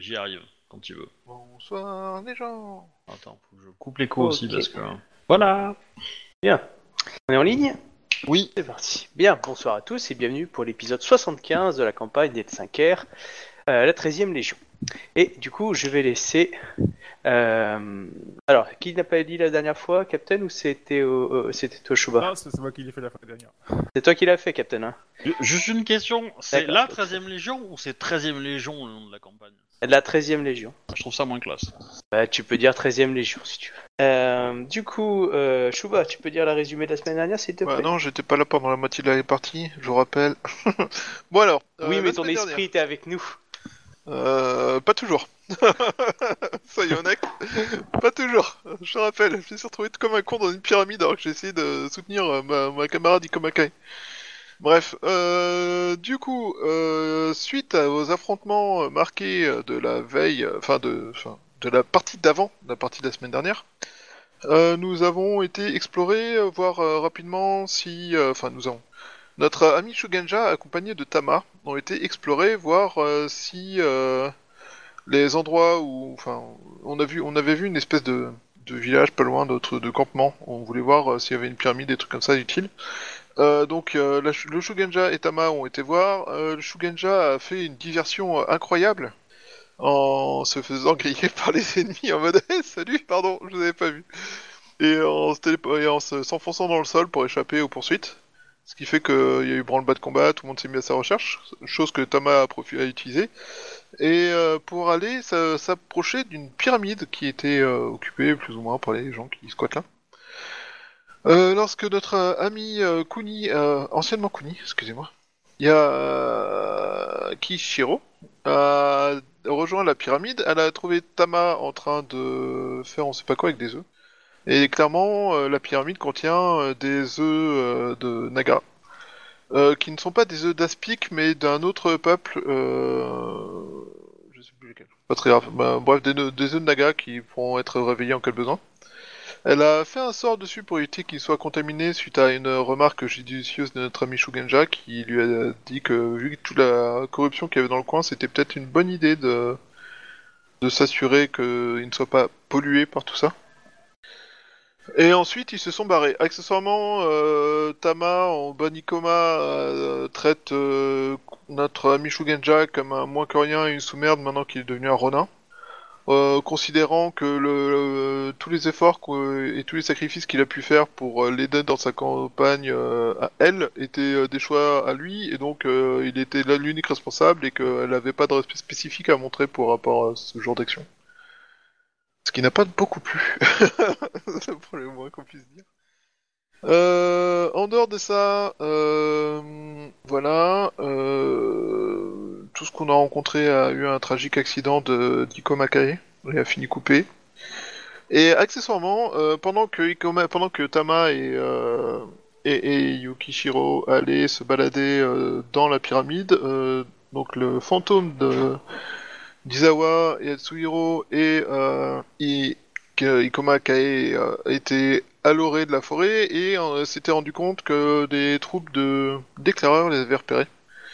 j'y arrive, quand tu veux. Bonsoir les gens. Attends, faut que je coupe l'écho aussi, Ok. parce que... Voilà. Bien. On est en ligne ? Oui. C'est parti. Bien, bonsoir à tous et bienvenue pour l'épisode 75 de la campagne des 5R, la 13e Légion. Et du coup, je vais laisser... Alors, qui n'a pas dit la dernière fois, Captain, ou c'était Toshuba ? Non, c'est moi qui l'ai fait la fois dernière. C'est toi qui l'as fait, Captain, hein ? Juste une question, c'est D'accord. la 13e Légion ou c'est 13e Légion le nom de la campagne? La 13e Légion. Je trouve ça moins classe. Bah, tu peux dire 13e Légion, si tu veux. Du coup, Shuba, tu peux dire la résumé de la semaine dernière, s'il te plaît ? Bah non, j'étais pas là pendant la moitié de la partie, je vous rappelle. Bon alors. Oui, mais la ton semaine esprit était avec nous. Pas toujours. Soyons honnêtes. Pas toujours. Je rappelle, je me suis retrouvé comme un con dans une pyramide alors que j'ai essayé de soutenir ma camarade Ikomakai. Bref, du coup, suite aux affrontements marqués de la veille, de la partie d'avant, la partie de la semaine dernière, nous avons été explorer, voir rapidement si, notre ami Shugenja, accompagné de Tama, ont été explorés, voir si les endroits où, on avait vu une espèce de village pas loin de campement. On voulait voir s'il y avait une pyramide, des trucs comme ça utiles. Donc le Shugenja et Tama ont été voir. Le Shugenja a fait une diversion incroyable en se faisant griller par les ennemis en mode hey, salut, pardon, je vous avais pas vu. Et s'enfonçant dans le sol pour échapper aux poursuites. Ce qui fait qu'il y a eu branle-bas de combat, tout le monde s'est mis à sa recherche, chose que Tama a utilisée. Et pour aller s'approcher d'une pyramide qui était occupée plus ou moins par les gens qui squattent là. Lorsque notre ami Kuni, anciennement Kuni, excusez-moi, il y a Kishiro, a rejoint la pyramide, elle a trouvé Tama en train de faire on sait pas quoi avec des œufs. Et clairement, la pyramide contient des œufs de Naga, qui ne sont pas des œufs d'Aspic, mais d'un autre peuple, je sais plus lequel. Pas très grave. Bref, des œufs de Naga qui pourront être réveillés en cas de besoin. Elle a fait un sort dessus pour éviter qu'il soit contaminé suite à une remarque judicieuse de notre ami Shugenja qui lui a dit que vu toute la corruption qu'il y avait dans le coin, c'était peut-être une bonne idée de s'assurer qu'il ne soit pas pollué par tout ça. Et ensuite, ils se sont barrés. Accessoirement, Tama, en Banikoma, traite notre ami Shugenja comme un moins que rien et une sous-merde maintenant qu'il est devenu un Ronin. Considérant que tous les efforts et tous les sacrifices qu'il a pu faire pour l'aider dans sa campagne à elle étaient des choix à lui, et donc il était là l'unique responsable et qu'elle n'avait pas de respect spécifique à montrer pour rapport à ce genre d'action. Ce qui n'a pas beaucoup plu, pour le moins qu'on puisse dire. En dehors de ça, voilà, tout ce qu'on a rencontré a eu un tragique accident d'Iko Makae, il a fini coupé. Et accessoirement, pendant que Tama et Yukishiro allaient se balader dans la pyramide, donc le fantôme d'Izawa et Yatsuhiro et Ikoma Kae était à l'orée de la forêt et s'était rendu compte que des troupes d'éclaireurs les avaient repérés.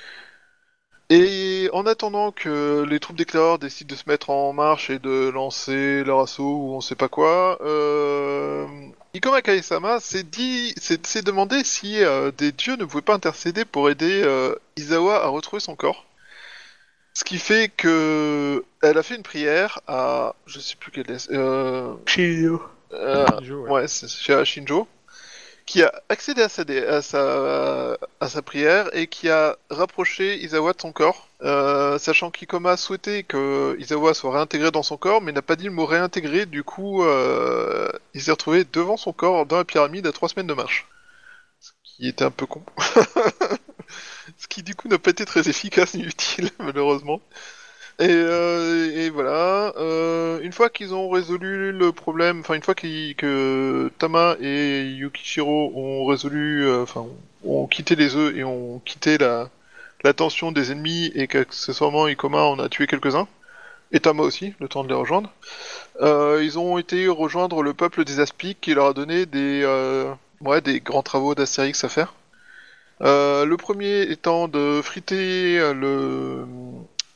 Et en attendant que les troupes d'éclaireurs décident de se mettre en marche et de lancer leur assaut ou on sait pas quoi, Ikoma Kae-sama s'est demandé si des dieux ne pouvaient pas intercéder pour aider Izawa à retrouver son corps. Ce qui fait que elle a fait une prière à je sais plus quelle est Shinjo. Ouais, c'est chez Shinjo, qui a accédé à sa prière et qui a rapproché Izawa de son corps, sachant qu'Ikoma souhaitait que Izawa soit réintégré dans son corps, mais n'a pas dit le mot réintégré, du coup il s'est retrouvé devant son corps dans la pyramide à 3 semaines de marche. Ce qui était un peu con. Ce qui du coup n'a pas été très efficace ni utile, malheureusement. Et voilà, une fois qu'ils ont résolu le problème, enfin une fois que Tama et Yukishiro ont résolu, ont quitté les œufs et ont quitté l'attention des ennemis et qu'accessoirement Ikoma en a tué quelques-uns, et Tama aussi, le temps de les rejoindre, ils ont été rejoindre le peuple des Aspics qui leur a donné des grands travaux d'Astérix à faire. Le premier étant de friter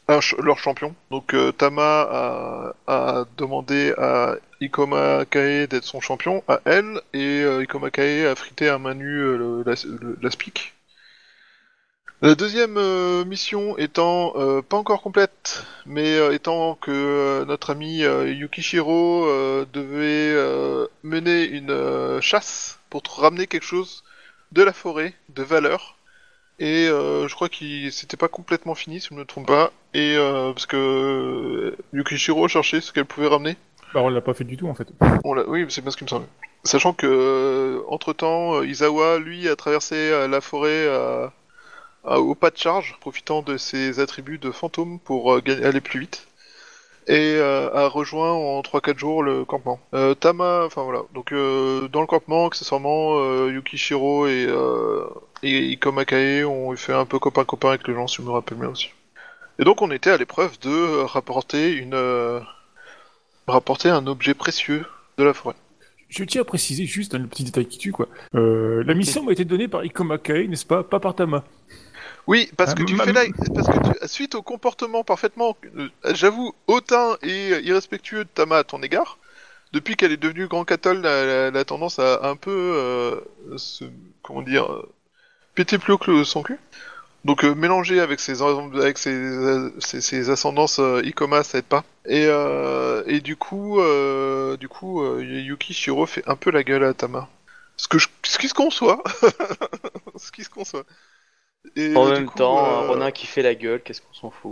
leur champion. Donc Tama a demandé à Ikoma Kae d'être son champion, à elle, et Ikoma Kae a frité à main nue la Speak. La deuxième mission étant pas encore complète, mais étant que notre ami Yukishiro devait mener une chasse pour ramener quelque chose de la forêt, de valeur. Et je crois qu'il c'était pas complètement fini, si je ne me trompe pas. Et parce que Yukishiro cherchait ce qu'elle pouvait ramener. Bah, on l'a pas fait du tout en fait. Oui, c'est bien ce qui me semble. Sachant que entre-temps, Izawa, lui, a traversé la forêt au pas de charge, profitant de ses attributs de fantôme pour aller plus vite. Et a rejoint en 3-4 jours le campement. Tama, enfin voilà. Donc dans le campement, accessoirement, Yukishiro et Ikoma Kae ont fait un peu copain-copain avec les gens, si je me rappelle bien aussi. Et donc on était à l'épreuve de rapporter un objet précieux de la forêt. Je tiens à préciser juste un petit détail qui tue quoi. La mission m'a été donnée par Ikoma Kae, n'est-ce pas? Pas par Tama. Oui, parce que suite au comportement parfaitement, j'avoue, hautain et irrespectueux de Tama à ton égard, depuis qu'elle est devenue Grand Catol, elle a tendance à un peu péter plus haut que son cul. Donc mélanger avec ses ascendances Ikoma, ça aide pas. Et du coup, Yukishiro fait un peu la gueule à Tama. Ce qui se conçoit. Ce qui se conçoit. Et, en même temps, un Ronin qui fait la gueule, qu'est-ce qu'on s'en fout?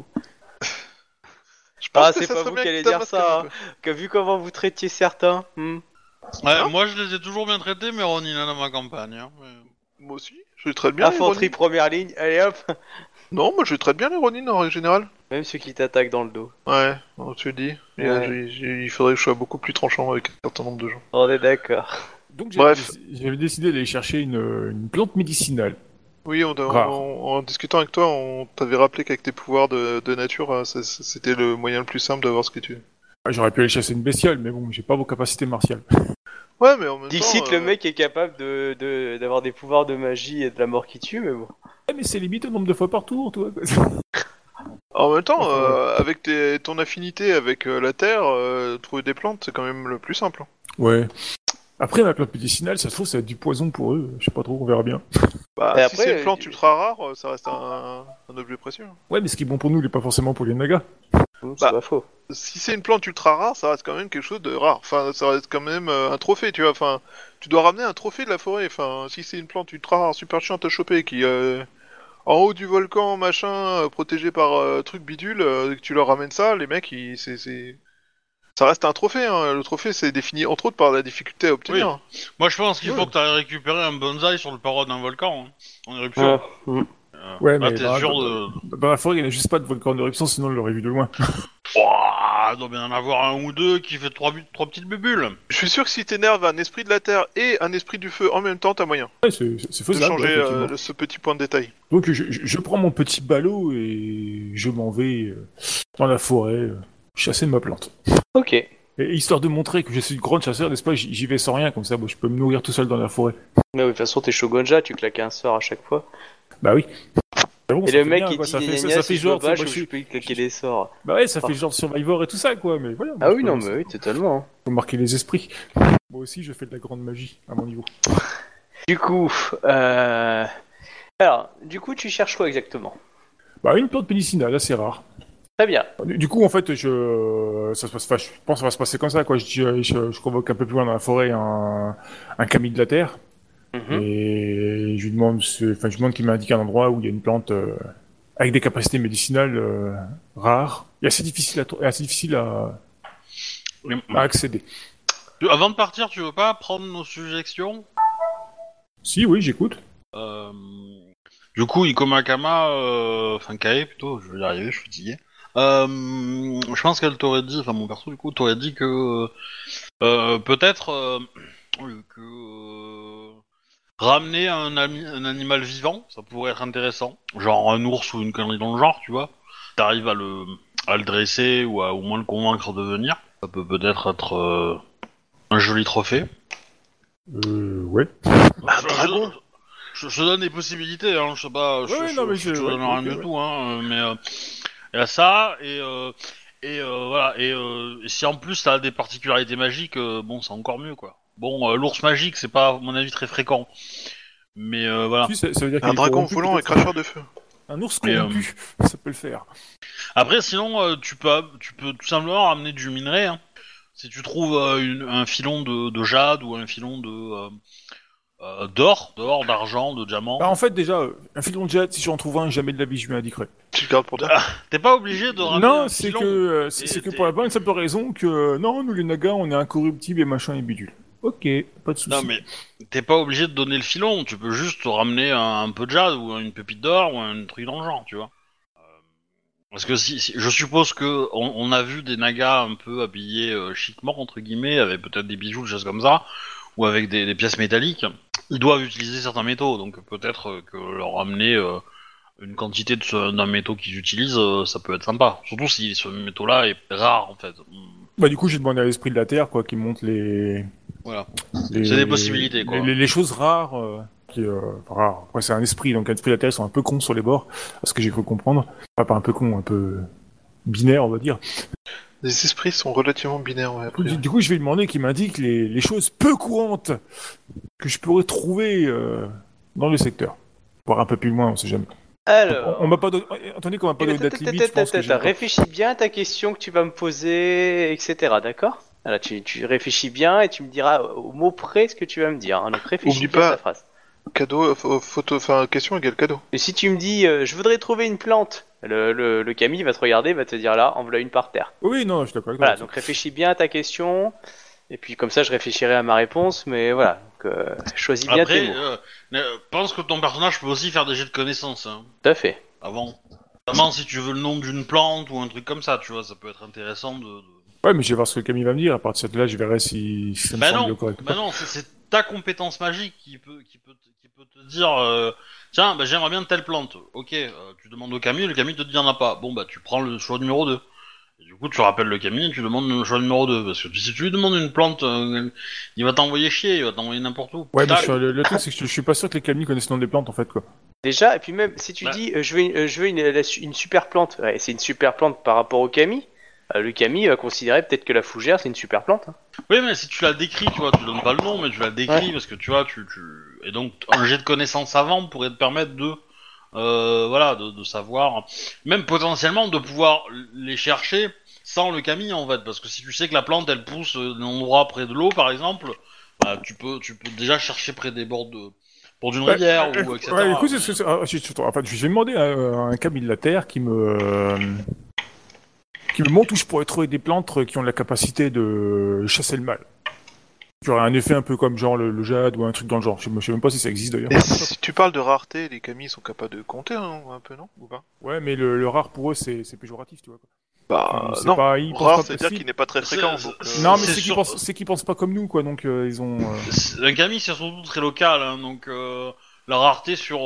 Je pense que c'est ça pas serait vous bien qui allez que Tama dire se ça, calme un hein. Que vu comment vous traitiez certains. Ouais, moi je les ai toujours bien traités, mais Ronin dans ma campagne. Hein. peu. Moi aussi, je les traite bien. Infanterie les Ronin. première ligne, allez hop. Non, moi je les traite bien les Ronin en règle générale. Même ceux qui t'attaquent dans le dos. Ouais, tu le dis. Et, Ouais. il faudrait que je sois beaucoup plus tranchant avec un certain nombre de gens. On est d'accord. Donc Bref. j'avais décidé d'aller chercher une plante médicinale. Oui, Rare. en discutant avec toi, on t'avait rappelé qu'avec tes pouvoirs de nature, c'était le moyen le plus simple d'avoir ce que tu veux. Ah, j'aurais pu aller chasser une bestiole, mais bon, j'ai pas vos capacités martiales. Ouais, mais en même Dixit, temps... le mec est capable d'avoir des pouvoirs de magie et de la mort qui tue, mais bon. Eh, mais c'est limite au nombre de fois par tour, toi. En même temps, avec ton affinité avec la terre, trouver des plantes, c'est quand même le plus simple. Ouais. Après, ma plante médicinale, ça se trouve, ça va être du poison pour eux. Je sais pas trop, on verra bien. Bah, Et si après, c'est une plante ultra rare, ça reste un objet précieux. Ouais, mais ce qui est bon pour nous, il est pas forcément pour les nagas. C'est Bah. pas faux. Si c'est une plante ultra rare, ça reste quand même quelque chose de rare. Enfin, ça reste quand même un trophée, tu vois. Enfin, tu dois ramener un trophée de la forêt. Enfin, si c'est une plante ultra rare, super chiante à choper, qui en haut du volcan, machin, protégé par truc bidule, que tu leur ramènes ça, les mecs, ça reste un trophée. Hein. Le trophée, c'est défini entre autres par la difficulté à obtenir. Moi je pense qu'il faut que tu ailles récupérer un bonsaï sur le paroi d'un volcan, hein, en éruption. Ouais, Là, mais t'es dans, sûr dans- de... dans la forêt, il n'y a juste pas de volcan d'éruption, sinon on l'aurait vu de loin. Ouah, il doit bien en avoir un ou deux qui fait trois petites bubules. Je suis sûr que si t'énerves un esprit de la terre et un esprit du feu en même temps, t'as moyen Ouais, c'est de faisable. changer ouais, effectivement. ce petit point de détail. Donc je prends mon petit ballot et je m'en vais dans la forêt chasser de ma plante. Ok. Et histoire de montrer que je suis grand chasseur, n'est-ce pas, j'y vais sans rien, comme ça, bon, je peux me nourrir tout seul dans la forêt. Mais oui, de toute façon, t'es Shogunja, tu claques un sort à chaque fois. Bah oui. Mais bon, Et ça le fait mec, bien, il quoi, dit ça fait, gna ça gna, fait si je genre, me bats, tu sais, moi, je peux y claquer des sorts. Bah ouais, ça fait genre Survivor et tout ça, quoi, mais voilà. Ah moi, oui, je non, peux- mais oui, totalement. Faut marquer les esprits. Moi aussi, je fais de la grande magie, à mon niveau. Du coup, alors, tu cherches quoi exactement? Bah une plante médicinale, assez rare. Très bien. Du coup, en fait, je pense que ça va se passer comme ça, quoi. Je convoque un peu plus loin dans la forêt un Camille de la Terre, Mhm. et je lui demande, je lui demande qu'il m'indique un endroit où il y a une plante avec des capacités médicinales rares et assez difficile à accéder. Avant de partir, tu veux pas prendre nos suggestions? Si, oui, j'écoute. Du coup, enfin Kae plutôt, je vais y arriver, je suis fatigué. Je pense qu'elle t'aurait dit, enfin mon perso du coup, t'aurait dit que peut-être que ramener un animal vivant, ça pourrait être intéressant. Genre un ours ou une connerie dans le genre, tu vois. T'arrives à le dresser ou à au moins le convaincre de venir. Ça peut peut-être être un joli trophée. Ouais. dragon. Je donne des possibilités, hein, je sais pas, Ouais, non, mais je te ouais, donne rien ok, du ouais. tout, hein, mais Il y a ça, voilà. Et si en plus t'as des particularités magiques, bon, c'est encore mieux, quoi. Bon, l'ours magique, c'est pas, à mon avis, très fréquent. Mais voilà. Si, ça veut dire qu'il Un est dragon corrompu, volant et peut-être. cracheur de feu. Un ours Mais, corrompu, ça peut le faire. Après, sinon, tu peux tout simplement ramener du minerai. Hein. Si tu trouves un filon de jade ou un filon d'or, d'argent, de diamant. Bah, en fait, déjà, un filon de jet, si j'en trouve un, jamais de la vie je lui indiquerai. Tu le gardes pour toi. T'es pas obligé de ramener Non, un c'est filon. c'est que pour la bonne simple raison que non, nous les nagas, on est incorruptibles et machin et bidule. Ok, pas de soucis. Non mais t'es pas obligé de donner le filon, tu peux juste ramener un peu de jade ou une pépite d'or ou un truc dans le genre, tu vois. Parce que si je suppose que on a vu des nagas un peu habillés chiquement entre guillemets, avec peut-être des bijoux, des choses comme ça, ou avec des pièces métalliques. Ils doivent utiliser certains métaux, donc peut-être que leur ramener une quantité d'un métaux qu'ils utilisent, ça peut être sympa. Surtout si ce métaux-là est rare en fait. Bah du coup, j'ai demandé à l'esprit de la terre, quoi, qui montre Voilà. C'est des possibilités, quoi. Les choses rares, rares. Après, c'est un esprit, donc l'esprit de la terre, ils sont un peu cons sur les bords, à ce que j'ai cru comprendre. Enfin, pas un peu cons, un peu binaire, on va dire. Les esprits sont relativement binaires, ouais, après. Du coup, je vais lui demander qu'il m'indique les choses peu courantes que je pourrais trouver dans le secteur. Voire un peu plus loin, on sait jamais. Alors... On m'a pas donné... Attendez qu'on m'a pas donné de date limite, je pense que j'ai pas- Réfléchis bien à ta question que tu vas me poser, etc. D'accord? Alors, tu réfléchis bien et tu me diras au mot près ce que tu vas me dire. Hein. Donc réfléchis Oublie bien pas. à ta phrase. Cadeau, photo, enfin, question égale cadeau. Et si tu me dis je voudrais trouver une plante, le Camille va te regarder, va te dire là, en voilà une par terre. Oui, non, je suis d'accord avec Voilà, toi. donc réfléchis bien à ta question. Et puis comme ça, je réfléchirai à ma réponse. Mais voilà, donc, choisis bien tes Après, mots. pense que ton personnage peut aussi faire des jets de connaissances, hein, Tout à fait. avant. Notamment si tu veux le nom d'une plante ou un truc comme ça, tu vois, ça peut être intéressant de... Ouais, mais je vais voir ce que Camille va me dire. À partir de là, je verrai si ça me Bah semble non, correct. ou bah pas. non, c'est ta compétence magique qui peut te dire tiens, bah j'aimerais bien telle plante. Ok, tu demandes au Camille, le Camille te dit il y en a pas. Bon bah tu prends le choix numéro 2. Et du coup tu rappelles le Camille et tu demandes le choix numéro 2. Parce que si tu lui demandes une plante, il va t'envoyer chier, il va t'envoyer n'importe où. Ouais, mais Tac. le truc, c'est que je suis pas sûr que les Camille connaissent le nom des plantes, en fait, quoi. Déjà, et puis même si tu Bah. dis je veux une super plante, ouais, c'est une super plante par rapport au Camille. Le Camille va considérer peut-être que la fougère c'est une super plante. Hein. Oui, mais si tu la décris, tu vois, tu donnes pas le nom, mais tu la décris Ouais. parce que tu vois, et donc un jet de connaissances avant pourrait te permettre voilà, de savoir, même potentiellement de pouvoir les chercher sans le Camille en fait, parce que si tu sais que la plante elle pousse d'un endroit près de l'eau par exemple, bah, tu peux déjà chercher près des bords d'une rivière ou etc. Ouais, écoute, mais- en fait, je vais demander à un Camille de la Terre qui me montre où je pourrais trouver des plantes qui ont la capacité de chasser le mal. Qui aurait un effet un peu comme genre le jade ou un truc dans le genre. Je sais même pas si ça existe d'ailleurs. Et si tu parles de rareté, les Camilles sont capables de compter, hein, un peu, non? Ou pas? Ouais, mais le rare pour eux, c'est péjoratif, tu vois. Quoi. Bah, C'est non. pas, ils pensent Rare, pas c'est-à dire si- qu'il n'est pas très fréquent, C'est- donc... Non, mais c'est c'est qu'ils pensent pas comme nous, quoi. Donc ils ont. Un Camille c'est surtout très local, hein, donc la rareté sur,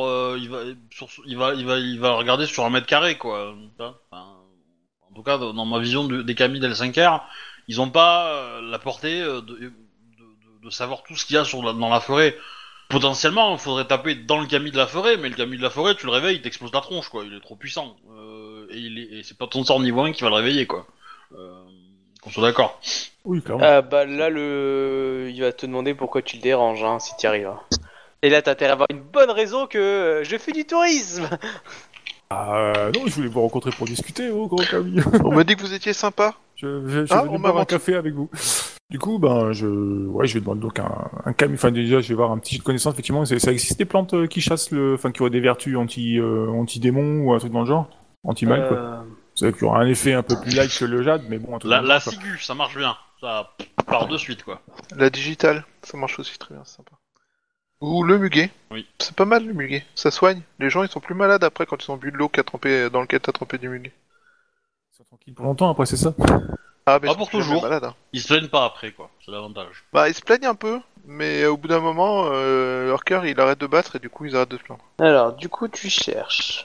il va regarder sur 1 m², quoi. Enfin, en tout cas, dans ma vision des Camille d'L5R, ils ont pas la portée de savoir tout ce qu'il y a dans la forêt. Potentiellement, il faudrait taper dans le Camille de la forêt, mais le Camille de la forêt, tu le réveilles, il t'explose la tronche, quoi. Il est trop puissant. Et c'est pas ton sort niveau 1 qui va le réveiller, quoi. Qu'on soit d'accord. Oui, clairement. Bah là il va te demander pourquoi tu le déranges hein, si tu arrives. Hein. Et là t'as intérêt à avoir une bonne raison que je fais du tourisme. Non, je voulais vous rencontrer pour discuter, oh, grand Camille. On m'a dit que vous étiez sympa. Je Ah, vais on m'a boire un menti. café avec vous. Du coup, je vais demander donc un Camille. Enfin, déjà, je vais voir un petit jet de connaissance. Effectivement, ça existe des plantes qui chassent qui auraient des vertus anti-démons ou un truc dans le genre, anti-mal, quoi. C'est qu'il y aura un effet un peu plus light que le jade, mais bon, un truc dans le La genre, quoi. ciguë, ça marche bien. Ça part de suite, quoi. La digitale, ça marche aussi très bien, c'est sympa. Ou le muguet. Oui. C'est pas mal le muguet, ça soigne. Les gens ils sont plus malades après quand ils ont bu de l'eau dans lequel t'as trempé du muguet. Ils sont tranquilles pour longtemps après, c'est ça. Ah, mais Pas ils sont pour plus jamais toujours. malades, hein. Ils se plaignent pas après, quoi. C'est l'avantage. Bah, ils se plaignent un peu, mais au bout d'un moment, leur cœur il arrête de battre et du coup ils arrêtent de se plaindre. Alors du coup tu cherches.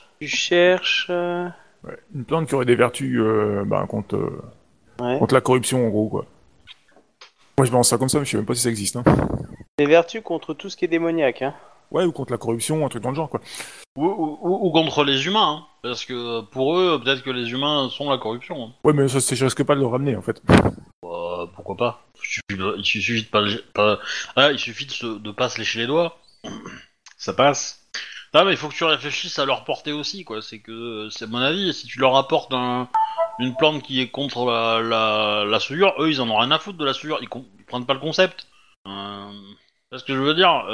Ouais. Une plante qui aurait des vertus contre Ouais. la corruption, en gros, quoi. Moi, je balance ça comme ça, mais je sais même pas si ça existe. Hein. Des vertus contre tout ce qui est démoniaque. Hein. Ouais, ou contre la corruption, un truc dans le genre, quoi. Ou contre les humains, hein, parce que pour eux, peut-être que les humains sont la corruption. Hein. Ouais, mais ça, je risque pas de le ramener, en fait. Pourquoi pas? Il suffit il suffit de pas se lécher les doigts. Ça passe. Non, mais il faut que tu réfléchisses à leur portée aussi, quoi. C'est mon avis. Si tu leur apportes une plante qui est contre la souillure, eux, ils en ont rien à foutre de la souillure. Ils prennent pas le concept. C'est ce que je veux dire.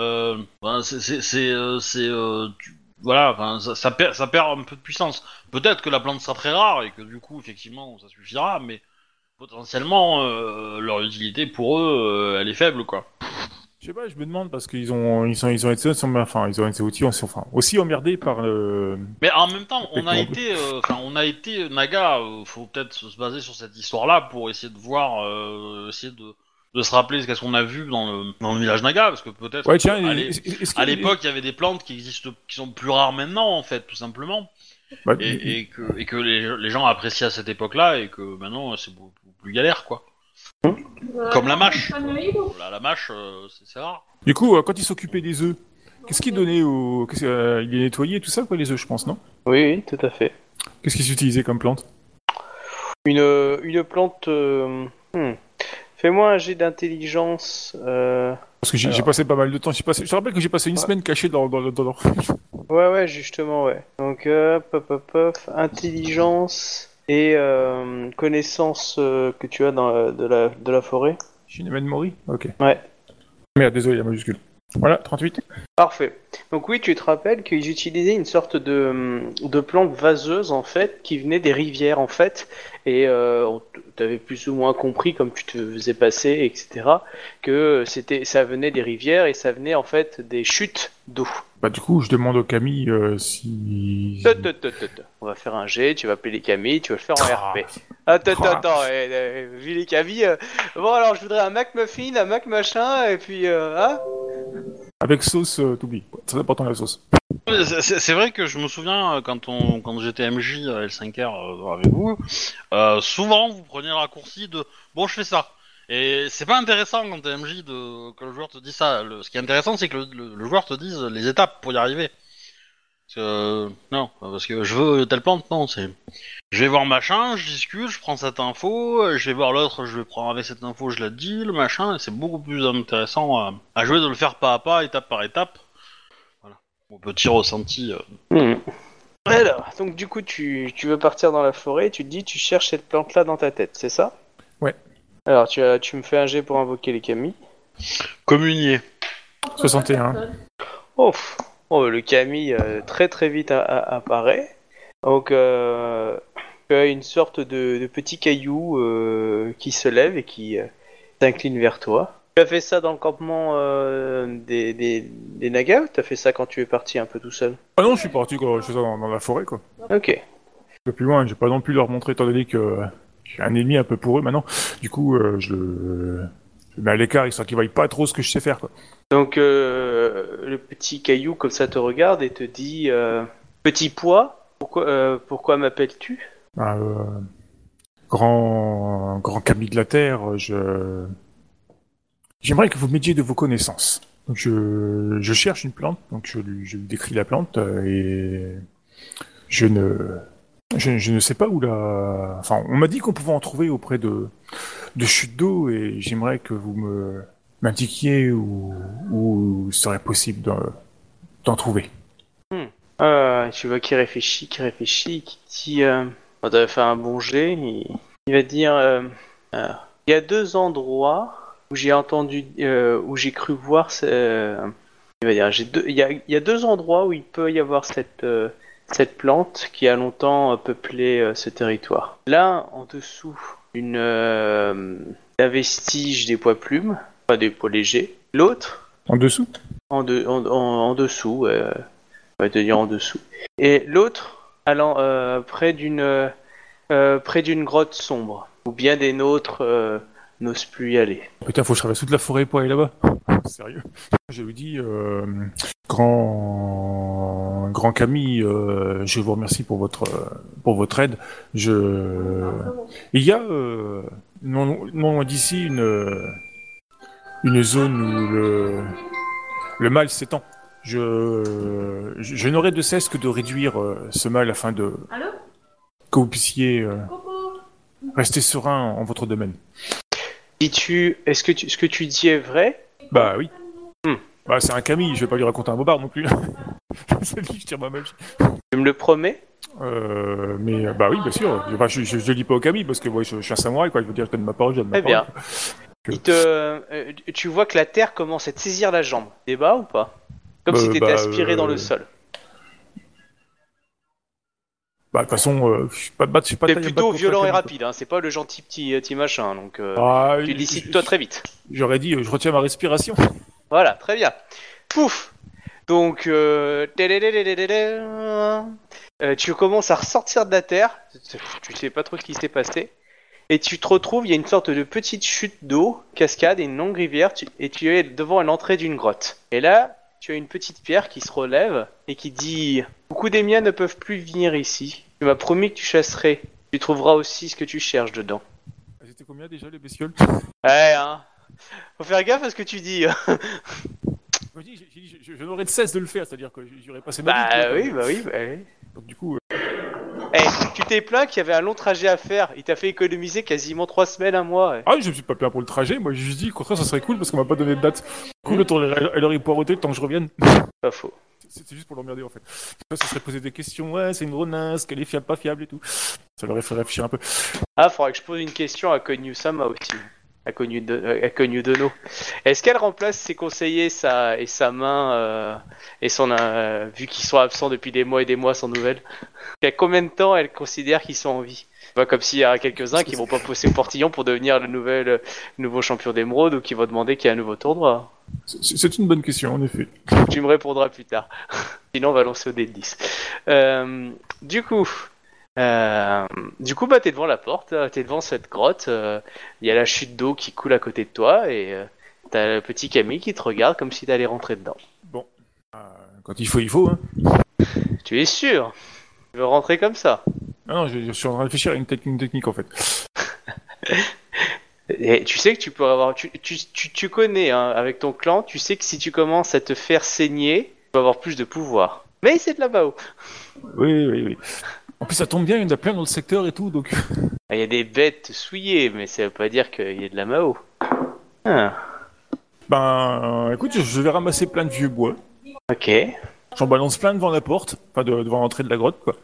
Voilà, enfin, ça perd un peu de puissance. Peut-être que la plante sera très rare et que du coup, effectivement, ça suffira, mais potentiellement, leur utilité pour eux, elle est faible, quoi. Je sais pas, je me demande parce qu'ils ont été aussi emmerdés par le. Mais en même temps, on a été Naga. Faut peut-être se baser sur cette histoire-là pour essayer de voir, essayer de se rappeler qu'est-ce qu'on a vu dans le village Naga, parce que peut-être Ouais, tiens, à l'époque il y avait des plantes qui sont plus rares maintenant, en fait, tout simplement, Bah, et que les gens appréciaient à cette époque-là et que maintenant c'est beaucoup plus galère, quoi. Comme la mâche. La mâche, c'est rare. Du coup, quand il s'occupait des œufs, qu'est-ce qu'il donnait aux. Il les nettoyait tout ça, quoi, les œufs, je pense, non? Oui, tout à fait. Qu'est-ce qu'il s'utilisait comme plante? Une plante. Fais-moi un jet d'intelligence. Parce que j'ai passé pas mal de temps. Je te rappelle que j'ai passé une semaine caché dans leur. Ouais, justement, ouais. Donc, intelligence et connaissance que tu as de la forêt. Shinemen Mori? Ok. Ouais. Merde, désolé, la majuscule. Voilà, 38. Parfait. Donc oui, tu te rappelles qu'ils utilisaient une sorte de plante vaseuse, en fait, qui venait des rivières, en fait, et t'avais plus ou moins compris, comme tu te faisais passer, etc., que ça venait des rivières et ça venait, en fait, des chutes d'eau. Bah du coup, je demande au Camille si... On va faire un jet, tu vas appeler les Camille, tu vas le faire en RP. Attends, vu les Camille... Bon alors, je voudrais un Mac Muffin, un Mac machin, et puis... Avec sauce, t'oublies. Très important la sauce. C'est vrai que je me souviens quand j'étais MJ à L5R avec vous, souvent vous preniez le raccourci de bon je fais ça. Et c'est pas intéressant quand t'es MJ que le joueur te dise ça. Ce qui est intéressant c'est que le joueur te dise les étapes pour y arriver. Non, parce que je veux telle plante, non, c'est... Je vais voir machin, je discute, je prends cette info, je vais voir l'autre, je vais prendre avec cette info, je la dis, le machin, et c'est beaucoup plus intéressant à jouer de le faire pas à pas, étape par étape. Voilà, mon petit ressenti. Alors, donc du coup, tu veux partir dans la forêt, tu te dis, tu cherches cette plante-là dans ta tête, c'est ça? Ouais. Alors, tu me fais un jet pour invoquer les Camille. Communier. 61. Oh, le Camille très très vite apparaît. Donc, tu as une sorte de petit caillou qui se lève et qui s'incline vers toi. Tu as fait ça dans le campement des Nagas ou tu as fait ça quand tu es parti un peu tout seul? Ah non, je suis parti quand je suis dans la forêt, quoi. Ok. Un peu plus loin, j'ai pas non plus leur montrer, étant donné que j'ai un ennemi un peu pour eux maintenant. Du coup, je le mets à l'écart, histoire qu'ils voient pas trop ce que je sais faire, quoi. Donc, le petit caillou, comme ça, te regarde et te dit Petit pois, pourquoi m'appelles-tu? Grand Camille de la Terre, j'aimerais que vous m'aidiez de vos connaissances. Donc, je cherche une plante, donc je lui décris la plante, et je ne sais pas où la... Enfin, on m'a dit qu'on pouvait en trouver auprès de chutes d'eau, et j'aimerais que vous m'indiquiez où serait possible d'en trouver. Tu vois qu'il réfléchit, qui dit on t'avait fait un bon jet, il va dire il y a deux endroits où j'ai entendu, où j'ai cru voir, il va dire il y a deux endroits où il peut y avoir cette plante qui a longtemps peuplé ce territoire. L'un en dessous d'un vestige des pois plumes, pas des pois légers. L'autre en dessous. En dessous. On va te dire en dessous. Et l'autre, allant près d'une grotte sombre, où bien des nôtres n'osent plus y aller. Putain, faut que je traverse toute la forêt pour aller là-bas. Sérieux. Je lui dis, grand Camille, je vous remercie pour votre aide. Il y a non loin d'ici une zone où le mal s'étend. Je n'aurai de cesse que de réduire ce mal afin de Allô? que vous puissiez Coucou. rester serein en votre domaine. Est-ce que ce que tu dis est vrai? Bah oui. Hmm. Bah c'est un Camille, je vais pas lui raconter un bobard non plus. C'est lui que je tire ma magie. Tu me le promets? Mais bah oui, bien sûr. Enfin, je lis pas au Camille parce que moi, je suis un samouraï, quoi. Je veux dire, je donne ma parole, je donne ma Très bien. parole. Tu vois que la terre commence à te saisir la jambe. T'es bas ou pas? Comme si t'étais aspiré dans le sol. Bah de toute façon, je suis pas de battre, je suis pas. T'es taillé à plutôt battre violent contre et un Camille, rapide, hein. C'est pas le gentil petit machin, donc tu quoi. décides-toi très vite. J'aurais dit, je retiens ma respiration. Voilà, très bien. Pouf. Donc, tu commences à ressortir de la terre. Tu sais pas trop ce qui s'est passé. Et tu te retrouves, il y a une sorte de petite chute d'eau, cascade et une longue rivière, et tu es devant l'entrée d'une grotte. Et là, tu as une petite pierre qui se relève et qui dit « Beaucoup des miens ne peuvent plus venir ici. Tu m'as promis que tu chasserais. Tu trouveras aussi ce que tu cherches dedans. C'était combien déjà les bestioles ?» Ouais, hein. Faut faire gaffe à ce que tu dis. Je dis, je n'aurais de cesse de le faire, c'est-à-dire que j'aurais passé ma vie. Bah oui, bah oui. Donc du coup, Eh, tu t'es plaint qu'il y avait un long trajet à faire. Il t'a fait économiser quasiment 3 semaines, un mois. Ouais. ah, je me suis pas plaint pour le trajet. Moi, j'ai juste dit, au contraire, ça serait cool parce qu'on m'a pas donné de date. Cool, elle aurait poireauté le temps que je revienne. Pas faux. C'était juste pour l'emmerder en fait. Ça serait poser des questions. Ouais, c'est une renasse, qu'elle est fiable, pas fiable et tout. Ça leur aurait fait réfléchir un peu. Ah, faudrait que je pose une question à Konyu-sama aussi. À Konyu Dono. Est-ce qu'elle remplace ses conseillers et sa main et son vu qu'ils sont absents depuis des mois et des mois sans nouvelles? Il y a combien de temps elle considère qu'ils sont en vie? Pas comme s'il y a quelques-uns qui vont pas pousser au portillon pour devenir le nouveau champion d'émeraude ou qui vont demander qu'il y ait un nouveau tournoi. C'est une bonne question en effet. Tu me répondras plus tard. Sinon on va lancer au dé de 10. Du coup, bah t'es devant la porte, t'es devant cette grotte, il y a la chute d'eau qui coule à côté de toi et t'as le petit Camille qui te regarde comme si t'allais rentrer dedans. Bon, quand il faut, hein. Tu es sûr? Tu veux rentrer comme ça? Ah non, je suis en train de réfléchir à une technique en fait. Et tu sais que tu peux avoir, tu connais hein, avec ton clan, tu sais que si tu commences à te faire saigner, tu vas avoir plus de pouvoir. Mais c'est de là-bas. Oui. En plus, ça tombe bien, il y en a plein dans le secteur et tout, donc. Il y a des bêtes souillées, mais ça veut pas dire qu'il y a de la Mao. Ah. Ben, écoute, je vais ramasser plein de vieux bois. Ok. J'en balance plein devant la porte, enfin devant l'entrée de la grotte, quoi.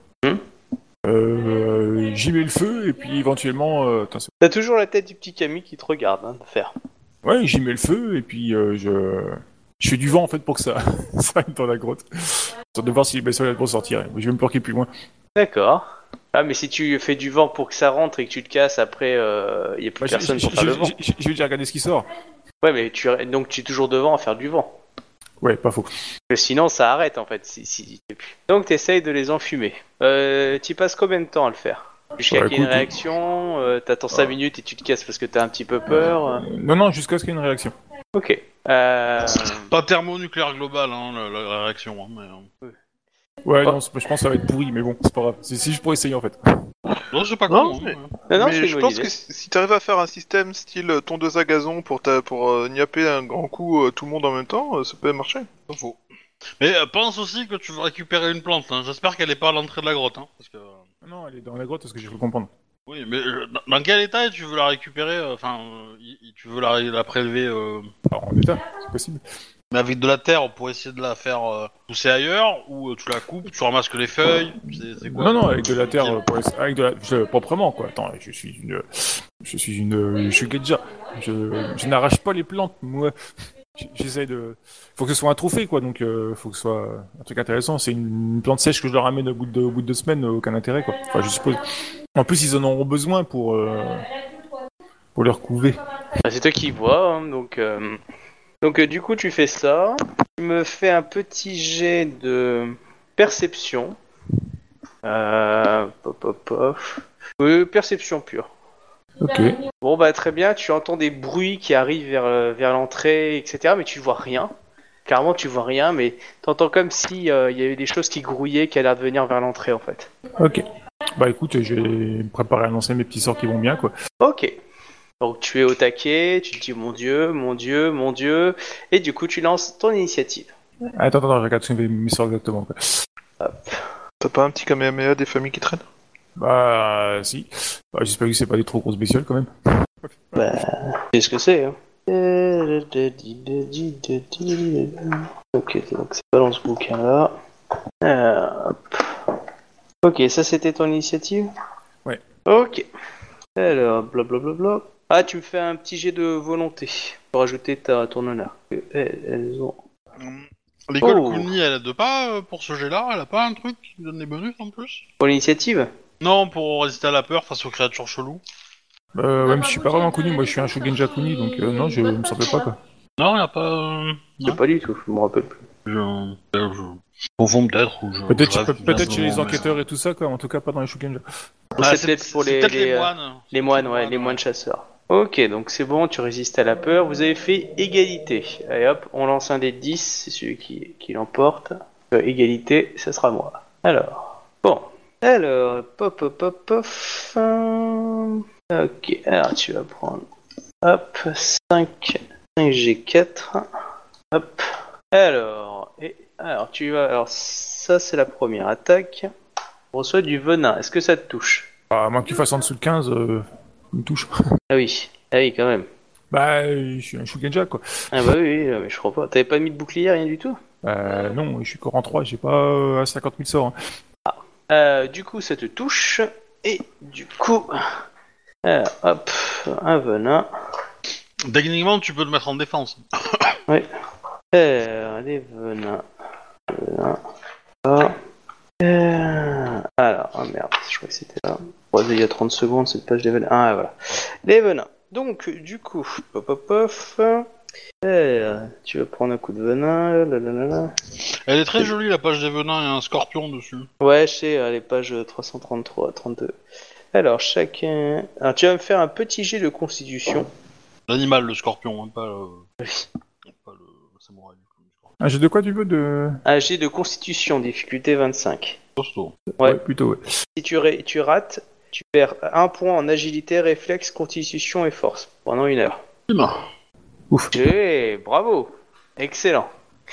J'y mets le feu et puis éventuellement. T'as toujours la tête du petit Camille qui te regarde, hein, de faire. Ouais, j'y mets le feu et puis je fais du vent en fait pour que ça ça aille dans la grotte. De voir si les bestioles vont sortir. Je vais me planquer plus loin. D'accord. Ah, mais si tu fais du vent pour que ça rentre et que tu te casses, après, il n'y a plus personne pour faire le vent. Je vais déjà regarder ce qui sort. Ouais, mais donc tu es toujours devant à faire du vent. Ouais, pas faux. Parce que sinon, ça arrête, en fait. Donc, t'essayes de les enfumer. Tu passes combien de temps à le faire? Jusqu'à qu'il y ait une réaction, t'attends 5 minutes et tu te casses parce que t'as un petit peu peur. Non, jusqu'à ce qu'il y ait une réaction. Ok. Pas thermonucléaire global, hein, la réaction. Hein, mais, Ouais, non, je pense que ça va être pourri, mais bon, c'est pas grave. C'est juste pour essayer en fait. Non, c'est pas Non, con. mais- Hein. Non, mais je pense que si t'arrives à faire un système style tondeuse à gazon pour niapper un grand coup tout le monde en même temps, ça peut marcher. Pas faux. Mais pense aussi que tu veux récupérer une plante. Hein. J'espère qu'elle est pas à l'entrée de la grotte. Hein, parce que... Non, elle est dans la grotte, parce que j'ai cru comprendre. Oui, mais dans quel état tu veux la récupérer? Enfin, tu veux la prélever Alors, en état, c'est possible. mais avec de la terre pour essayer de la faire pousser ailleurs, ou tu la coupes, tu ramasses que les feuilles. C'est quoi? Non, avec de la terre, avec de la... proprement quoi. Attends, je suis Gedja. Je n'arrache pas les plantes, moi. J'essaie de. Faut que ce soit un trophée, quoi. Donc, faut que ce soit un truc intéressant. C'est une plante sèche que je leur ramène au bout de 2 semaines, aucun intérêt, quoi. Enfin, je suppose. En plus, ils en auront besoin pour leur couver. C'est toi qui vois, hein, donc du coup tu fais ça. Tu me fais un petit jet de perception. Perception pure. Ok. Bon bah très bien, tu entends des bruits qui arrivent vers l'entrée, etc. Mais tu vois rien. Clairement tu vois rien, mais t'entends comme si il y avait des choses qui grouillaient qui allaient venir vers l'entrée en fait. Ok. Bah écoute, je vais me préparer à lancer mes petits sorts qui vont bien, quoi. Ok. Donc tu es au taquet, tu te dis mon dieu, et du coup tu lances ton initiative. Attends, je regarde ce que mes sorts exactement. Quoi. T'as pas un petit Kamehameha des familles qui traînent? Bah, si. Bah, j'espère que c'est pas des trop grosses bestioles quand même. Bah, c'est ce que c'est. Hein. Ok, donc c'est pas dans ce bouquin-là. Hop. Ok, ça c'était ton initiative? Ouais. Ok. Alors, blablabla. Ah, tu me fais un petit jet de volonté pour ajouter ton honneur. Elles ont... L'école Oh. Kuni, elle aide pas pour ce jet-là? Elle a pas un truc qui donne des bonus en plus? Pour l'initiative? Non, pour résister à la peur face aux créatures cheloues. Ouais, mais je suis pas vraiment Kuni, moi je suis un Shugenja Kuni, donc non, je me semble pas quoi. Non, y a pas... Je sais pas du tout, je me rappelle plus. Je confonds peut-être ou je... Peut-être je rêve peut-être chez les bizarrement, enquêteurs et tout ça quoi, en tout cas pas dans les Shugenja. C'est peut-être pour c'est les, peut-être les, les moines. les moines, ouais, les moines chasseurs. Ok, donc c'est bon, tu résistes à la peur. Vous avez fait égalité. Allez hop, on lance un des 10, c'est celui qui l'emporte. Égalité, ça sera moi. Alors, bon. Alors, pop. Ok, alors tu vas prendre, hop, 5G4. Hop. Alors, alors ça c'est la première attaque. On reçoit du venin. Est-ce que ça te touche? À moins que tu fasses en dessous de 15, il me touche. Ah oui, quand même. Bah, je suis un Shugenja quoi. Ah bah oui, mais je crois pas. T'avais pas mis de bouclier, rien du tout? Non, je suis qu'en rang 3, j'ai pas 50 000 sorts. Hein. Du coup, ça te touche. Et du coup, hop, un venin. Techniquement, tu peux le mettre en défense. Oui. Les venins. Ah. Alors, oh merde, je crois que c'était là. Il y a 30 secondes, cette page des venins. Ah, voilà. Les venins. Donc, du coup, tu vas prendre un coup de venin. Elle est très jolie, la page des venins, il y a un scorpion dessus. Ouais, je sais, les pages 333, 32. Alors, chacun... Alors, tu vas me faire un petit jet de constitution. L'animal, le scorpion, hein, pas le samouraï. Un jet de quoi tu veux de... Un jet de constitution, difficulté 25. Costaud. Ouais. Plutôt, ouais. Si tu rates, tu perds un point en agilité, réflexe, constitution et force pendant 1 heure. Ouf. Bravo. Excellent.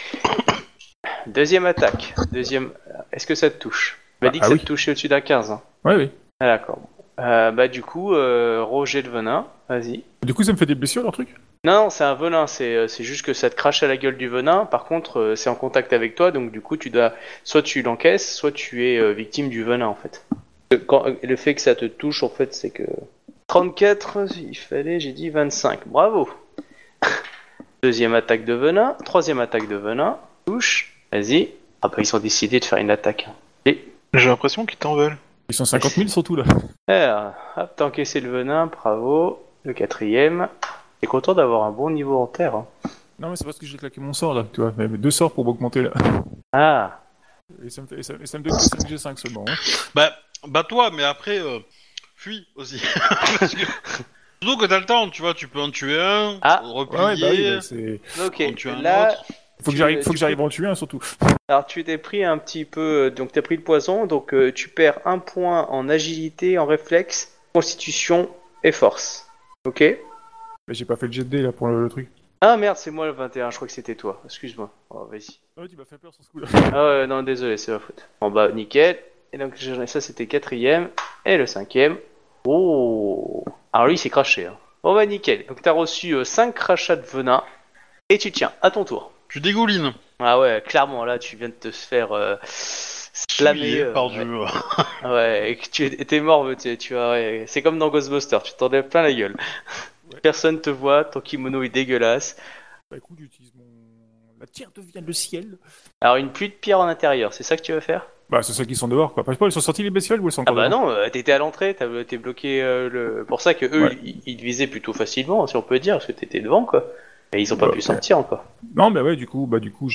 Deuxième attaque. Est-ce que ça te touche? Tu m'as dit que ça te touchait au-dessus d'un 15. Hein. Ouais, oui. Ah, d'accord. Bah du coup, Roger de venin, vas-y. Du coup, ça me fait des blessures, leur truc? Non, c'est un venin, c'est juste que ça te crache à la gueule du venin. Par contre, c'est en contact avec toi, donc du coup, soit tu l'encaisses, soit tu es victime du venin, en fait. Le fait que ça te touche, en fait, c'est que... 34, j'ai dit 25. Bravo. Deuxième attaque de venin, troisième attaque de venin, touche, vas-y. Ah bah ils ont décidé de faire une attaque. Et... J'ai l'impression qu'ils t'en veulent. Ils sont 50 000 surtout, là. Alors, hop, t'as encaissé le venin, bravo. Le quatrième. T'es content d'avoir un bon niveau en terre. Hein. Non, mais c'est parce que j'ai claqué mon sort, là, tu vois. Mais 2 sorts pour m'augmenter, là. Ah. Et ça me donne que 5G5 seulement. Hein. Bah toi, mais après, fuis aussi. Parce que... Surtout que t'as le temps, tu vois, tu peux en tuer un, replier, ouais, bah oui, c'est... Ok, en tuer un là... autre. Faut que j'arrive à en tuer un, surtout. Alors tu t'es pris un petit peu... Donc t'as pris le poison, donc tu perds un point en agilité, en réflexe, constitution et force. Ok? Mais j'ai pas fait le jet de dés, là, pour le truc. Ah merde, c'est moi le 21, je crois que c'était toi. Excuse-moi. Oh, vas-y. Ah ouais, tu m'as fait peur sur ce coup-là. Ah ouais, non, désolé, c'est ma faute. Bon bah, nickel. Et donc, ça c'était quatrième. Et le cinquième. Oh. Alors lui, il s'est craché. Hein. Bon bah, nickel. Donc t'as reçu 5 crachats de venin. Et tu tiens, à ton tour. Tu dégoulines. Ah ouais, clairement, là, tu viens de te faire slammer. Par du... Ouais, et que tu étais mort, tu vois, ouais. C'est comme dans Ghostbusters, tu t'en lèves plein la gueule. Ouais. Personne te voit, ton kimono est dégueulasse. Bah écoute, j'utilise la tire devient le ciel. Alors, une pluie de pierre en intérieur, c'est ça que tu vas faire? Bah, c'est ceux qui sont dehors, quoi. Je sais pas, ils sont sortis les bestioles ou elles sont Ah encore bah devant? non, t'étais à l'entrée, t'es bloqué pour ça que eux, Ouais. ils te visaient plutôt facilement, si on peut dire, parce que t'étais devant, quoi. Et ils ont pas Bah, pu ok. sortir encore. Non, bah ouais, du coup,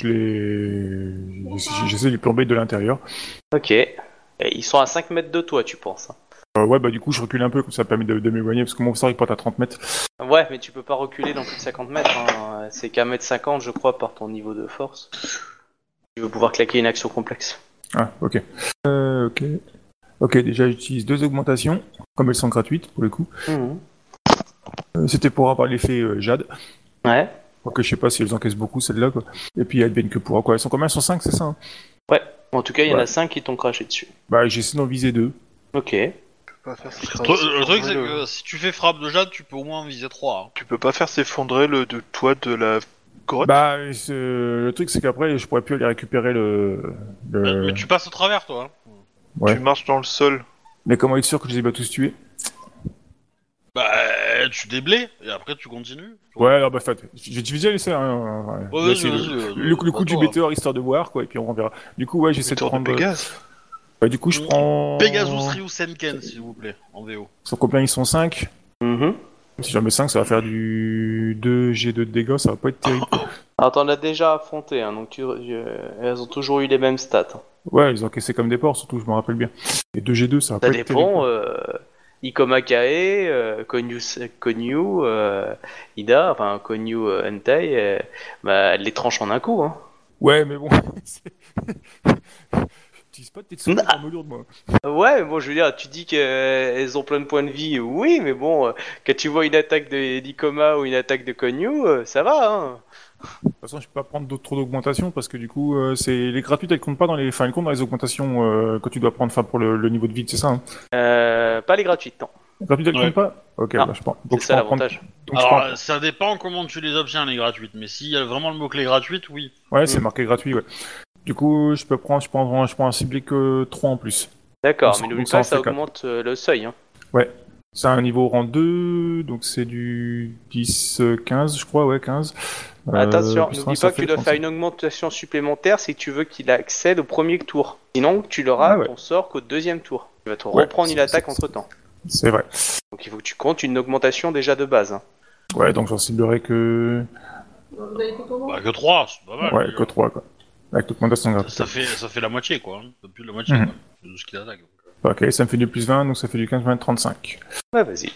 j'essaie de les plomber de l'intérieur. Ok. Et ils sont à 5 mètres de toi, tu penses. Hein. Ouais, bah du coup, je recule un peu, comme ça me permet de m'éloigner, parce que mon sort, il porte à 30 mètres. Ouais, mais tu peux pas reculer dans plus de 50 mètres. Hein. C'est qu'à 1m50, je crois, par ton niveau de force. Tu veux pouvoir claquer une action complexe. Ah, ok. Ok. Ok, déjà, j'utilise 2 augmentations, comme elles sont gratuites, pour le coup. Mhm. C'était pour avoir l'effet Jade. Ouais. Quoique je sais pas si elles encaissent beaucoup celles-là quoi. Et puis elles viennent que pour quoi. Elles sont combien? Elles sont 5, c'est ça hein? En tout cas, il y en Ouais. a 5 qui t'ont craché dessus. Bah j'essaie d'en viser 2. Ok. Tu peux pas faire Le truc, c'est que si tu fais frappe de jade, tu peux au moins viser 3. Tu peux pas faire s'effondrer le toit de la grotte. Bah le truc c'est qu'après je pourrais plus aller récupérer le... Mais tu passes au travers, toi. Ouais. Tu marches dans le sol. Mais comment être sûr que je les ai pas tous tués? Bah, tu déblais, et après tu continues. Ouais, non, bah, fait, j'ai déjà laissé un. Ouais, J'ai vas-y, essayé vas-y, le coup du toi. météore histoire de voir, quoi, et puis on verra. Du coup, ouais, j'essaie de Météore de prendre. Pégase. Ouais, du coup, je prends. Pegasus Ryu Senken, s'il vous plaît, en VO. Ils sont combien? Ils sont 5. Mhm. Si j'en mets 5, ça va faire du 2G2 de dégâts, ça va pas être terrible. Alors, t'en as déjà affronté, hein, donc elles ont toujours eu les mêmes stats. Hein. Ouais, ils ont encaissé comme des porcs, surtout, je me rappelle bien. Et 2G2, ça va Ça pas être terrible. dépend. Ikomakae, Konyu, Ida, enfin Konyu Hentai, bah, elle les tranche en un coup. Hein. Ouais, mais bon. Tu spot, t'es de souris en me lourde, moi. Ouais, mais bon, je veux dire, tu dis qu'elles ont plein de points de vie, oui, mais bon, quand tu vois une attaque d'Ikoma ou une attaque de Konyu, ça va, hein. De toute façon, je peux pas prendre trop d'augmentation parce que du coup, c'est les gratuites, elles comptent pas dans les, enfin, elles comptent dans les augmentations que tu dois prendre, enfin, pour le niveau de vie, c'est ça. Hein. Pas les gratuites, non. Les gratuites, elles Ouais. comptent pas. Ok, Non, bah, je prends. C'est Donc je ça peux en prendre. l'avantage. Donc, je prends. Alors, ça dépend comment tu les obtiens, les gratuites, mais s'il y a vraiment le mot-clé gratuite, oui. Ouais, c'est Mm. marqué gratuit, ouais. Du coup, je prends un ciblé que 3 en plus. D'accord, Donc, mais n'oublie donc, pas ça en que ça fait quatre. augmente le seuil. Hein. C'est un niveau rang 2, donc c'est du 10, 15, je crois, ouais, 15. Attention, plus n'oublie ça pas que tu fait dois faire 35. une augmentation supplémentaire si tu veux qu'il accède au premier tour. Sinon, tu l'auras, Ah ouais. ton sort, qu'au deuxième tour. Tu vas te Ouais, reprendre une c'est- attaque c'est- entre-temps. C'est vrai. Donc il faut que tu comptes une augmentation déjà de base. Hein. Ouais, donc j'en ciblerai que... Bah, que 3, c'est pas mal. Ouais, déjà. que 3, quoi. Avec l'augmentation gratuite. Ça fait la moitié, quoi. Hein. Plus de la moitié, Mhm. quoi, de ce qu'il attaque. Donc. Ok, ça me fait du plus 20, donc ça fait du 15, 20, 35. Ouais, vas-y.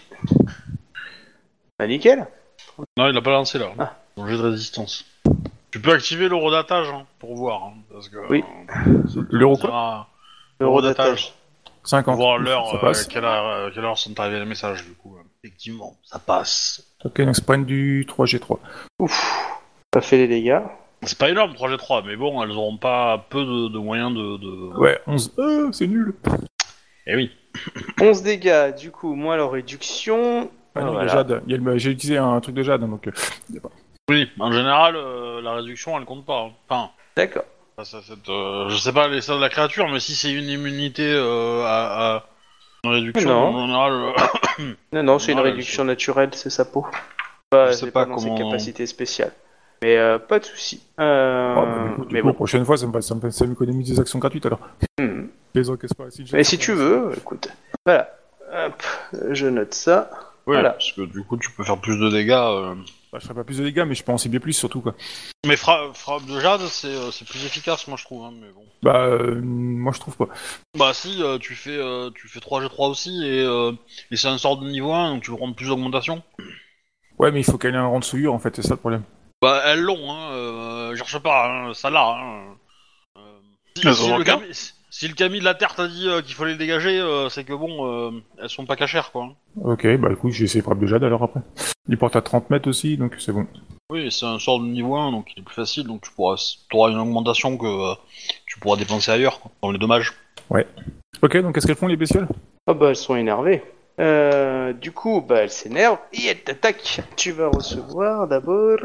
Bah nickel. Non, il a pas lancé, là. Ah. Danger de résistance. Tu peux activer l'eurodatage, hein, pour voir. Hein, parce que, Oui. ça te L'euro quoi dira- Eurodatage. 50. Pour voir Ça l'heure, passe. quelle heure sont arrivés les messages, du coup. Effectivement, ça passe. Ok, donc c'est pas une du 3G3. Ouf. Pas fait les dégâts. C'est pas énorme, 3G3, mais bon, elles auront pas peu de moyens de... Ouais, 11. C'est nul. Eh oui. 11 dégâts, du coup, moins leur réduction. Ah non, il y a Voilà. Jade. J'ai utilisé un truc de Jade, hein, donc... Oui, en général, la réduction, elle compte pas. Hein. Enfin, D'accord. je sais pas les stats de la créature, mais si c'est une immunité à une réduction, Non. en général... Non, c'est une Ouais, réduction naturelle, c'est sa peau. Pas, Je sais c'est pas pas dans ses comment- capacités spéciales. Mais pas de soucis. Du Mais coup, la bon. prochaine fois, ça m'économise des actions gratuites, alors. Hmm. Les encaisse pas. Si Mais si tu veux, écoute. Voilà. Hop, je note ça. Oui, Voilà. parce que du coup, tu peux faire plus de dégâts. Bah, je ferai pas plus de dégâts, mais je peux en cibler plus, surtout, quoi. Mais frappe de jade, c'est plus efficace, moi, je trouve. Hein, mais bon. Bah, moi, je trouve pas. Bah si, tu fais 3G3 aussi, et c'est un sort de niveau 1, donc tu prends plus d'augmentation. Ouais, mais il faut qu'elle ait un rang de souillure, en fait, c'est ça le problème. Bah elles l'ont, hein, cherche pas, hein, ça l'a. Hein. Si, Elles si en ont le qu'un si le Camille de la Terre t'a dit qu'il fallait les dégager, c'est que bon, elles sont pas cachères, quoi. Ok, bah, écoute, j'ai essayé frappe de Jade, alors, après. Il porte à 30 mètres aussi, donc c'est bon. Oui, c'est un sort de niveau 1, donc il est plus facile, donc tu auras une augmentation que tu pourras dépenser ailleurs, quoi, dans les dommages. Ok, donc qu'est-ce qu'elles font, les bestioles? Ah bah elles sont énervées. Du coup, bah elles s'énervent et elles t'attaquent. Tu vas recevoir d'abord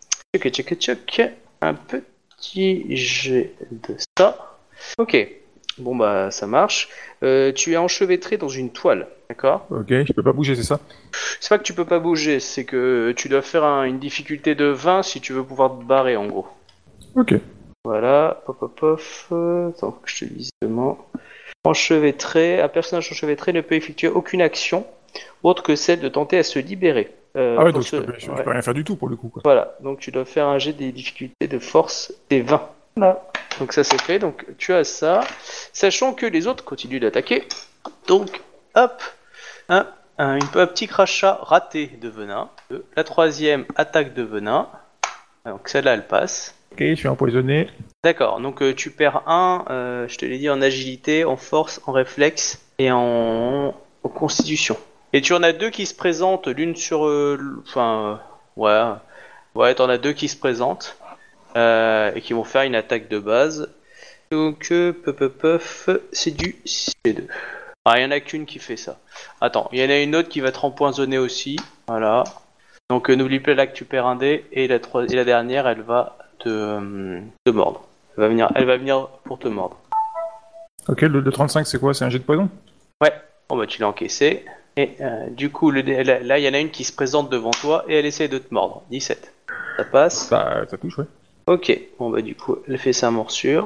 un petit jet de ça. Ok. Bon bah ça marche. Tu es enchevêtré dans une toile, d'accord? Ok, je peux pas bouger, c'est ça? C'est pas que tu peux pas bouger, c'est que tu dois faire une difficulté de 20 si tu veux pouvoir te barrer en gros. Ok. Voilà, pof. Attends, que je te dise comment. Enchevêtré, un personnage enchevêtré ne peut effectuer aucune action autre que celle de tenter à se libérer. Ah ouais, pour donc ce- je ouais. peux rien faire du tout, pour le coup, quoi. Voilà, donc tu dois faire un jet des difficultés de force des 20. Voilà, donc ça c'est fait, donc tu as ça, sachant que les autres continuent d'attaquer. Donc, hop, un petit crachat raté de venin. La troisième attaque de venin. Donc celle-là elle passe. Ok, je suis empoisonné. D'accord, donc tu perds je te l'ai dit, en agilité, en force, en réflexe et en constitution. Et tu en as deux qui se présentent, l'une sur... ouais, Ouais, t'en as 2 qui se présentent et qui vont faire une attaque de base. Donc, c'est du C2. Ah, il y en a qu'une qui fait ça. Attends, il y en a une autre qui va te empoisonner aussi. Voilà. Donc, n'oublie pas là que tu perds un dé. Et la dernière, elle va te mordre. Elle va venir pour te mordre. Ok, le 35, c'est quoi? C'est un jet de poison? Ouais. Bon, bah, tu l'as encaissé. Et du coup, là, il y en a une qui se présente devant toi et elle essaie de te mordre. 17. Ça passe? Bah, ça touche, ouais. Ok. Bon, bah, du coup, elle fait sa morsure.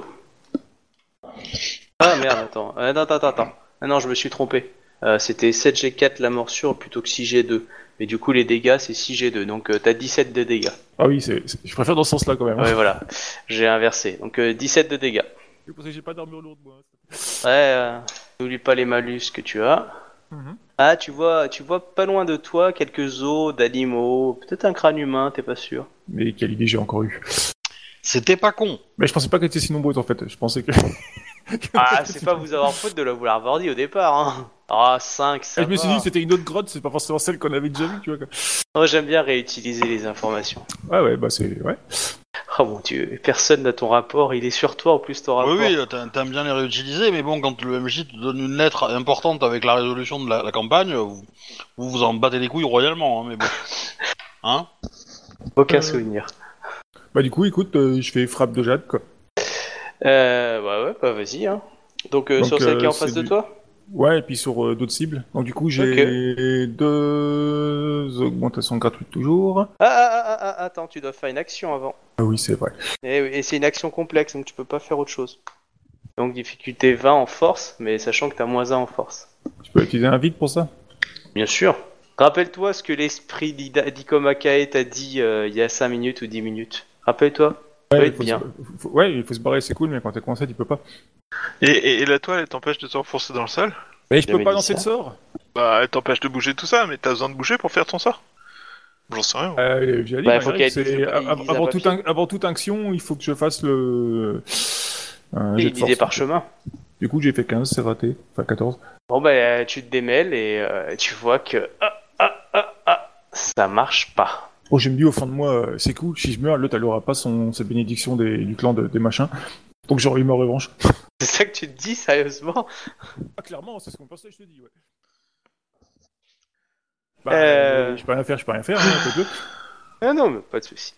Ah merde, attends. Ah non, je me suis trompé. C'était 7G4 la morsure plutôt que 6G2. Mais du coup, les dégâts, c'est 6G2. Donc, t'as 17 de dégâts. Ah oui, je préfère dans ce sens-là quand même. Ouais, voilà. J'ai inversé. Donc, 17 de dégâts. C'est parce que j'ai pas d'armure lourde, moi. Ouais, n'oublie pas les malus que tu as. Ah, tu vois pas loin de toi quelques os d'animaux. Peut-être un crâne humain, t'es pas sûr. Mais quelle idée j'ai encore eu. C'était pas con. Mais je pensais pas qu'elle était si nombreuse en fait. Je pensais que. Ah, c'est pas vous avoir faute de la vouloir avoir dit au départ, hein. Ah, 5, ça Et va. je me suis dit que c'était une autre grotte, c'est pas forcément celle qu'on avait déjà vue, tu vois. Quoi. Oh, j'aime bien réutiliser les informations. Ouais, bah c'est. Ouais. Oh mon dieu, personne n'a ton rapport, il est sur toi en plus ton rapport. Oui, t'aimes bien les réutiliser, mais bon, quand le MJ te donne une lettre importante avec la résolution de la campagne, vous en battez les couilles royalement, hein, mais bon. Hein? Aucun souvenir. Bah du coup, écoute, je fais frappe de jade, quoi. Ouais, bah vas-y, hein. Donc, sur celle qui est en face de toi? Ouais, et puis sur d'autres cibles. Donc du coup, j'ai 2 augmentations gratuites toujours. Attends, tu dois faire une action avant. Ah oui, c'est vrai. Et c'est une action complexe, donc tu peux pas faire autre chose. Donc difficulté 20 en force, mais sachant que t'as moins 1 en force. Je peux utiliser un vide pour ça? Bien sûr. Rappelle-toi ce que l'esprit d'Ikomakae t'a dit il y a 5 minutes ou 10 minutes. Rappelle-toi. Ouais, Bien. il faut se barrer, c'est cool, mais quand t'es coincé, tu peux pas. Et la toile, elle t'empêche de t'enfoncer dans le sol? Mais je peux J'avais pas dit lancer ça. de sort. Bah, elle t'empêche de bouger tout ça, mais t'as besoin de bouger pour faire ton sort. J'en sais rien. J'ai dit, Bah, faut qu'elle c'est dise avant toute action, il faut que je fasse le. Et jet une de idée force. par chemin. Du coup, j'ai fait 15, c'est raté. Enfin, 14. Bon bah tu te démêles et tu vois que ça marche pas. Oh, je me dis au fond de moi, c'est cool, si je meurs, l'autre, elle aura pas cette bénédiction du clan des machins. Donc j'aurai eu ma revanche. C'est ça que tu te dis sérieusement? Ah, clairement, c'est ce qu'on pensait, je te dis, ouais. Bah, je peux rien faire, hein, un peu. Ah non, mais pas de souci.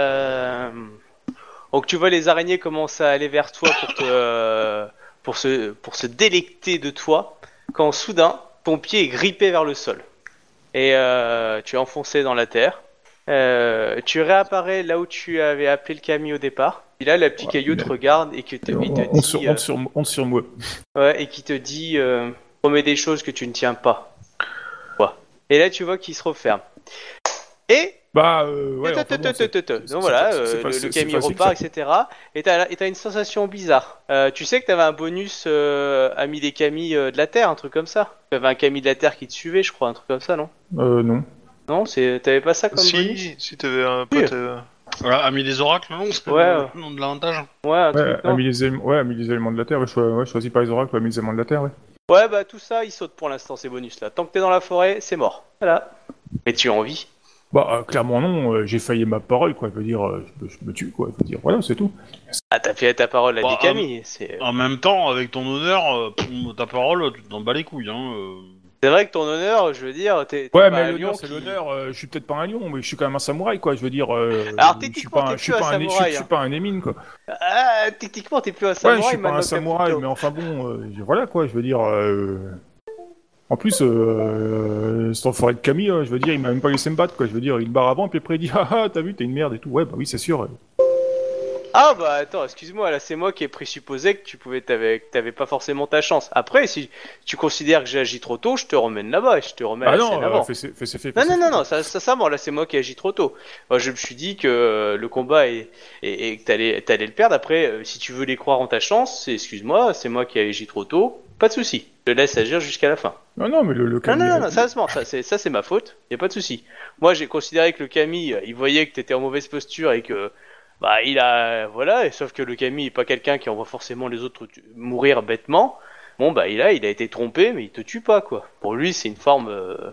Donc tu vois les araignées commencent à aller vers toi pour se délecter de toi, quand soudain ton pied est grippé vers le sol et tu es enfoncé dans la terre. Tu réapparais là où tu avais appelé le Camille au départ. Et là, la petite caillou te regarde et que il te dit, Honte sur moi. ouais, et qui te dit, promets des choses que tu ne tiens pas. Ouais. Et là, tu vois qu'il se referme. Et Bah, ouais. donc voilà, le Camille repart, etc. Et t'as une sensation bizarre. Tu sais que t'avais un bonus ami des Camille de la Terre, un truc comme ça. T'avais un Camille de la Terre qui te suivait, je crois, un truc comme ça, non? Non. Non, t'avais pas ça comme bonus? Si t'avais un pote... Voilà, ami des oracles, non? C'est Ouais. le nom de l'avantage. Ouais, un truc, non? Ami des éléments de la Terre, choisi par les oracles, ami des éléments de la Terre, ouais. Ouais, bah tout ça, il saute pour l'instant, ces bonus-là. Tant que t'es dans la forêt, c'est mort. Voilà. Mais tu as envie? Bah, clairement non, j'ai failli ma parole, quoi. Je veux dire, je me tue, quoi. Je veux dire, voilà, c'est tout. Ah, t'as fait ta parole à Bah, des Camille. C'est En même temps, avec ton honneur, ta parole, tu t'en bats les couilles, hein. vrai que ton honneur, je veux dire, t'es Ouais, pas mais un l'honneur, lion c'est qui- l'honneur. Je suis peut-être pas un lion, mais je suis quand même un samouraï, quoi. Je veux dire. Alors, je suis techniquement, pas, t'es je suis plus pas un un, samouraï, je suis pas un émine, quoi. Ah, techniquement, t'es plus un Ouais, samouraï. je suis pas un maintenant, samouraï, Caputo. mais enfin bon, voilà, quoi. Je veux dire. En plus, cet enfoiré de Camille, je veux dire, il m'a même pas laissé me battre, quoi. Je veux dire, il me barre avant, puis après il dit, ah, t'as vu, t'es une merde et tout. Ouais, bah oui, c'est sûr. Ah bah attends, excuse-moi, là c'est moi qui ai présupposé que t'avais pas forcément ta chance. Après, si tu considères que j'ai agi trop tôt, je te remène là-bas et je te remets à Ah la non, scène avant. Non, ça, moi là c'est moi qui ai agi trop tôt. Moi, je me suis dit que le combat et que t'allais le perdre. Après, si tu veux les croire en ta chance, excuse-moi, c'est moi qui ai agi trop tôt. Pas de souci, je te laisse agir jusqu'à la fin. Non, mais le Non, Camille. sérieusement, ça c'est ma faute, y a pas de souci. Moi j'ai considéré que le Camille, il voyait que t'étais en mauvaise posture et que, bah voilà, et sauf que le Camille est pas quelqu'un qui envoie forcément les autres mourir bêtement. Bon bah il a été trompé, mais il te tue pas quoi. Pour lui c'est une forme,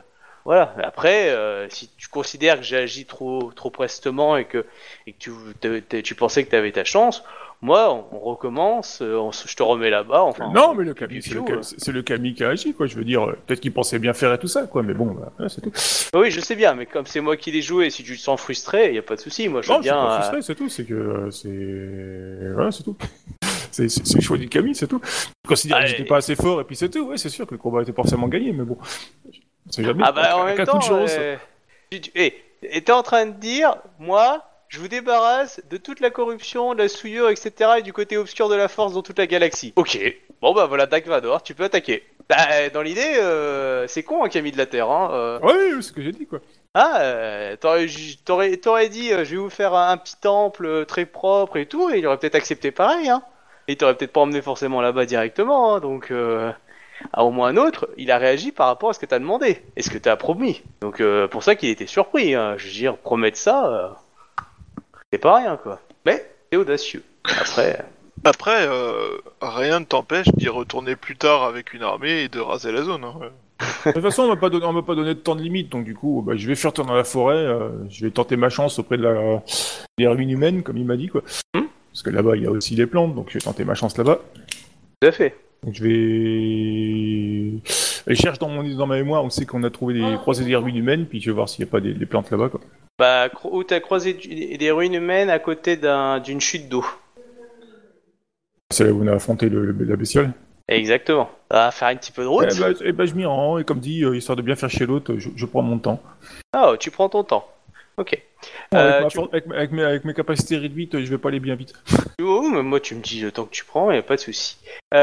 Voilà. Après, si tu considères que j'ai agi trop prestement et que tu pensais que tu avais ta chance, moi, on recommence, je te remets là-bas. Enfin, Non, mais le Camille, puis, c'est le Camille qui a agi, quoi. Je veux dire, peut-être qu'il pensait bien faire et tout ça, quoi. Mais bon, bah, c'est tout. oui, je sais bien, mais comme c'est moi qui l'ai joué, si tu te sens frustré, y a pas de souci. Moi, je Non, veux je suis bien. pas frustré, c'est tout. C'est que voilà, c'est tout. c'est le choix du Camille, c'est tout. Je considère que j'étais pas assez fort et puis c'est tout. Ouais, c'est sûr que le combat était forcément gagné, mais bon, on sait jamais. Ah bah en Avec même un coup temps, de chance. et t'es en train de dire, moi, je vous débarrasse de toute la corruption, de la souillure, etc. et du côté obscur de la force dans toute la galaxie. Ok. Bon bah voilà, Dark Vador, tu peux attaquer. Bah, dans l'idée, c'est con, hein, Camille de la Terre. Hein, Ouais, c'est ce que j'ai dit, quoi. t'aurais dit, je vais vous faire un petit temple très propre et tout, et il aurait peut-être accepté pareil, hein. Et il t'aurait peut-être pas emmené forcément là-bas directement, hein, donc au moins un autre, il a réagi par rapport à ce que t'as demandé, et ce que t'as promis. Donc pour ça qu'il était surpris, hein. Je veux dire, promettre ça, c'est pas rien, quoi. Mais c'est audacieux. Après, rien ne t'empêche d'y retourner plus tard avec une armée et de raser la zone. Hein. De toute façon, on m'a pas donné de temps de limite, donc du coup, bah, je vais faire tourner dans la forêt. Je vais tenter ma chance auprès des ruines humaines, comme il m'a dit, quoi. Parce que là-bas, il y a aussi des plantes, donc je vais tenter ma chance là-bas. Tout à fait. Donc je vais... Je cherche dans ma mémoire, on sait qu'on a trouvé des croisées des ruines humaines, puis je vais voir s'il n'y a pas des plantes là-bas, quoi. Bah, où t'as croisé des ruines humaines à côté d'une chute d'eau. C'est là où on a affronté la bestiole. Exactement. Ça va faire un petit peu de route. Eh ben, je m'y rends, et comme dit, histoire de bien faire chez l'autre, je prends mon temps. Ah, tu prends ton temps. Ok. Bon, avec mes capacités réduites, je vais pas aller bien vite. Oh, mais moi, tu me dis le temps que tu prends, y a pas de souci.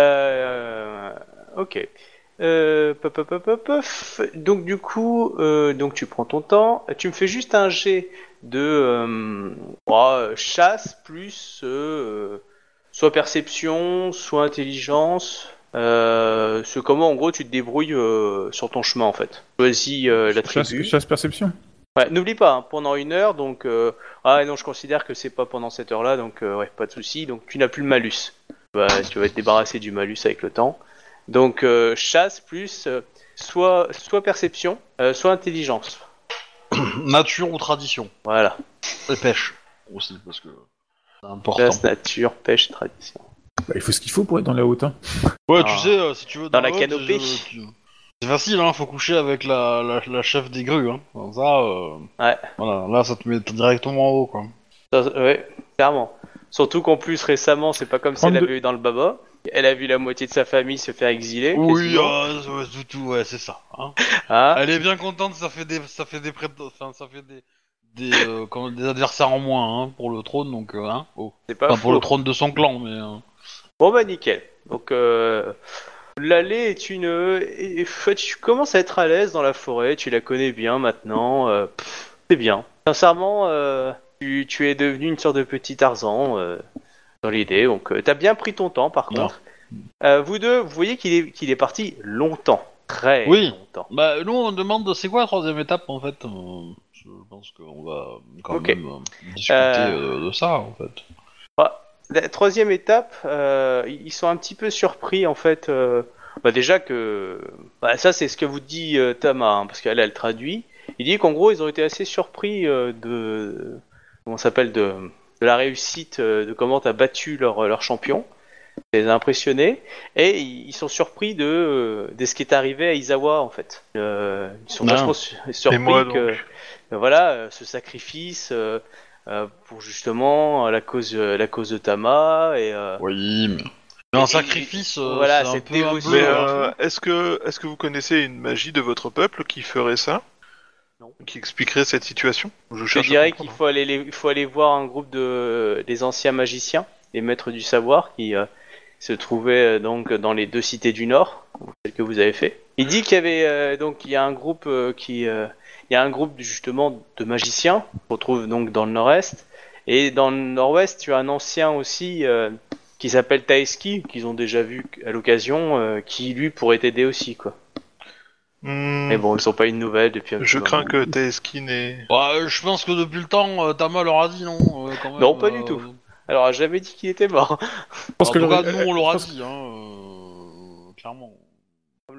Ok. Donc du coup, donc tu prends ton temps. Tu me fais juste un jet de chasse plus soit perception, soit intelligence. C'est comment en gros tu te débrouilles sur ton chemin en fait. Choisis la tribu. Chasse perception. Ouais, n'oublie pas, hein, pendant 1 heure, donc non, je considère que c'est pas pendant cette heure-là, donc ouais, pas de souci. Donc tu n'as plus le malus. Bah, tu vas être débarrassé du malus avec le temps. Donc chasse plus soit perception, soit intelligence. Nature ou tradition. Voilà. Et pêche aussi, parce que c'est important. Chasse, nature, pêche, tradition. Bah, il faut ce qu'il faut pour être dans la haute, hein. Ouais, Ah. tu sais, si tu veux... Dans la haute, canopée. C'est facile, hein, faut coucher avec la chef des grues, hein. Enfin, ça, Ouais. voilà, là, ça te met directement en haut, quoi. Ouais, clairement. Surtout qu'en plus, récemment, c'est pas comme si elle 32. avait eu dans le baba. Elle a vu la moitié de sa famille se faire exiler. Oui, quasiment. ouais, tout, ouais, c'est ça. Hein. Hein. Elle est bien contente, ça fait des adversaires en moins, hein, pour le trône, donc, hein. Oh. C'est pas Enfin, pour faux. le trône de son clan, mais... Bon bah nickel. Donc l'allée est tu commences à être à l'aise dans la forêt, tu la connais bien maintenant, c'est bien. Sincèrement, tu es devenu une sorte de petit Tarzan dans l'idée, donc t'as bien pris ton temps par contre. Vous deux, vous voyez qu'il est parti longtemps, très Oui. longtemps. Bah, nous, on demande, c'est quoi la troisième étape, en fait je pense qu'on va quand Ok. même discuter de ça, en fait. La troisième étape, ils sont un petit peu surpris en fait. Déjà que, ça c'est ce que vous dit Tama, hein, parce qu'elle elle traduit. Il dit qu'en gros ils ont été assez surpris de la réussite de comment t'as battu leur champion. Ça les a impressionnés et ils sont surpris de ce qui est arrivé à Izawa en fait. Ils sont vachement surpris Et moi, que ce sacrifice. Pour justement la cause de Tama et Oui, mais un sacrifice, voilà, c'est un cette peu un dévotion. bleu, Mais hein. est-ce que vous connaissez une magie de votre peuple qui ferait ça? Non. Qui expliquerait cette situation? Je dirais qu'il faut aller voir un groupe des anciens magiciens, les maîtres du savoir qui se trouvaient donc dans les 2 cités du Nord, celles que vous avez fait. Il dit qu'il y avait il y a un groupe il y a un groupe justement de magiciens qu'on trouve donc dans le nord-est et dans le nord-ouest tu as un ancien aussi qui s'appelle Taeski qu'ils ont déjà vu à l'occasion qui lui pourrait t'aider aussi quoi. Mais bon ils ont pas eu de nouvelles depuis un petit Je moment. crains que Taeskin ait... Bah, je pense que depuis le temps, Tama leur a dit non, quand même. Non, pas du tout. Alors, elle a jamais dit qu'il était mort. Parce En que tout le- cas, nous, on leur a parce- dit, hein, clairement. Comme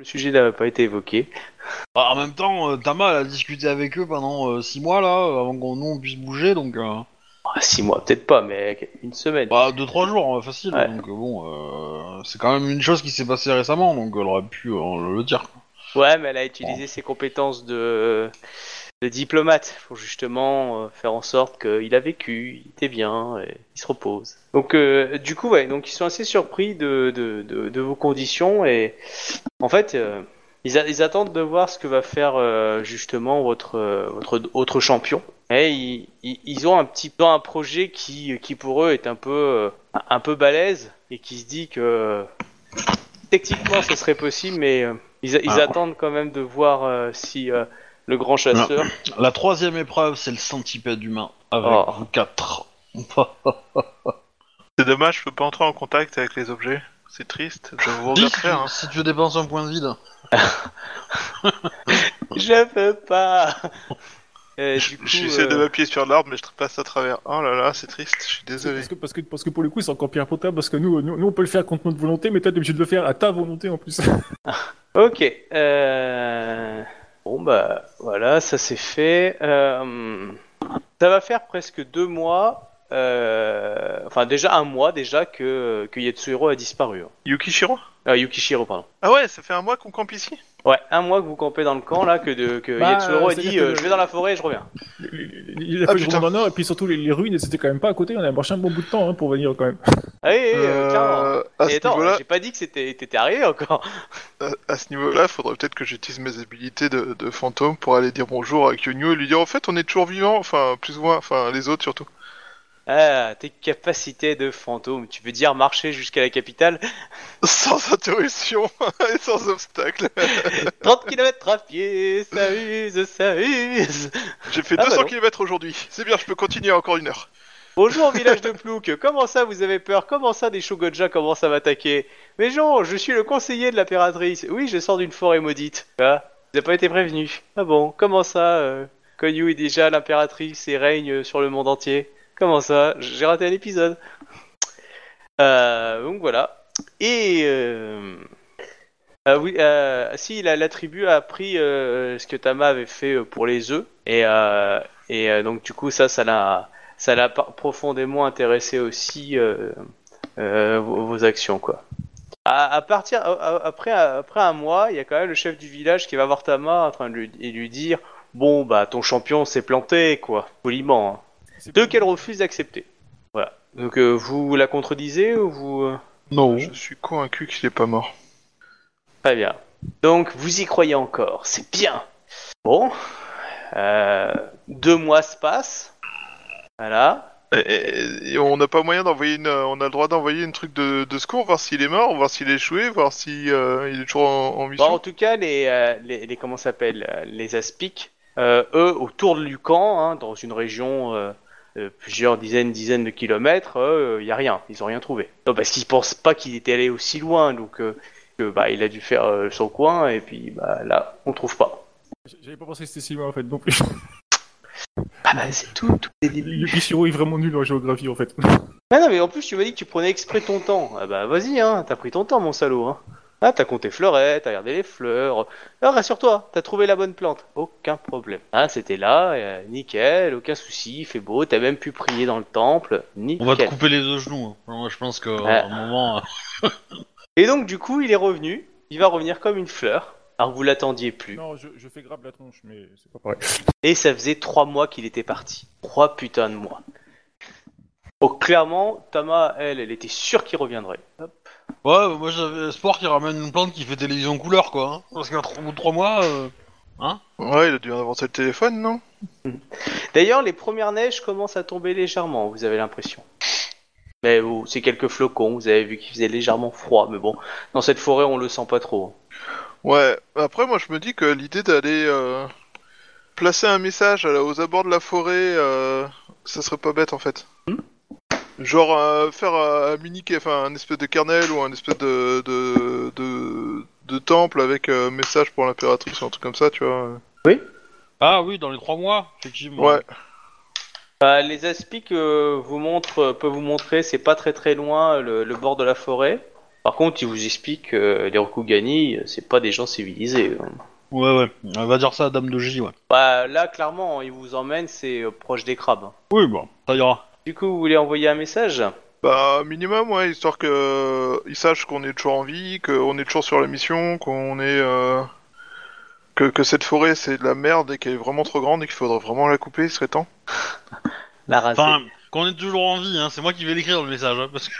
le sujet n'avait pas été évoqué. Bah, en même temps, Tama elle a discuté avec eux pendant 6 mois là, avant qu'on nous on puisse bouger, donc 6 mois, peut-être pas, mais une semaine. bah 2-3 jours facile. Ouais. Donc bon, c'est quand même une chose qui s'est passée récemment, donc elle aurait pu le dire. Ouais, mais elle a utilisé ses compétences de diplomate pour justement faire en sorte qu'il a vécu, il était bien, et il se repose. Donc du coup, ouais, donc ils sont assez surpris de vos conditions et en fait, ils attendent de voir ce que va faire justement votre autre champion. Et ils ont un projet qui pour eux est un peu balèze et qui se dit que techniquement ce serait possible, mais ils attendent quand même de voir si le grand chasseur. La 3e épreuve, c'est le centipède humain avec vous 4. C'est dommage, je peux pas entrer en contact avec les objets. C'est triste, je vous regarde faire. Hein. Si tu dépenses un point de vide. Je peux pas. Du coup, J'essaie de m'appuyer sur l'arbre, mais je passe à travers. Oh là là, c'est triste, je suis désolé. Parce que pour le coup, c'est encore pire pour toi, parce que nous, on peut le faire contre notre volonté, mais toi, t'es obligé de le faire à ta volonté en plus. Ok. Bon bah voilà, ça c'est fait. Ça va faire presque 2 mois. Enfin déjà 1 mois déjà que Yatsuhiro a disparu. Yukishiro Yukishiro, pardon. Ah ouais, ça fait 1 mois qu'on campe ici. Ouais, 1 mois que vous campez dans le camp là, que Yatsuhiro a dit je vais dans la forêt et je reviens. Il a fallu remonter dans le nord, et puis surtout les ruines, c'était quand même pas à côté, on a marché un bon bout de temps pour venir quand même. Ah oui, clairement. À Et ce attends, niveau-là, j'ai pas dit que t'étais arrivé encore. à ce niveau-là, faudrait peut-être que j'utilise mes habilités de fantôme pour aller dire bonjour à Kyonyu et lui dire en fait on est toujours vivant, enfin plus ou moins, enfin les autres surtout. Ah, tes capacités de fantôme, tu veux dire marcher jusqu'à la capitale? Sans interruption et sans obstacle. 30 km à pied, ça use. J'ai fait Ah, 200 bah non. km aujourd'hui. C'est bien, je peux continuer encore 1 heure. Bonjour village de Plouk, comment ça vous avez peur? Comment ça des Shogunja commencent à m'attaquer? Mais non, je suis le conseiller de l'impératrice. Oui, je sors d'une forêt maudite. Ah, vous n'avez pas été prévenu. Ah bon, comment ça Konyu est déjà l'impératrice et règne sur le monde entier. Comment ça? J'ai raté un épisode. Donc voilà. Et oui, si la tribu a appris ce que Tama avait fait pour les œufs et donc du coup ça l'a profondément intéressé aussi vos actions quoi. Après 1 mois, il y a quand même le chef du village qui va voir Tama en train de lui dire bon bah ton champion s'est planté quoi, poliment. Hein. Deux qu'elle refuse d'accepter. Voilà. Donc vous la contredisez ou vous Non. Je suis convaincu qu'il est pas mort. Très bien. Donc vous y croyez encore, c'est bien. Bon. 2 mois se passent. Voilà. Et on n'a pas moyen d'envoyer on a le droit d'envoyer une truc de secours, voir s'il est mort, voir s'il est échoué, voir si il est toujours en mission. Bon, en tout cas, les comment ça s'appelle, les aspics, eux, autour du camp, hein, dans une région plusieurs dizaines de kilomètres, y a rien, ils ont rien trouvé. Non, parce qu'ils pensent pas qu'il était allé aussi loin, donc bah il a dû faire son coin et puis bah là, on trouve pas. J'avais pas pensé que c'était si loin en fait non plus. Ah bah c'est tout est début. Yukishiro est vraiment nul en géographie en fait. Ah non mais en plus tu m'as dit que tu prenais exprès ton temps. Ah bah vas-y hein, t'as pris ton temps mon salaud hein. Ah t'as compté fleuret, t'as regardé les fleurs. Ah rassure-toi, t'as trouvé la bonne plante. Aucun problème. Ah c'était là, nickel, aucun souci, il fait beau, t'as même pu prier dans le temple, nickel. On va te couper les 2 genoux. Hein. Moi je pense qu'à un moment... Et donc du coup il est revenu, il va revenir comme une fleur. Alors que vous l'attendiez plus. Non, je fais grave la tronche, mais c'est pas pareil. Et ça faisait 3 mois qu'il était parti. 3 putains de mois. Donc clairement, Tama, elle était sûre qu'il reviendrait. Hop. Ouais, moi j'avais espoir qu'il ramène une plante qui fait télévision couleur quoi. Hein. Parce qu'à 3 mois... Hein? Ouais, il a dû inventer le téléphone, non? D'ailleurs, les premières neiges commencent à tomber légèrement, vous avez l'impression. Mais c'est quelques flocons, vous avez vu qu'il faisait légèrement froid. Mais bon, dans cette forêt, on le sent pas trop. Ouais, après moi je me dis que l'idée d'aller placer un message aux abords de la forêt, ça serait pas bête en fait. Genre faire un un espèce de kernel ou un espèce de temple avec message pour l'impératrice ou un truc comme ça, tu vois. Oui. Ah oui, dans les 3 mois, effectivement. Ouais. Les aspics peuvent vous montrer, c'est pas très très loin le bord de la forêt. Par contre, il vous explique que les Rokugani, c'est pas des gens civilisés. Ouais. On va dire ça à Dame de J, ouais. Bah là, clairement, il vous emmène, c'est proche des crabes. Oui, bon, ça ira. Du coup, vous voulez envoyer un message? Bah, minimum, ouais, histoire que ils sachent qu'on est toujours en vie, qu'on est toujours sur la mission, qu'on est... Que cette forêt, c'est de la merde et qu'elle est vraiment trop grande et qu'il faudrait vraiment la couper, il serait temps. La raser. Enfin, qu'on est toujours en vie, hein, c'est moi qui vais l'écrire le message, hein, parce que...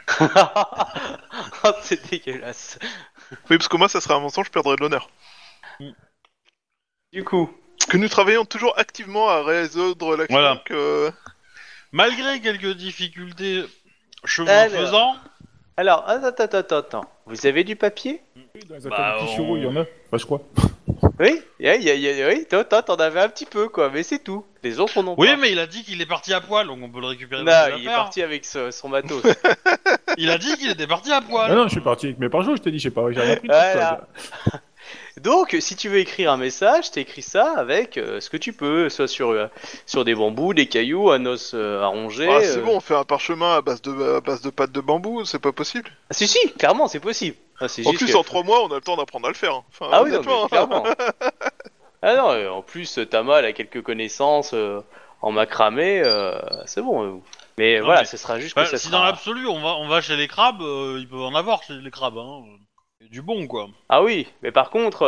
Oh, c'est dégueulasse. Oui, parce que moi, ça serait un mensonge, je perdrais de l'honneur. Du coup, Que nous travaillons toujours activement à résoudre l'action Voilà. que... Malgré quelques difficultés chemin Alors. faisant, alors, attends. Vous avez du papier? Oui, dans les affaires Bah, de Kishiro, il y en a. Bah, je crois. Oui, oui, toi, t'en avais un petit peu, quoi, mais c'est tout. Les autres, on n'en oui, pas. mais il a dit qu'il est parti à poil, donc on peut le récupérer dans Non, ses il est affaires. parti avec son matos. Il a dit qu'il était parti à poil. Ah non, je suis parti avec mes parjos, je t'ai dit, j'ai pas, j'ai rien pris. de Voilà. tout ça. Donc, si tu veux écrire un message, t'écris ça avec ce que tu peux, soit sur des bambous, des cailloux, un os à ronger. Ah, c'est bon, on fait un parchemin à base de pâte de bambou, c'est pas possible. Ah, si, clairement, c'est possible. Ah, c'est En juste plus, que- en 3 mois, on a le temps d'apprendre à le faire. Hein. Enfin, Ah oui, non, honnêtement, mais clairement. Ah non, en plus, Tama, elle a quelques connaissances en macramé, c'est bon. Mais Non, voilà, mais- ce sera juste Bah, que ça si sera... dans l'absolu on va chez les crabes, ils peuvent en avoir chez les crabes, hein. Et du bon, quoi. Ah oui, mais par contre,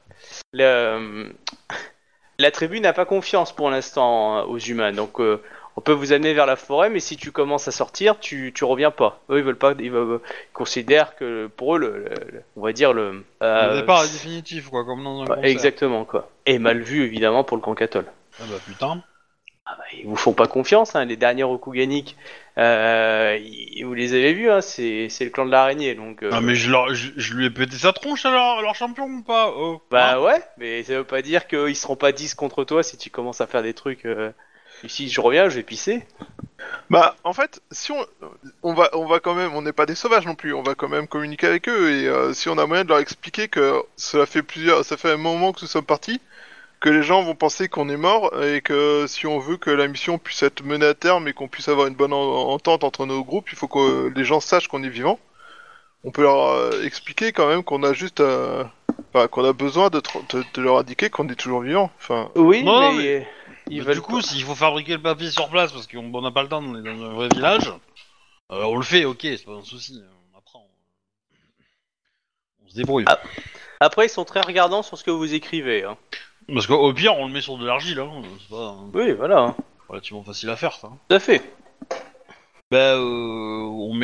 la tribu n'a pas confiance pour l'instant aux humains, donc on peut vous amener vers la forêt, mais si tu commences à sortir, tu reviens pas. Eux, ils veulent pas, ils considèrent que pour eux, on va dire Le départ est définitif, quoi, comme dans un concert. exactement quoi. Et mal vu évidemment pour le Kankatol. Ah bah putain. Ah bah, ils vous font pas confiance, hein, les derniers Rokuganiks. Vous les avez vus, hein, c'est le clan de l'araignée, donc. Ah mais je lui ai pété sa tronche à leur champion ou pas oh. Bah Hein ouais, mais ça veut pas dire qu'ils seront pas 10 contre toi si tu commences à faire des trucs. Si je reviens, je vais pisser. Bah, en fait, si on va quand même, on n'est pas des sauvages non plus, on va quand même communiquer avec eux et si on a moyen de leur expliquer que ça fait un moment que nous sommes partis, que les gens vont penser qu'on est mort et que si on veut que la mission puisse être menée à terme et qu'on puisse avoir une bonne entente entre nos groupes, il faut que les gens sachent qu'on est vivant. On peut leur expliquer quand même qu'on a juste, qu'on a besoin de leur indiquer qu'on est toujours vivant. Enfin, Oui, Non, mais ils Bah, veulent. du coup, s'il faut fabriquer le papier sur place parce qu'on n'a pas le temps, on est dans un vrai village, on le fait, ok, c'est pas un souci. On apprend. On se débrouille. Ah. Après, ils sont très regardants sur ce que vous écrivez. Hein. Parce qu'au pire, on le met sur de l'argile, hein. C'est pas Oui, voilà. Hein. relativement facile à faire, ça. Tout à fait. Bah, on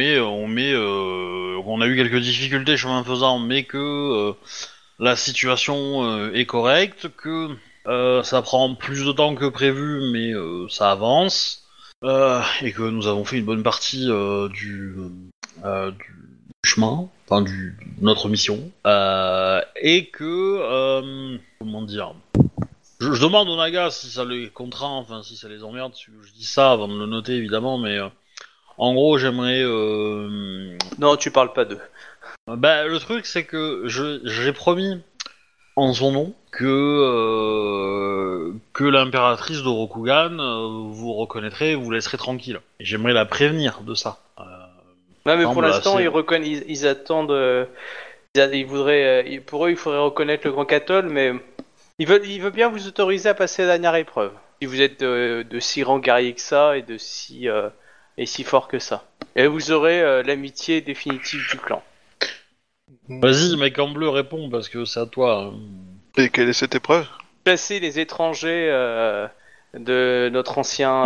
a eu quelques difficultés chemin faisant, mais que la situation est correcte, que ça prend plus de temps que prévu, mais ça avance, et que nous avons fait une bonne partie du chemin, enfin de notre mission, et que comment dire. Je demande aux Nagas si ça les contraint, enfin si ça les emmerde, si je dis ça avant de le noter évidemment, mais en gros j'aimerais... Non, tu parles pas d'eux. Bah le truc c'est que j'ai promis en son nom que l'impératrice de Rokugan vous reconnaîtrez et vous laisserez tranquille. Et j'aimerais la prévenir de ça. Non, mais Non, pour bah, l'instant, c'est- ils attendent. Ils voudraient. Pour eux, il faudrait reconnaître le Grand Katol, mais ils veulent bien vous autoriser à passer la dernière épreuve. Si vous êtes de si grand guerrier que ça et si fort que ça. Et vous aurez l'amitié définitive du clan. Vas-y mec en bleu réponds parce que c'est à toi. Hein. et quelle est cette épreuve? Chasser les étrangers de notre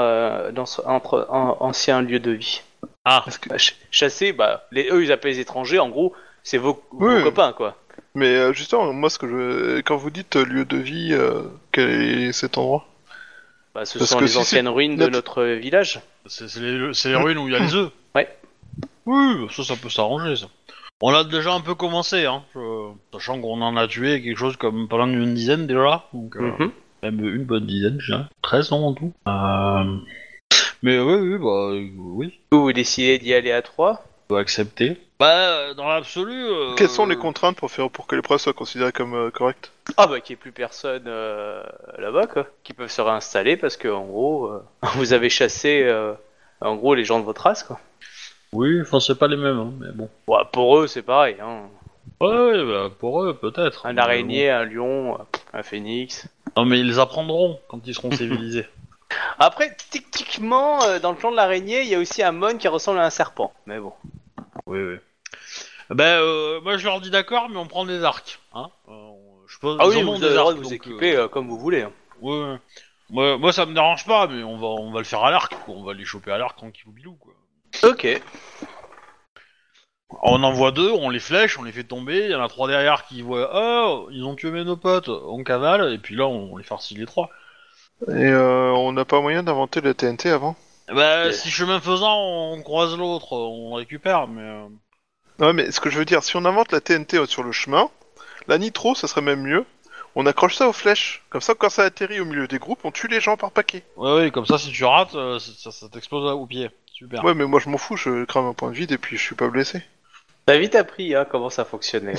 ancien lieu de vie. Ah Bah, chasser, eux ils appellent les étrangers, en gros, c'est vos Oui. copains quoi. Mais justement, moi, quand vous dites lieu de vie, quel est cet endroit? Bah, ce Parce sont que les si anciennes c'est ruines de notre village. c'est les ruines où il y a les œufs. Ouais. Oui ça peut s'arranger ça. On a déjà un peu commencé, hein, sachant qu'on en a tué quelque chose comme pas loin d'une dizaine déjà, donc Mhm. même une bonne dizaine, je dirais. 13 non en tout. Mais oui, Vous décidez d'y aller à 3. on peut accepter. Bah, dans l'absolu... Quelles sont les contraintes pour que l'épreuve soit considérée comme correcte? Ah bah qu'il n'y ait plus personne là-bas quoi, qui peuvent se réinstaller parce que en gros vous avez chassé en gros les gens de votre race quoi. Oui, enfin c'est pas les mêmes, hein, mais bon. Ouais, pour eux, c'est pareil. Hein. Ouais, bah, pour eux peut-être. Un mais araignée, un lion, un phénix. bon. Non mais ils apprendront quand ils seront civilisés. Après, techniquement, dans le clan de l'araignée, il y a aussi un mon qui ressemble à un serpent. Mais bon. Oui, oui. Ben, moi je leur dis d'accord, mais on prend des arcs. Hein je pose, Ah ils oui, en vous ont avez des le droit arcs. de vous Donc, équiper comme vous voulez. Hein. ouais, ouais. Moi ça me dérange pas, mais on va le faire à l'arc, quoi. On va les choper à l'arc tranquille ou bilou, quoi. Ok. On envoie 2, on les flèche, on les fait tomber, il y en a 3 derrière qui voient oh, ils ont tué nos potes, on cavale, et puis là on les farcit les 3. Et on n'a pas moyen d'inventer la TNT avant? Bah, Yeah. si chemin faisant, on croise l'autre, on récupère, mais... Non mais ce que je veux dire, si on invente la TNT sur le chemin, la nitro ça serait même mieux. On accroche ça aux flèches. Comme ça quand ça atterrit au milieu des groupes, on tue les gens par paquet. Ouais, comme ça, si tu rates, ça t'explose au pied. Super. Ouais mais moi je m'en fous, je crame un point de vide et puis je suis pas blessé. T'as vite appris hein, comment ça fonctionnait.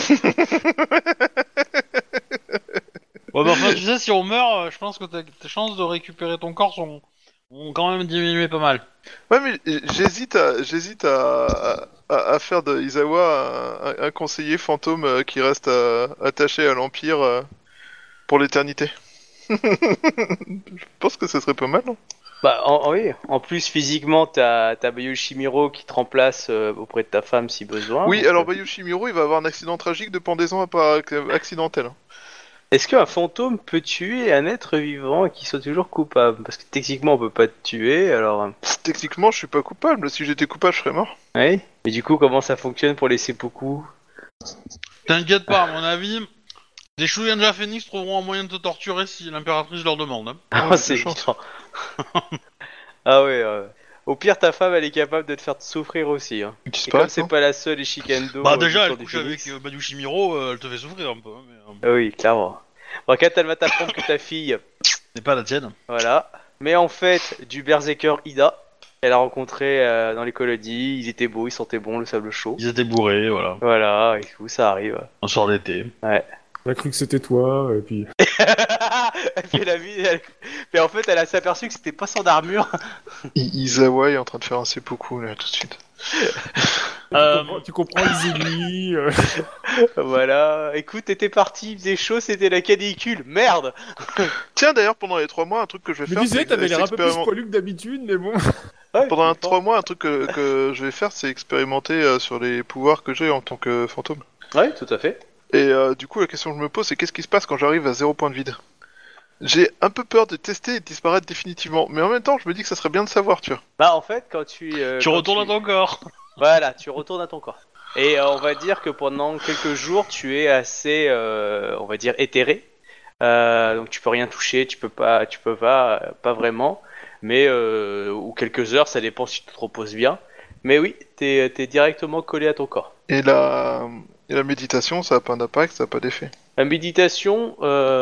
Ouais, bah enfin, tu sais, si on meurt, je pense que tes chances de récupérer ton corps ont quand même diminué pas mal. Ouais mais j'hésite à faire de Izawa un conseiller fantôme qui reste attaché à l'Empire pour l'éternité. Je pense que ce serait pas mal, non? Bah oui. En plus, physiquement, t'as Bayushimiro qui te remplace auprès de ta femme si besoin. Oui, donc, alors Bayushimiro il va avoir un accident tragique de pendaison accidentel. Hein. Est-ce qu'un fantôme peut tuer un être vivant et qui soit toujours coupable? Parce que techniquement, on peut pas te tuer, alors... Techniquement je suis pas coupable, si j'étais coupable je serais mort. Oui. Mais du coup, comment ça fonctionne pour les seppuku? T'inquiète pas, à mon avis, des Shugenja Phoenix trouveront un moyen de te torturer si l'impératrice leur demande. Hein. Ah, Ouais, c'est de chance. évident. Ah ouais, au pire, ta femme, elle est capable de te faire souffrir aussi. Hein. Et Disparaître, comme c'est non? pas la seule Ishikendo... Bah du déjà, clan elle des couche avec Phoenix. Bayushimiro, elle te fait souffrir un peu. Hein, mais, Ah oui, clairement. Bon, quand elle va t'apprendre que ta fille... c'est pas la tienne. Voilà. Mais en fait, du Berserker Ida, qu'elle a rencontré dans les colonies, ils étaient beaux, ils sentaient bon le sable chaud. Ils étaient bourrés, voilà. Voilà, et tout, ça arrive. Un soir d'été. Elle a cru que c'était toi, et puis... Elle fait la vie, mais en fait, elle s'est aperçue que c'était pas son armure. Izawa est en train de faire un seppuku là tout de suite. Tu comprends les aiguilles... Voilà. Écoute, t'étais parti, il faisait chaud, c'était la canicule. Merde. Tiens d'ailleurs pendant les 3 mois un truc que je vais Je me faire disais, c'est t'avais l'air un peu plus expériment- poilu que d'habitude, mais bon... Ouais, Pendant je comprends. 3 mois un truc que je vais faire c'est expérimenter sur les pouvoirs que j'ai en tant que fantôme. Ouais, tout à fait. Et du coup la question que je me pose c'est qu'est-ce qui se passe quand j'arrive à 0 point de vide? J'ai un peu peur de tester et de disparaître définitivement, mais en même temps je me dis que ça serait bien de savoir tu vois. Bah, en fait, quand Tu quand retournes à ton corps. Voilà, tu retournes à ton corps. Et on va dire que pendant quelques jours, tu es assez, on va dire, éthéré. Donc tu peux rien toucher, tu peux pas, pas vraiment. Mais ou quelques heures, ça dépend si tu te reposes bien. Mais oui, t'es directement collé à ton corps. Et la méditation ça a pas d'impact, ça a pas d'effet. La méditation,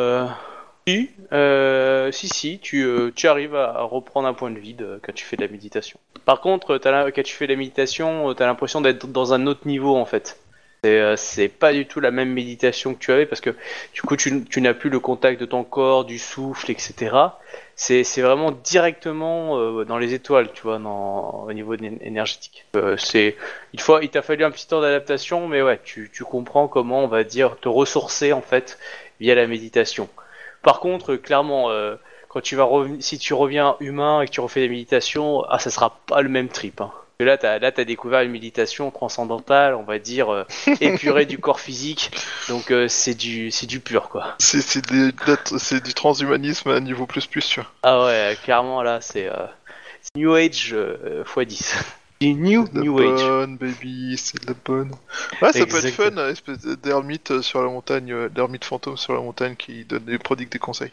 si, tu arrives à reprendre un point de vide quand tu fais de la méditation. Par contre, quand tu fais de la méditation, t'as l'impression d'être dans un autre niveau en fait. C'est pas du tout la même méditation que tu avais parce que du coup tu n'as plus le contact de ton corps, du souffle, etc. C'est vraiment directement dans les étoiles, tu vois, au niveau énergétique. Il t'a fallu un petit temps d'adaptation, mais ouais, tu comprends comment on va dire te ressourcer en fait via la méditation. Par contre, clairement, quand si tu reviens humain et que tu refais des méditations, ça sera pas le même trip. Hein. Parce que là, t'as découvert une méditation transcendantale, on va dire épurée du corps physique. Donc c'est du pur quoi. C'est du transhumanisme à niveau plus tu vois. Ah ouais, clairement là, c'est New Age x10. Du New C'est de la Age. bonne, baby, c'est de la bonne. Ouais, ça peut être Exactement. fun, espèce d'ermite sur la montagne, d'ermite fantôme sur la montagne qui prodigue des conseils.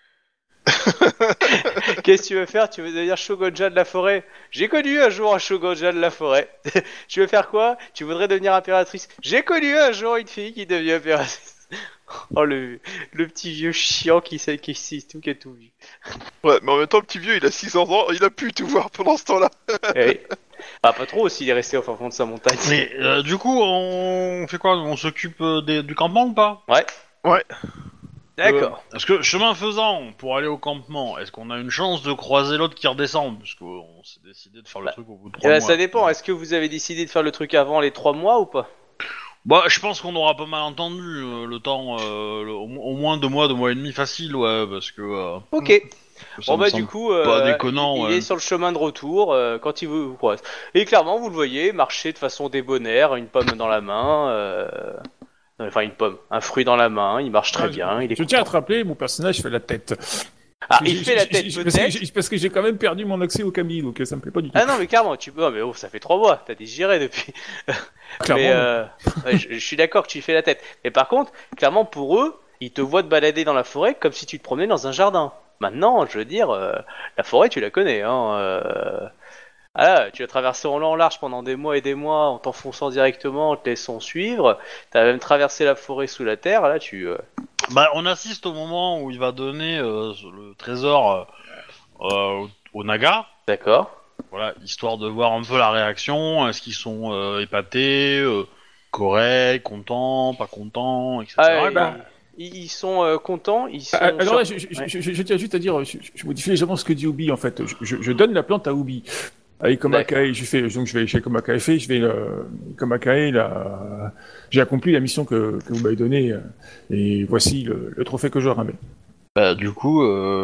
Qu'est-ce que tu veux faire? Tu veux devenir Shogunja de la forêt? J'ai connu un jour un Shogunja de la forêt. Tu veux faire quoi? Tu voudrais devenir impératrice? J'ai connu un jour une fille qui devient impératrice. Oh le petit vieux chiant qui a tout vu. Ouais, mais en même temps, le petit vieux, il a 600 ans, il a pu tout voir pendant ce temps-là. Eh oui. Bah, pas trop s'il est resté au fin fond de sa montagne. Mais du coup, on fait quoi? On s'occupe du campement ou pas? Ouais. D'accord. Parce que chemin faisant, pour aller au campement, est-ce qu'on a une chance de croiser l'autre qui redescend? Parce qu'on s'est décidé de faire le truc au bout de 3 mois. Ça dépend. Est-ce que vous avez décidé de faire le truc avant les 3 mois ou pas? Bah, je pense qu'on aura pas mal entendu le temps, au moins 2 mois et demi facile, ouais, parce que... Ok. ça Bon me bah semble du coup, pas déconnant, il ouais. est sur le chemin de retour quand il vous croise. Et clairement, vous le voyez marcher de façon débonnaire, une pomme dans la main. Enfin, une pomme, un fruit dans la main. Il marche très bien. Il est Je tiens à te content. rappeler, mon personnage fait la tête. Ah, il fait la tête peut-être. Parce que j'ai quand même perdu mon accès au Camille, donc ça me plaît pas du tout. Ah non, mais clairement, tu peux. Oh, mais oh, ça fait 3 mois. T'as digéré depuis. Clairement. Mais ouais, je suis d'accord que tu fais la tête. Mais par contre, clairement pour eux, ils te voient te balader dans la forêt comme si tu te promenais dans un jardin. Maintenant, je veux dire, la forêt, tu la connais, hein. Ah, tu as traversé en long en large pendant des mois et des mois en t'enfonçant directement, en te laissant suivre. T'as même traversé la forêt sous la terre. Là, Bah, on assiste au moment où il va donner le trésor au Naga. D'accord. Voilà, histoire de voir un peu la réaction. Est-ce qu'ils sont épatés, corrects, contents, pas contents, etc. Ah, bah. ils sont contents. Ils sont. Alors là, sur- je tiens juste à dire, je modifie légèrement ce que dit Ubi en fait. Je donne la plante à Ubi. Avec Komakae, donc je vais chez Komakae, Komakae, j'ai accompli la mission que vous m'avez donnée, et voici le trophée que je ramène. Bah, du coup,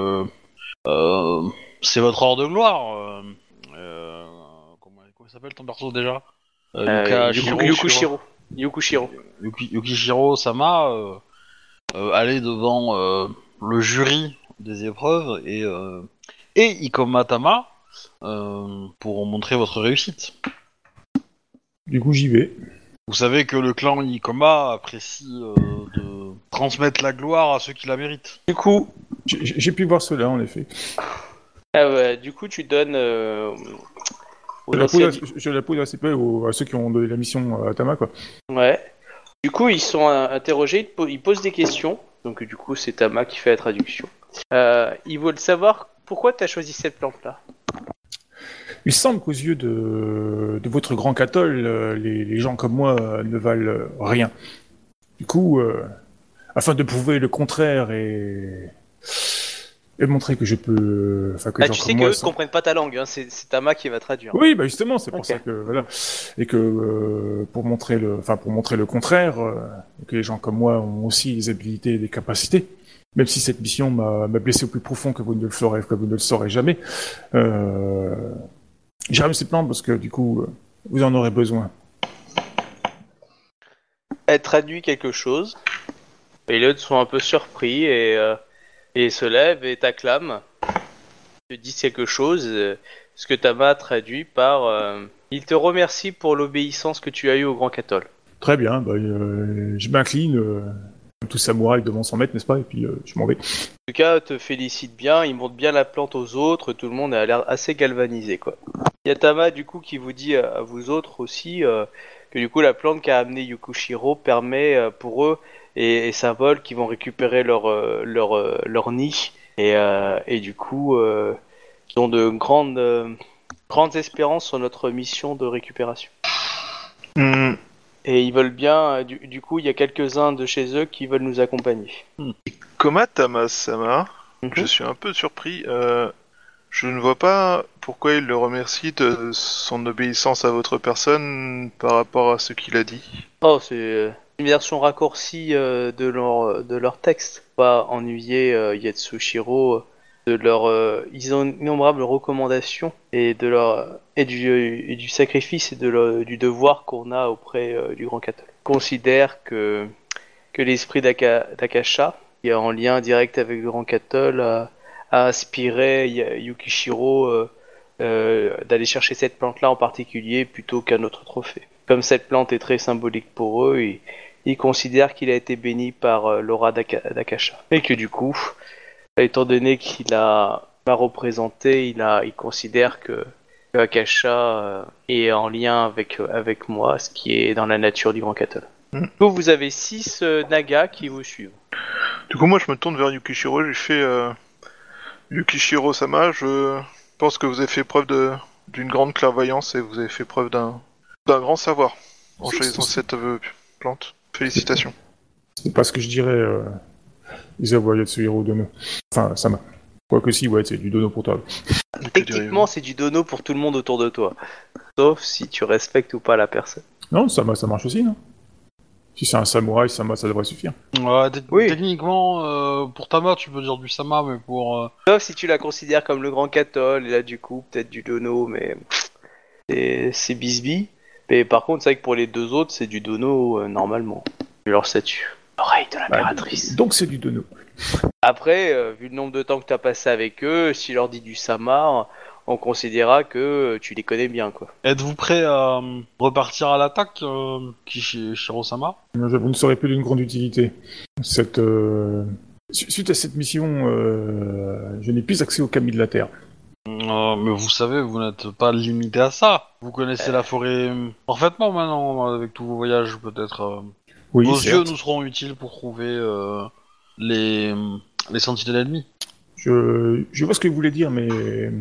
c'est votre heure de gloire. Comment il s'appelle ton perso déjà? Yukushiro. Yukishiro Sama allait devant le jury des épreuves et Ikoma Tama pour montrer votre réussite. Du coup, j'y vais. Vous savez que le clan Ikoma apprécie de transmettre la gloire à ceux qui la méritent. Du coup, J'ai pu voir cela, en effet. du coup, tu donnes aux Je la anciens. pose assez peu à ceux qui ont donné la mission à Tama, quoi. Ouais. Du coup, ils sont interrogés, ils posent des questions. Donc, du coup, c'est Tama qui fait la traduction. Ils veulent savoir pourquoi tu as choisi cette plante-là. Il semble qu'aux yeux de votre grand Cathol, les gens comme moi ne valent rien. Du coup, afin de prouver le contraire et montrer que je peux... Enfin, que les gens Tu comme sais moi qu'eux ne sont- comprennent pas ta langue, hein. C'est Tama qui va traduire. Oui, bah justement, c'est pour Ok. ça que voilà, et que pour montrer le contraire, que les gens comme moi ont aussi des habilités et des capacités. Même si cette mission m'a blessé au plus profond, que vous ne le saurez jamais. J'ai ramené cette plante parce que du coup, vous en aurez besoin. Elle traduit quelque chose. Et les autres sont un peu surpris et se lèvent et t'acclament. Te disent quelque chose. Ce que Tama traduit par il te remercie pour l'obéissance que tu as eue au grand Cathol. Très bien, bah, je m'incline, comme tout samouraï devant son maître, n'est-ce pas? Et puis je m'en vais. En tout cas, te félicite bien, il montre bien la plante aux autres, tout le monde a l'air assez galvanisé, quoi. Il y a Tama, du coup, qui vous dit à vous autres aussi que du coup, la plante qu'a amené Yukushiro permet pour eux et symbole qu'ils vont récupérer leur nid et du coup, qui ont de grandes espérances sur notre mission de récupération. Et ils veulent bien, du coup, il y a quelques-uns de chez eux qui veulent nous accompagner. Koma Tama-sama, Mhm. je suis un peu surpris. Je ne vois pas pourquoi il le remercie de son obéissance à votre personne par rapport à ce qu'il a dit. Oh, c'est une version raccourcie de leur texte. Pas ennuyer Yatsushiro de leurs innombrables recommandations et du sacrifice et du devoir qu'on a auprès du Grand Cathol. Considère que l'esprit d'Akasha, qui est en lien direct avec le Grand Cathol, a inspiré Yukishiro d'aller chercher cette plante-là en particulier plutôt qu'un autre trophée. Comme cette plante est très symbolique pour eux, ils considèrent qu'il a été béni par l'aura d'Akasha. Et que du coup, étant donné qu'il m'a représenté, il considère que Akasha est en lien avec moi, ce qui est dans la nature du Grand Cathol. Du coup, vous avez 6 nagas qui vous suivent. Du coup, moi, je me tourne vers Yukishiro, je lui fais Yukishiro-sama, je pense que vous avez fait preuve d'une grande clairvoyance et vous avez fait preuve d'un grand savoir en choisissant cette plante. Félicitations. C'est pas ce que je dirais. Izawa Yatsuhiro Dono. Enfin, Sama. Quoique si, ouais, c'est du Dono pour toi. Techniquement, c'est du dono pour tout le monde autour de toi. Sauf si tu respectes ou pas la personne. Non, Sama, ça marche aussi, non? Si c'est un samouraï, Sama, ça devrait suffire. Oui. Techniquement, pour Tama, tu peux dire du Sama, mais pour... Sauf si tu la considères comme le grand Katol, et là du coup, peut-être du dono, mais c'est bisbis. Mais par contre, c'est vrai que pour les deux autres, c'est du dono normalement. Vu leur statut. L'oreille de l'impératrice. Donc c'est du Dono. Après, vu le nombre de temps que tu as passé avec eux, si leur dit du Sama, on considérera que tu les connais bien, quoi. Êtes-vous prêt à repartir à l'attaque, Shiro-sama? J'avoue, ne serait plus d'une grande utilité. Suite à cette mission, je n'ai plus accès au Kami de la Terre. Mais vous savez, vous n'êtes pas limité à ça. Vous connaissez la forêt parfaitement maintenant, avec tous vos voyages, peut-être. Oui, Vos certes. yeux nous seront utiles pour trouver les sentinelles ennemies. Je vois ce que vous voulez dire, mais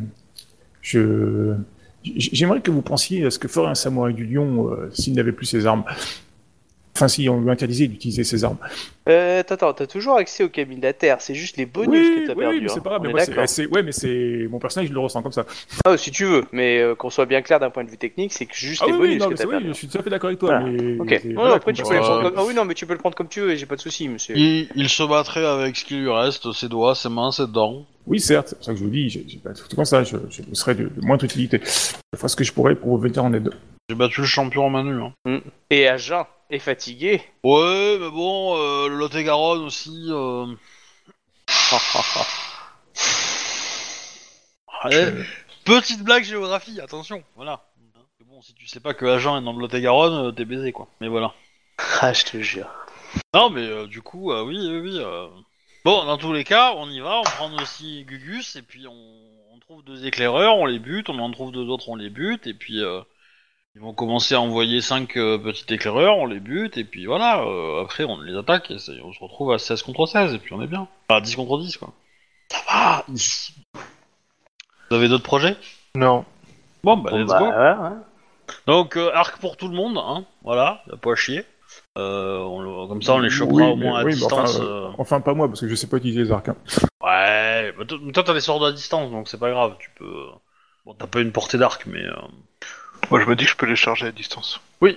j'aimerais que vous pensiez à ce que ferait un samouraï du lion s'il n'avait plus ses armes. Enfin, si on lui interdisait d'utiliser ses armes. Attends, t'as toujours accès au Kami de la Terre, c'est juste les bonus que t'as perdu. mais c'est hein. pas grave. On Mais est moi, d'accord. c'est mon personnage, je le ressent comme ça. Ah, si tu veux, mais qu'on soit bien clair d'un point de vue technique, c'est que juste les oui, bonus non, que mais t'as oui, perdu. je suis tout à fait d'accord avec toi. Voilà. Mais Ok. c'est- Non, voilà, après tu mon peux le personnage- prendre comme... Ah oui, non, mais tu peux le prendre comme tu veux, et j'ai pas de soucis, monsieur. Il se battrait avec ce qui lui reste, ses doigts, ses mains, ses dents. Oui, certes, c'est pour ça que je vous dis, j'ai pas tout comme ça, je serai de moindre utilité. Je ferai ce que je pourrais pour vous venir en aide. J'ai battu le champion en main nue. Hein. Et à jeun, et fatigué. Ouais, mais bon, le Lot-et-Garonne aussi... Allez, petite blague géographie, attention, voilà. Mais bon, si tu sais pas que Agen est dans le Lot-et-Garonne, t'es baisé, quoi. Mais voilà. Ah, je te jure. Non, mais du coup, oui. Bon, dans tous les cas, on y va, on prend aussi Gugus, et puis on trouve 2 éclaireurs, on les bute, on en trouve 2 autres, on les bute, et puis ils vont commencer à envoyer 5 petits éclaireurs, on les bute, et puis voilà, après on les attaque, et on se retrouve à 16 contre 16, et puis on est bien. Enfin, 10 contre 10, quoi. Ça va, ici. Vous avez d'autres projets? Non. Bon, bah, let's go. Ouais. Donc, arc pour tout le monde, hein, voilà, y'a pas à chier. Comme ça, on les chopera au moins à mais distance. enfin, pas moi, parce que je sais pas utiliser les arcs. Hein. Ouais, bah, toi t'as des sorts à distance, donc c'est pas grave, tu peux... Bon, t'as pas une portée d'arc, mais... Moi, je me dis que je peux les charger à distance. Oui.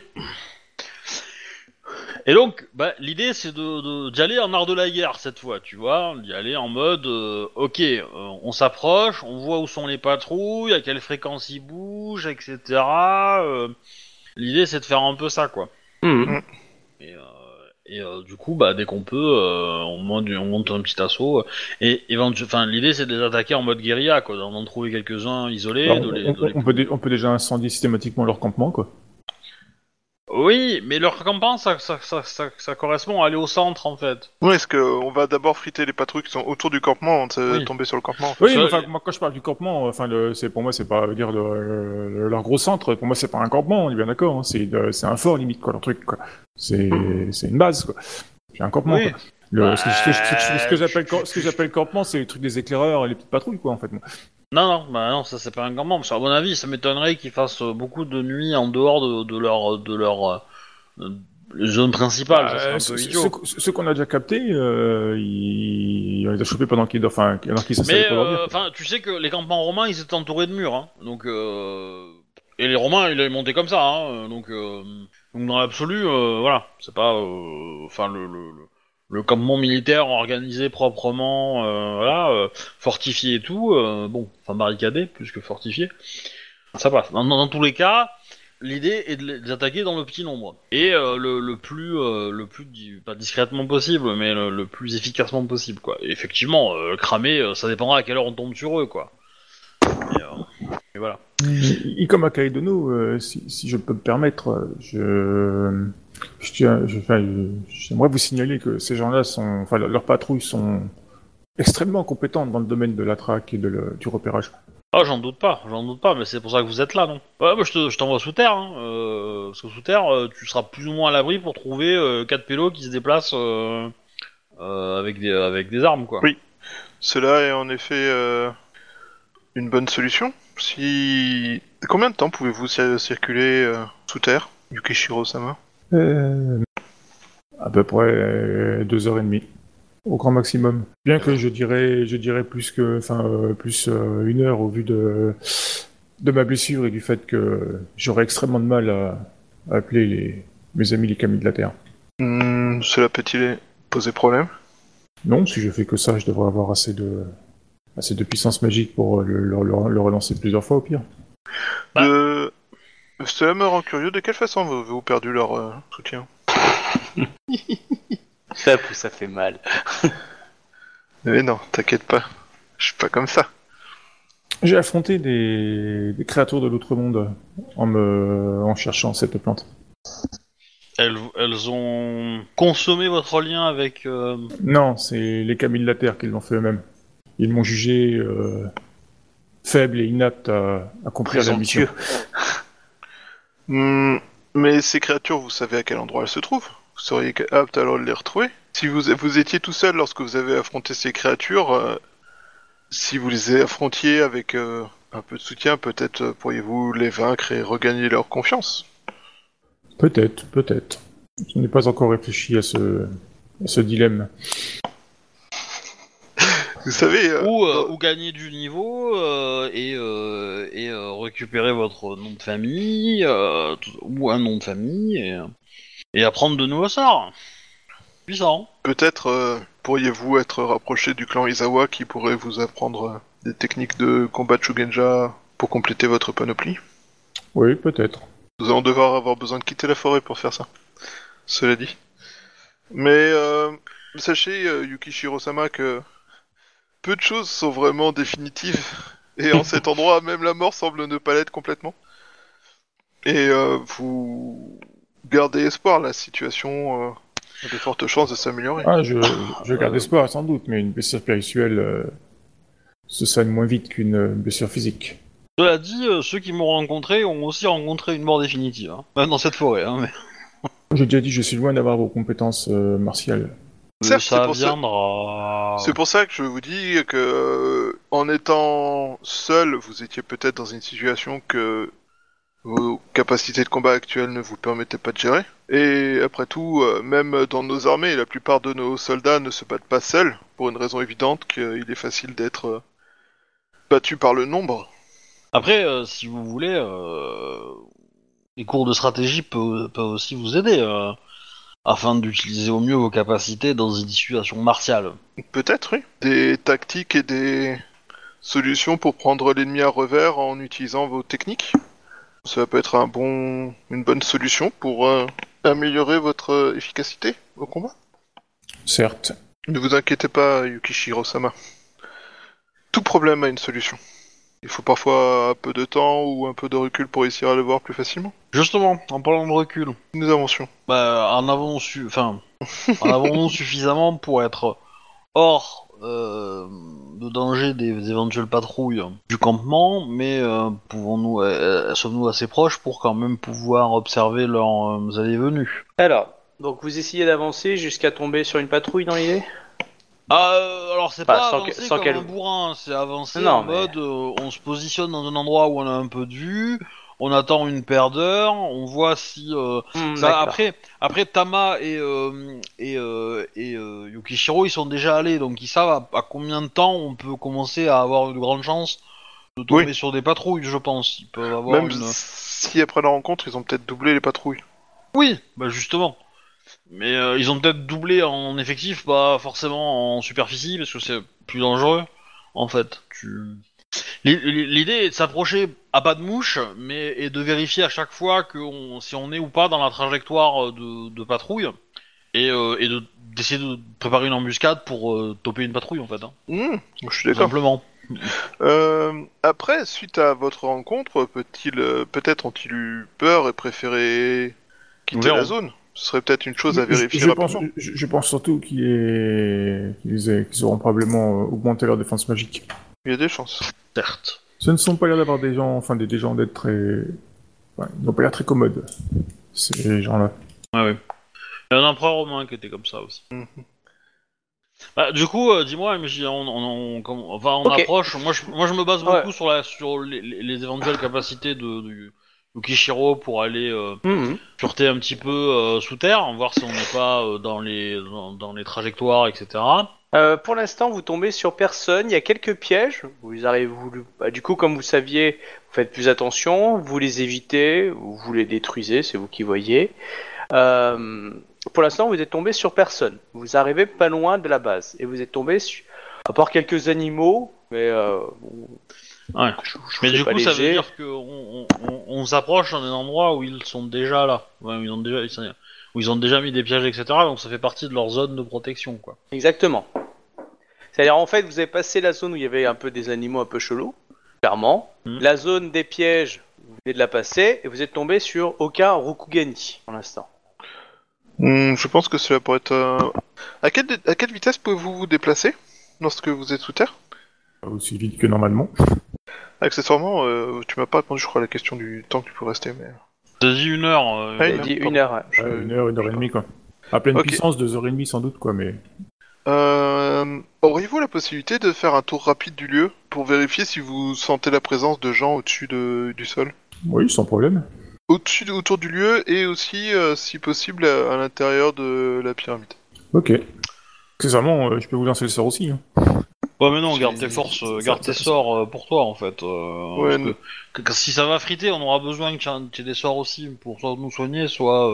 Et donc, bah, l'idée c'est d'y aller en art de la guerre cette fois, tu vois, d'y aller en mode, ok, on s'approche, on voit où sont les patrouilles, à quelle fréquence ils bougent, etc. L'idée c'est de faire un peu ça, quoi. Et du coup, bah, dès qu'on peut, on monte un petit assaut. Et l'idée c'est de les attaquer en mode guérilla, quoi, d'en trouver quelques-uns isolés. Alors, on peut déjà incendier systématiquement leur campement, quoi. Oui, mais leur campement, ça correspond à aller au centre, en fait. Oui, est-ce qu'on va d'abord friter les patrouilles qui sont autour du campement avant de Oui. tomber sur le campement en fait. Oui, Ça, mais enfin, moi, quand je parle du campement, enfin, pour moi, c'est pas dire leur gros centre. Pour moi, c'est pas un campement, on est bien d'accord. Hein, c'est un fort limite, quoi, leur truc, quoi. C'est une base, quoi. C'est un campement. Oui. Quoi. Ce que j'appelle campement, c'est le truc des éclaireurs et les petites patrouilles, quoi, en fait. Non, ça c'est pas un campement. Parce qu'à mon avis, ça m'étonnerait qu'ils fassent beaucoup de nuits en dehors de leur zone principale. Ça serait un peu idiot. Ceux qu'on a déjà captés, on les a chopés pendant qu'ils s'installaient Mais pour dormir. tu sais que les campements romains, ils étaient entourés de murs, hein. Donc et les Romains, ils les montaient comme ça, hein. Donc dans l'absolu, voilà, c'est pas, le campement militaire organisé proprement, fortifié et tout, barricadé plus que fortifié, ça passe. Dans tous les cas, l'idée est de les attaquer dans le petit nombre et le plus pas discrètement possible, mais le plus efficacement possible, quoi. Et effectivement, cramer, ça dépendra à quelle heure on tombe sur eux, quoi. Et voilà. Comme à Kaidono, si je peux me permettre, j'aimerais vous signaler que ces gens-là leurs patrouilles sont extrêmement compétentes dans le domaine de la traque et du repérage. Ah, j'en doute pas, mais c'est pour ça que vous êtes là, non? Ouais, moi je t'envoie sous terre, hein, parce que sous terre, tu seras plus ou moins à l'abri pour trouver 4 pélos qui se déplacent avec des armes, quoi. Oui. Cela est en effet une bonne solution. Combien de temps pouvez-vous circuler sous terre, Yukishiro-sama? À peu près 2h30. au grand maximum. Bien que je dirais plus que, plus 1 heure au vu de ma blessure et du fait que j'aurais extrêmement de mal à appeler mes amis les Camis de la Terre. Cela peut-il poser problème? Non, si je fais que ça, je devrais avoir assez de puissance magique pour le relancer plusieurs fois au pire. Cela me rend curieux, de quelle façon avez-vous perdu leur soutien? Ça fait mal. Mais non, t'inquiète pas, je suis pas comme ça. J'ai affronté des créatures de l'autre monde en cherchant cette plante. Elles ont consommé votre lien avec... Non, c'est les Camis de la Terre qui l'ont fait eux-mêmes. Ils m'ont jugé faible et inapte à accomplir la mission. Mais ces créatures, vous savez à quel endroit elles se trouvent? Vous seriez apte alors de les retrouver? Si vous étiez tout seul lorsque vous avez affronté ces créatures, si vous les affrontiez avec un peu de soutien, peut-être pourriez-vous les vaincre et regagner leur confiance? Peut-être. Je n'ai pas encore réfléchi à ce dilemme. Vous savez... ou gagner du niveau et récupérer votre nom de famille, ou un nom de famille, et apprendre de nouveaux sorts. Puissant. Peut-être pourriez-vous être rapproché du clan Izawa qui pourrait vous apprendre des techniques de combat de Shugenja pour compléter votre panoplie? Oui, peut-être. Nous allons devoir avoir besoin de quitter la forêt pour faire ça. Cela dit. Mais sachez, Yukishiro-sama, que peu de choses sont vraiment définitives. Et en cet endroit, même la mort semble ne pas l'être complètement. Et vous gardez espoir, la situation a de fortes chances de s'améliorer. Ah, je garde espoir, sans doute, mais une blessure spirituelle se soigne moins vite qu'une blessure physique. Cela dit, ceux qui m'ont rencontré ont aussi rencontré une mort définitive. Hein. Même dans cette forêt. Hein, mais... J'ai déjà dit, je suis loin d'avoir vos compétences martiales. Certes, ça viendra... C'est pour ça que je vous dis que, en étant seul, vous étiez peut-être dans une situation que vos capacités de combat actuelles ne vous permettaient pas de gérer. Et après tout, même dans nos armées, la plupart de nos soldats ne se battent pas seuls, pour une raison évidente qu'il est facile d'être battu par le nombre. Après, si vous voulez, les cours de stratégie peuvent aussi vous aider, afin d'utiliser au mieux vos capacités dans une situation martiale. Peut-être, oui. Des tactiques et des solutions pour prendre l'ennemi à revers en utilisant vos techniques. Ça peut être une bonne solution pour améliorer votre efficacité au combat. Certes. Ne vous inquiétez pas, Yukishiro-sama. Tout problème a une solution. Il faut parfois un peu de temps ou un peu de recul pour réussir à le voir plus facilement. Justement, en parlant de recul, Nous avancions. en avons-nous suffisamment pour être hors de danger des éventuelles patrouilles du campement, mais sommes-nous assez proches pour quand même pouvoir observer leurs allées-venues? Alors, donc vous essayez d'avancer jusqu'à tomber sur une patrouille dans l'idée? Alors c'est Bah, pas sans avancer que- sans comme qu'elle- un bourrin, c'est avancer Non, en mais- mode on se positionne dans un endroit où on a un peu de vue, on attend une paire d'heures, on voit si après Tama et Yukishiro ils sont déjà allés, donc ils savent à combien de temps on peut commencer à avoir de grandes chances de tomber sur des patrouilles, je pense. Ils peuvent avoir Même si après la rencontre, ils ont peut-être doublé les patrouilles. Oui, bah justement. Mais ils ont peut-être doublé en effectif, pas forcément en superficie, parce que c'est plus dangereux, en fait. L'idée est de s'approcher à pas de mouche, et de vérifier à chaque fois si on est ou pas dans la trajectoire de patrouille, et d'essayer de préparer une embuscade pour toper une patrouille, en fait. Hein. Je suis Tout d'accord. simplement. Après, suite à votre rencontre, peut-être ont-ils eu peur et préféré quitter la zone? Ce serait peut-être une chose à vérifier rapidement. Je pense surtout qu'ils auront probablement augmenté leur défense magique. Il y a des chances. Certes. Ce ne sont pas l'air d'avoir des gens, des gens d'être très... Enfin, ils n'ont pas l'air très commodes, ces gens-là. Ouais. Il y a un empereur romain qui était comme ça aussi. Du coup, dis-moi, MJ, on Ok. approche. Moi, je me base beaucoup sur les éventuelles capacités du Kishiro pour aller fureter un petit peu sous terre, voir si on n'est pas dans les trajectoires, etc. Pour l'instant, vous tombez sur personne. Il y a quelques pièges. Du coup, comme vous saviez, vous faites plus attention. Vous les évitez ou vous les détruisez, c'est vous qui voyez. Pour l'instant, vous êtes tombé sur personne. Vous arrivez pas loin de la base et vous êtes tombé sur, à part quelques animaux, mais Ouais. Mais du coup, ça veut léger. dire qu'on s'approche d'un endroit où ils sont déjà là, ouais, où ils ont déjà mis des pièges, etc. Donc ça fait partie de leur zone de protection, quoi. Exactement. C'est-à-dire, en fait, vous avez passé la zone où il y avait un peu des animaux un peu chelous, clairement. La zone des pièges, vous venez de la passer et vous êtes tombé sur aucun Rokugani pour l'instant. Je pense que cela pourrait être... À quelle vitesse pouvez-vous vous déplacer lorsque vous êtes sous terre? Aussi vite que normalement. Accessoirement, tu m'as pas répondu, je crois, à la question du temps que tu peux rester, mais... T'as dit 1 heure. Ah, Il a dit 1 heure. Ouais. Ouais, 1 heure et demie, quoi. À pleine Ok. puissance, 2h30 sans doute, quoi, mais... Auriez-vous la possibilité de faire un tour rapide du lieu pour vérifier si vous sentez la présence de gens au-dessus du sol? Oui, sans problème. Autour du lieu et aussi, si possible, à l'intérieur de la pyramide. Ok. Accessoirement, je peux vous lancer le sort aussi. Hein. Ouais, mais non, garde tes forces, garde tes sorts pour toi, en fait. Ouais, Parce que si ça va friter, on aura besoin que tu aies des sorts aussi pour soit nous soigner,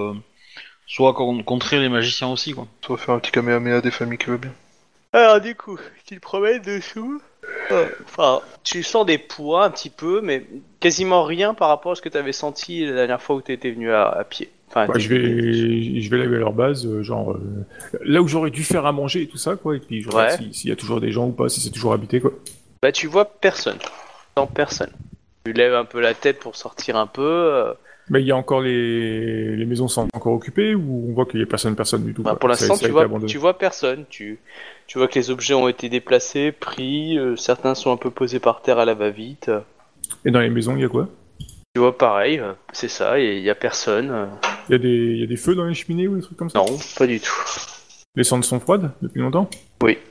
soit contrer les magiciens aussi, quoi. Ça va faire un petit kamehameha des familles qui va bien. Alors du coup, tu te promènes dessous. Enfin, tu sens des poids un petit peu, mais quasiment rien par rapport à ce que tu avais senti la dernière fois où tu étais venu à pied. Enfin, Bah, je vais aller à leur base, là où j'aurais dû faire à manger et tout ça, quoi. Et puis je regarde s'il y a toujours des gens ou pas, si c'est toujours habité, quoi. Bah, tu vois personne. Sans personne. Tu lèves un peu la tête pour sortir un peu. Mais il y a encore les maisons sont encore occupées ou on voit qu'il y a personne du tout. Bah, quoi. pour l'instant, Ça a tu été abandonné. vois personne. Tu vois que les objets ont été déplacés, pris. Certains sont un peu posés par terre à la va-vite. Et dans les maisons, il y a quoi? Tu vois pareil, c'est ça. Il y a personne. Il y a des feux dans les cheminées ou des trucs comme ça? Non, pas du tout. Les cendres sont froides depuis longtemps? Oui.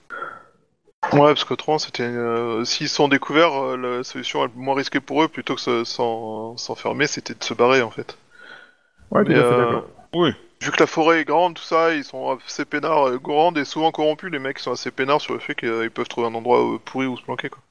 Ouais, parce qu'autrement, c'était... s'ils sont découverts, la solution la moins risquée pour eux, plutôt que s'enfermer, c'était de se barrer, en fait. Ouais, tout Mais, à fait d'accord. Oui. vu que la forêt est grande, tout ça, ils sont assez peinards, grandes et souvent corrompus, les mecs sont assez peinards sur le fait qu'ils peuvent trouver un endroit pourri où se planquer, quoi.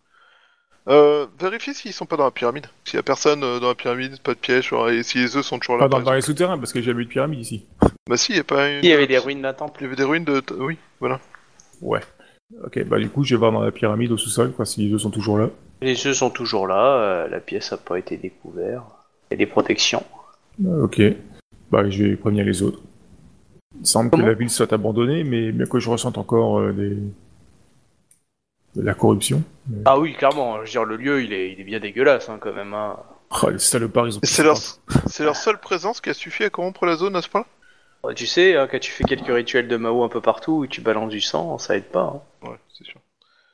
Vérifiez s'ils sont pas dans la pyramide. S'il y a personne dans la pyramide, pas de piège, et si les œufs sont toujours là. Pas dans, par dans les exemple. souterrains, parce que j'ai jamais eu de pyramide ici. Bah si, il y a pas une... Il y avait des ruines d'un temple. Il y avait des ruines de... Oui, voilà. Ouais. Ok, bah du coup, je vais voir dans la pyramide au sous-sol, quoi, si les œufs sont toujours là. Les œufs sont toujours là, la pièce n'a pas été découverte. Il y a des protections. Ok. Bah, je vais prévenir les autres. Il semble que Comment la ville soit abandonnée, mais bien que je ressente encore de la corruption. Ah oui, clairement, je veux dire, le lieu, il est bien dégueulasse, hein, quand même. Hein. Oh, les salopards, ils ont... Et c'est leur seule présence qui a suffi à corrompre la zone, n'est-ce pas? Tu sais, hein, quand tu fais quelques rituels de Mao un peu partout, où tu balances du sang, ça aide pas. Hein. Ouais, c'est sûr.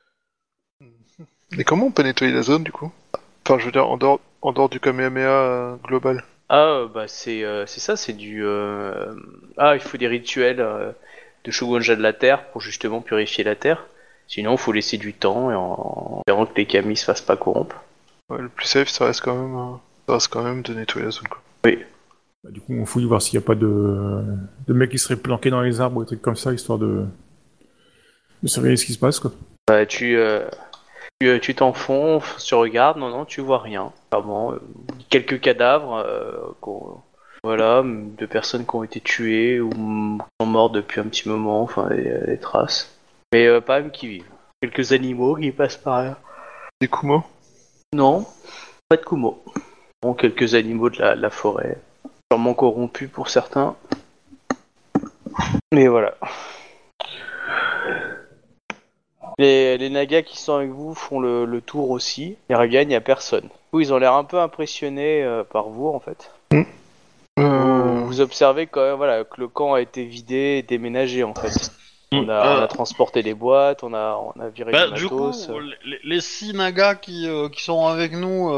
Et comment on peut nettoyer la zone, du coup? Enfin, je veux dire, en dehors du Kamehameha global. Ah, bah c'est ça, c'est du... Ah, il faut des rituels de Shogunja de la Terre pour justement purifier la Terre. Sinon, il faut laisser du temps et en espérant que les kamis se fassent pas corrompre. Ouais, le plus safe, ça reste quand même de nettoyer la zone, quoi. Oui. Bah, du coup, on fouille voir s'il n'y a pas de mecs qui seraient planqués dans les arbres ou des trucs comme ça, histoire de surveiller ce qui se passe, quoi. Bah, tu t'enfonces, tu regardes, non, tu vois rien. Vraiment, quelques cadavres, voilà, de personnes qui ont été tuées ou sont mortes depuis un petit moment, enfin, des traces. Mais pas même qui vivent. Quelques animaux qui passent par là. Des Kumo? Non, pas de Kumo. Bon, quelques animaux de la forêt. Sûrement corrompus pour certains. Mais voilà. Les Nagas qui sont avec vous font le tour aussi. Les Raga, il n'y a personne. Du coup, ils ont l'air un peu impressionnés par vous, en fait. Vous observez quand même, voilà, que le camp a été vidé et déménagé, en fait. On a transporté les boîtes, on a viré les Du coup, matos. les 6 nagas qui sont avec nous,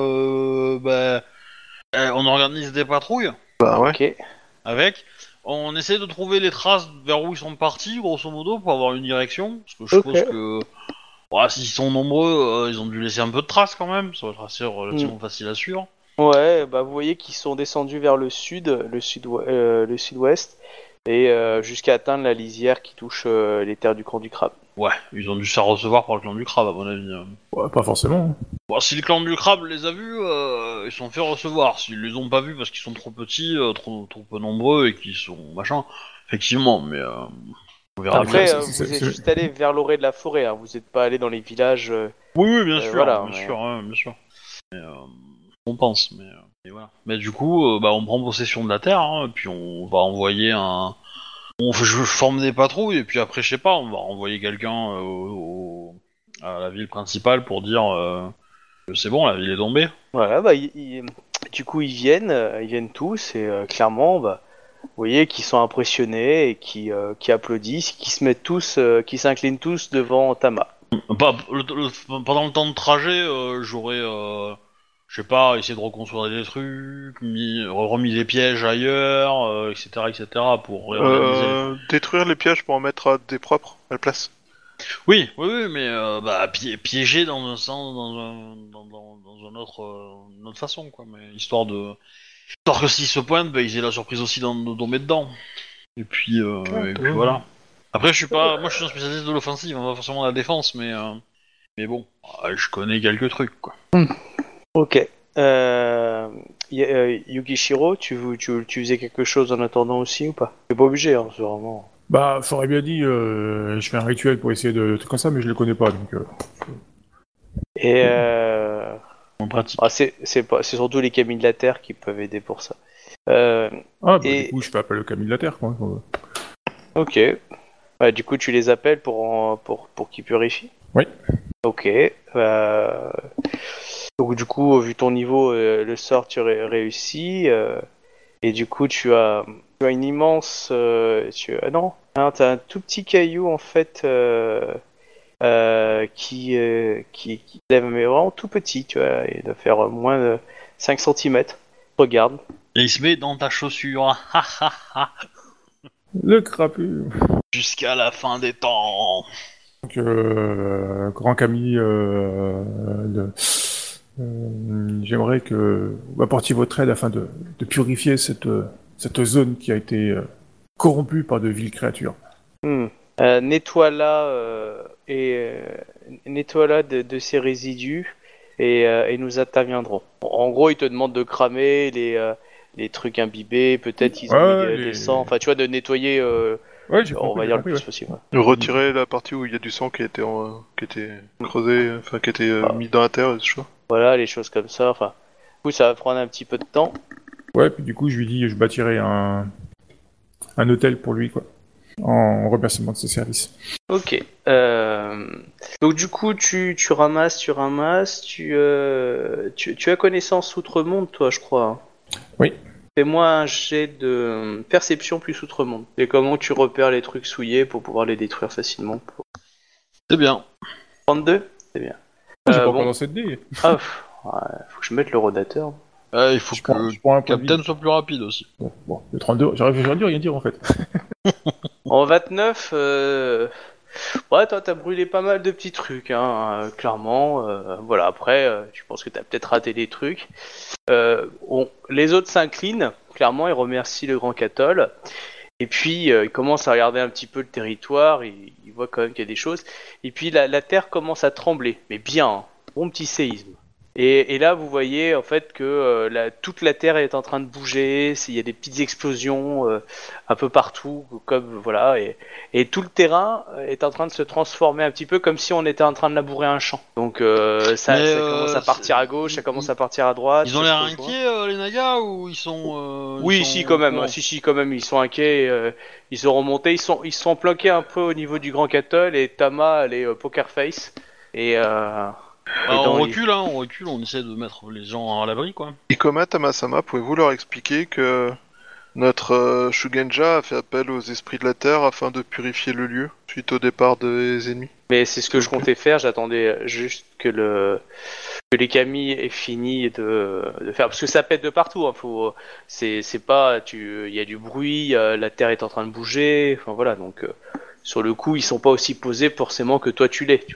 on organise des patrouilles Bah ouais. Ok. avec. On essaie de trouver les traces vers où ils sont partis, grosso modo, pour avoir une direction. Parce que je suppose que s'ils sont nombreux, ils ont dû laisser un peu de traces quand même. Ça va être assez relativement facile à suivre. Ouais, bah vous voyez qu'ils sont descendus vers le sud-ouest, et jusqu'à atteindre la lisière qui touche les terres du Cran du Crabe. Ouais, ils ont dû se faire recevoir par le clan du crabe, à mon avis. Ouais, pas forcément. Bon, si le clan du crabe les a vus, ils se sont fait recevoir. S'ils les ont pas vus parce qu'ils sont trop petits, trop peu nombreux et qu'ils sont machin, effectivement, mais on verra Après, bien. vous êtes juste allé vers l'orée de la forêt, hein. Vous n'êtes pas allé dans les villages. Oui, bien sûr, voilà, bien mais- sûr, ouais, bien sûr. Mais, on pense, mais voilà. Mais du coup, on prend possession de la terre, hein, et puis on va envoyer un. Je forme des patrouilles, et puis après, je sais pas, on va envoyer quelqu'un à la ville principale pour dire que c'est bon, la ville est tombée. Voilà, bah, du coup ils viennent tous, et clairement, bah, vous voyez qu'ils sont impressionnés et qui applaudissent, qui se mettent tous, qui s'inclinent tous devant Tama. Pendant le temps de trajet, j'aurais, je sais pas, essayé de reconstruire des trucs, remis des pièges ailleurs, etc., pour réorganiser. Détruire les pièges pour en mettre à des propres à la place. Oui, mais piéger dans un sens, dans une autre façon, quoi. Mais histoire que s'ils se pointent, ils aient la surprise aussi de tomber dedans. Et puis voilà. Après, je suis un spécialiste de l'offensive, pas forcément de la défense, mais bon, je connais quelques trucs, quoi. Ok. Yukishiro, tu faisais quelque chose en attendant aussi ou pas? T'es pas obligé, hein, c'est vraiment. Bah, j'aurais bien dit, je fais un rituel pour essayer de trucs comme ça, mais je le connais pas, donc. Et En pratique. c'est surtout les Camille de la Terre qui peuvent aider pour ça. Ah, bah, Et- du coup, je fais appel au Camille de la Terre, quoi. Ok. Bah, du coup, tu les appelles pour qu'ils purifient? Oui. Ok. Donc, du coup, vu ton niveau, le sort, tu réussis. Et du coup, tu as une immense. Non, t'as un tout petit caillou, en fait, qui lève, mais vraiment tout petit, tu vois. Il doit faire moins de 5 cm. Regarde. Et il se met dans ta chaussure, ha ha ha, Le crapu. jusqu'à la fin des temps. Donc, grand Camille, j'aimerais que vous apportiez votre aide afin de purifier cette zone qui a été corrompue par de viles créatures. Nettoie-la nettoie-la de ces résidus et nous interviendrons. En gros, ils te demandent de cramer les trucs imbibés, peut-être ils ont mis des sangs, enfin tu vois, de nettoyer, Ouais, j'ai on compris, va j'ai dire le compris, plus ouais. possible. De retirer la partie où il y a du sang qui était creusé, enfin qui était mis dans la terre, et tout ça. Voilà, les choses comme ça. Enfin, du coup, ça va prendre un petit peu de temps. Ouais, puis du coup, je lui dis, je bâtirai un hôtel pour lui, quoi. En remerciement de ses services. Ok. Donc du coup, tu ramasses, tu as connaissance Outre-Monde, toi, je crois, hein. Oui. Fais-moi un jet de perception plus Outre-Monde. Et comment tu repères les trucs souillés pour pouvoir les détruire facilement. C'est bien. 32. C'est bien. J'ai pas bon. encore lancé de dés. Ah, ouais, faut que je mette le rodateur. Il faut Je que prends un point de Captain vie. soit plus rapide aussi. Bon, le 32, j'aurais dû rien dire, en fait. En 29, ouais, toi, t'as brûlé pas mal de petits trucs, hein, clairement. Voilà, après, tu penses que t'as peut-être raté des trucs. Les autres s'inclinent, clairement, ils remercient le grand Cathol. Et puis, ils commencent à regarder un petit peu le territoire, ils voient quand même qu'il y a des choses. Et puis, la terre commence à trembler, mais bien, hein, bon petit séisme. Et là, vous voyez en fait que toute la terre est en train de bouger. Il y a des petites explosions un peu partout, comme voilà, et tout le terrain est en train de se transformer un petit peu comme si on était en train de labourer un champ. Donc ça commence à partir à gauche, ça commence à partir à droite. Ils ont ça l'air se rejoint. inquiets, les Nagas, ou ils sont... Oui, ils sont si quand même, courants si quand même, ils sont inquiets. Ils sont remontés, ils sont planqués un peu au niveau du Grand Cathol et Tama elle est poker face et on recule, on essaie de mettre les gens à l'abri, quoi. Ikoma Tamasama, pouvez-vous leur expliquer que notre Shugenja a fait appel aux esprits de la terre afin de purifier le lieu suite au départ des ennemis? Mais c'est ce que je comptais faire, j'attendais juste que les Camille aient fini de faire, parce que ça pète de partout, hein, il y a du bruit, la terre est en train de bouger, enfin voilà, donc sur le coup ils sont pas aussi posés forcément que toi tu l'es, tu vois.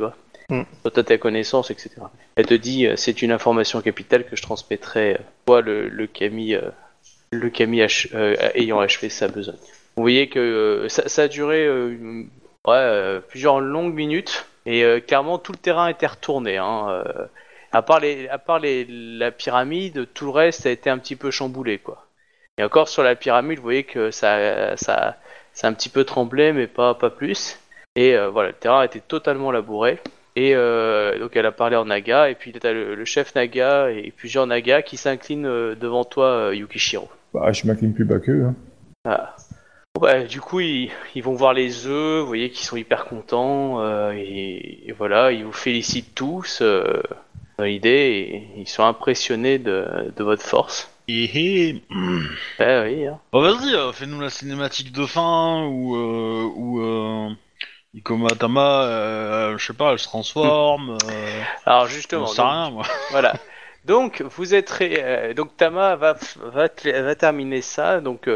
Toi, t'as ta connaissance, etc. Elle te dit, c'est une information capitale que je transmettrai, toi, le Kami, ayant achevé sa besogne. Vous voyez que ça a duré plusieurs longues minutes, et clairement, tout le terrain était retourné. À part la pyramide, tout le reste a été un petit peu chamboulé, quoi. Et encore sur la pyramide, vous voyez que ça a un petit peu tremblé, mais pas plus. Et voilà, le terrain était totalement labouré. Et donc elle a parlé en naga, et puis t'as le chef naga et plusieurs nagas qui s'inclinent devant toi, Yukishiro. Bah, je m'incline plus bas qu'eux. Hein. Ah. Bon, bah, du coup, ils vont voir les œufs, vous voyez qu'ils sont hyper contents, et voilà, ils vous félicitent tous dans l'idée, et ils sont impressionnés de votre force. Oui. Hein. Bon, vas-y, fais-nous la cinématique de fin où Ikoma Tama, je sais pas, elle se transforme. Alors justement, j'en sais rien, moi. Voilà. Donc vous êtes donc Tama va terminer ça. Donc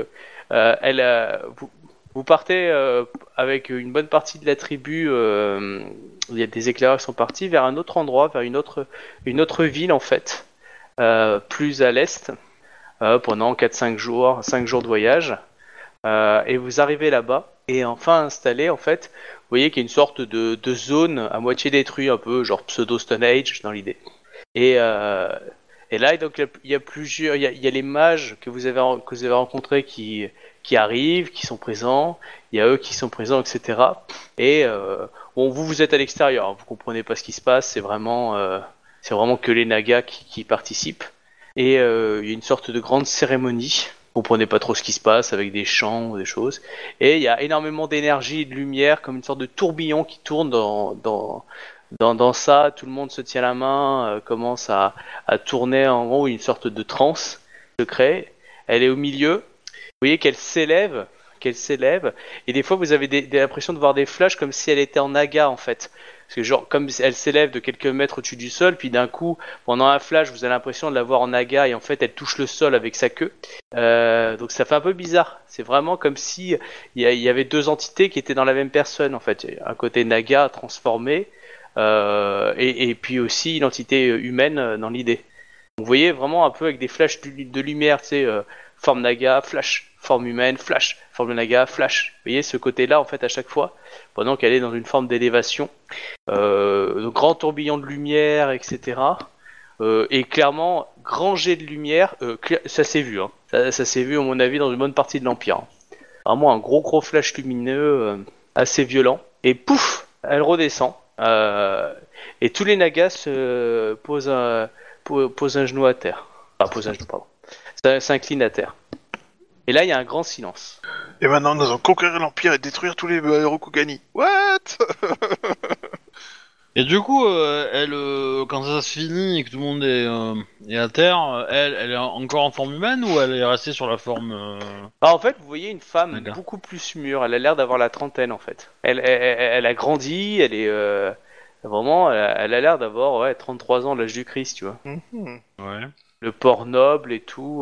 vous partez avec une bonne partie de la tribu. Il y a des éclaireurs qui sont partis vers un autre endroit, vers une autre ville en fait, plus à l'est, pendant 5 jours de voyage. Et vous arrivez là-bas et enfin installé en fait. Vous voyez qu'il y a une sorte de zone à moitié détruite, un peu genre pseudo Stone Age dans l'idée. Et là, donc il y a plusieurs, il y a les mages que vous avez rencontrés qui arrivent, qui sont présents. Il y a eux qui sont présents, etc. Et bon, vous êtes à l'extérieur, hein, vous comprenez pas ce qui se passe. C'est vraiment que les nagas qui participent. Et il y a une sorte de grande cérémonie. Vous comprenez pas trop ce qui se passe avec des chants, des choses. Et il y a énormément d'énergie et de lumière, comme une sorte de tourbillon qui tourne dans ça. Tout le monde se tient la main, commence à tourner en gros une sorte de transe se crée. Elle est au milieu. Vous voyez qu'elle s'élève, et des fois vous avez l'impression de voir des flashs comme si elle était en naga en fait. Parce que genre comme elle s'élève de quelques mètres au-dessus du sol, puis d'un coup, pendant un flash, vous avez l'impression de la voir en naga et en fait elle touche le sol avec sa queue. Donc ça fait un peu bizarre. C'est vraiment comme si il y avait deux entités qui étaient dans la même personne en fait. Un côté naga transformé et puis aussi une entité humaine dans l'idée. Vous voyez vraiment un peu avec des flashs de lumière, tu sais, forme naga, flash, forme humaine, flash, forme naga, flash. Vous voyez ce côté-là en fait à chaque fois, pendant qu'elle est dans une forme d'élévation. Donc grand tourbillon de lumière, etc. Et clairement, grand jet de lumière, ça s'est vu. Hein. Ça s'est vu à mon avis dans une bonne partie de l'Empire. Vraiment un gros flash lumineux, assez violent. Et pouf, elle redescend. Et tous les nagas se posent un genou à terre. Enfin, posent un genou, pardon. S'inclinent à terre. Et là, il y a un grand silence. Et maintenant, nous allons conquérir l'Empire et détruire tous les Rokugani. What? Et du coup, quand ça se finit et que tout le monde est à terre, elle est encore en forme humaine ou elle est restée sur la forme En fait, vous voyez une femme D'accord. beaucoup plus mûre. Elle a l'air d'avoir la trentaine, en fait. Elle a grandi, elle est... vraiment, elle a l'air d'avoir 33 ans, l'âge du Christ, tu vois. Ouais. Le port noble et tout.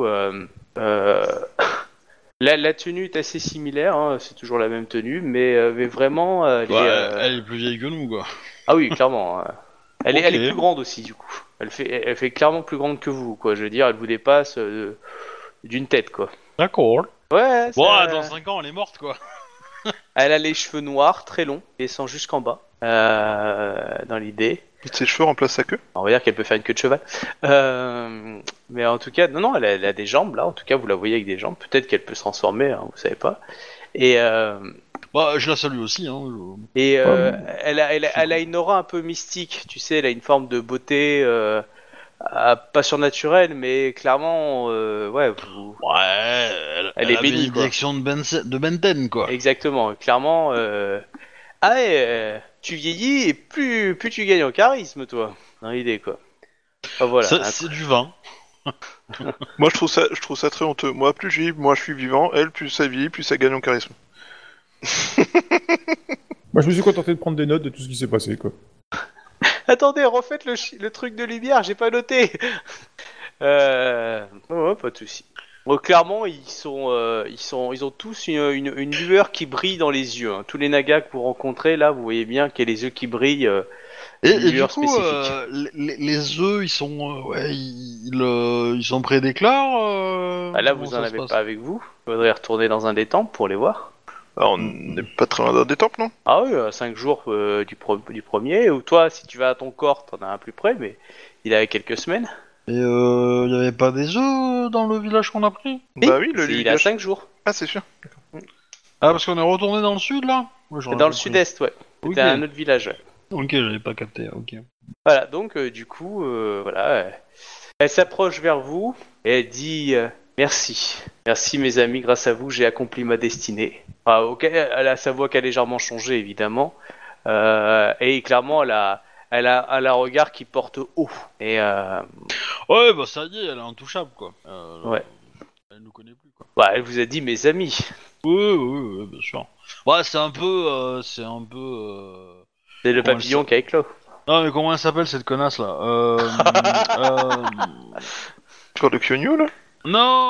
La tenue est assez similaire, hein, c'est toujours la même tenue, mais vraiment... Elle est plus vieille que nous, quoi. Ah oui, clairement. Elle est Ok. plus grande aussi, du coup. Elle fait clairement plus grande que vous, quoi. Je veux dire, elle vous dépasse d'une tête, quoi. D'accord. Ouais, Bon, ça... dans 5 ans, elle est morte, quoi. Elle a les cheveux noirs, très longs, et descend jusqu'en bas, dans l'idée. Ses cheveux remplacent sa queue. On va dire qu'elle peut faire une queue de cheval. Mais en tout cas, non, elle a des jambes, là. En tout cas, vous la voyez avec des jambes. Peut-être qu'elle peut se transformer, hein, vous savez pas. Et... Bah, je la salue aussi, hein. Et elle a une aura un peu mystique, tu sais, elle a une forme de beauté pas surnaturelle, mais clairement, Ouais, elle est avait bénie, une quoi. direction de Benten, quoi. Exactement, clairement. Tu vieillis et plus tu gagnes en charisme, toi, dans l'idée, quoi. Enfin, voilà. C'est du vin. Moi, je trouve ça très honteux. Moi, plus je vis, moi je suis vivant. Elle, plus ça vit, plus ça gagne en charisme. Moi, je me suis contenté de prendre des notes de tout ce qui s'est passé, quoi. Attendez, refaites le truc de lumière, j'ai pas noté. Ouais, pas de souci. Bon, clairement, ils ont tous une lueur qui brille dans les yeux. Hein. Tous les nagas que vous rencontrez là, vous voyez bien qu'il y a les yeux qui brillent Et Une du lueur coup, spécifique. les œufs, ils sont, ils sont prédéclars. Bah là, comment vous en ça se avez passe pas avec vous. Il faudrait retourner dans un des temples pour les voir. Alors, on n'est pas très loin d'un des temples, non? Ah oui, 5 jours du premier. Ou toi, si tu vas à ton corps, t'en as un plus près, mais il a quelques semaines. Et il y avait pas des œufs dans le village qu'on a pris? Bah oui, le Il a village. 5 jours. Ah, c'est sûr. Ah, parce qu'on est retourné dans le sud là? Ouais, j'aurais Dans le compris. sud-est, ouais. C'était Ok. un autre village. Ouais. Ok, j'avais pas capté. Ok. Voilà, donc du coup, voilà. Elle s'approche vers vous et elle dit merci. Merci mes amis, grâce à vous, j'ai accompli ma destinée. Enfin, elle a sa voix qui a légèrement changé, évidemment. Et clairement, elle a un regard qui porte haut. Et Ouais, bah ça y est, elle est intouchable quoi. Ouais. Elle nous connaît plus quoi. bah, elle vous a dit mes amis. Oui, bien sûr. Ouais, c'est un peu, C'est le Comment papillon qui a éclos. Non mais comment elle s'appelle cette connasse là Sur le Kyonyu, là? Non,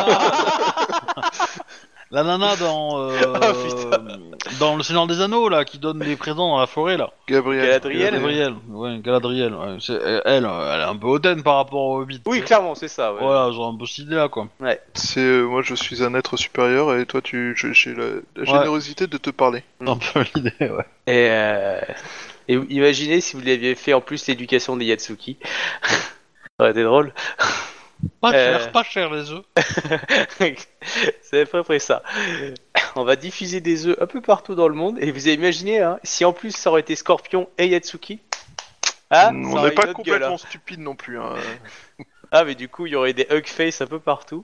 la nana dans Ah, putain. dans le Seigneur des Anneaux là, qui donne des présents dans la forêt là. Gabriel. Galadriel. Galadriel. Ouais, elle est un peu hautaine par rapport au Hobbit. Oui, clairement, c'est ça. Ouais. Voilà, genre un peu cette idée là quoi. C'est moi, je suis un être supérieur et toi, j'ai la générosité de te parler. Un peu l'idée, ouais. Et imaginez si vous lui aviez fait en plus l'éducation des Yatsuki. Ça aurait été drôle. Pas cher les œufs. C'est à peu près ça. On va diffuser des œufs un peu partout dans le monde. Et vous avez imaginé, hein, si en plus ça aurait été Scorpion et Yatsuki. Ah, On ça n'est aurait pas une autre gueule, complètement hein. stupide non plus. Hein. Ah, mais du coup, il y aurait des Hugface un peu partout.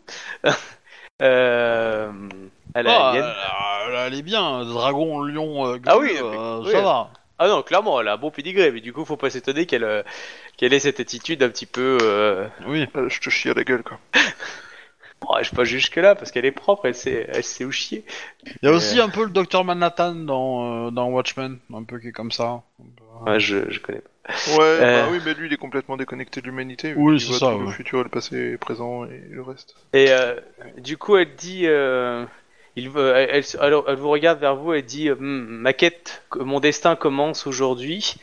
Elle Ah, alien. elle est bien, dragon, lion, Ah grue, oui, oui. ça va. Ah non, clairement, elle a un bon pédigré. Mais du coup, faut pas s'étonner qu'elle ait cette attitude un petit peu. Oui. Je te chie à la gueule, quoi. Oh, je vais pas jusque là parce qu'elle est propre, elle sait où chier. Il y a aussi un peu le docteur Manhattan dans Watchmen, un peu qui est comme ça. Ouais, je connais pas. Ouais, bah oui, mais lui, il est complètement déconnecté de l'humanité. vu Oui, qu'il c'est voit ça, tout le ouais. futur, le passé, le présent et le reste. Et du coup, elle dit, alors, elle vous regarde vers vous, elle dit, ma quête, mon destin commence aujourd'hui.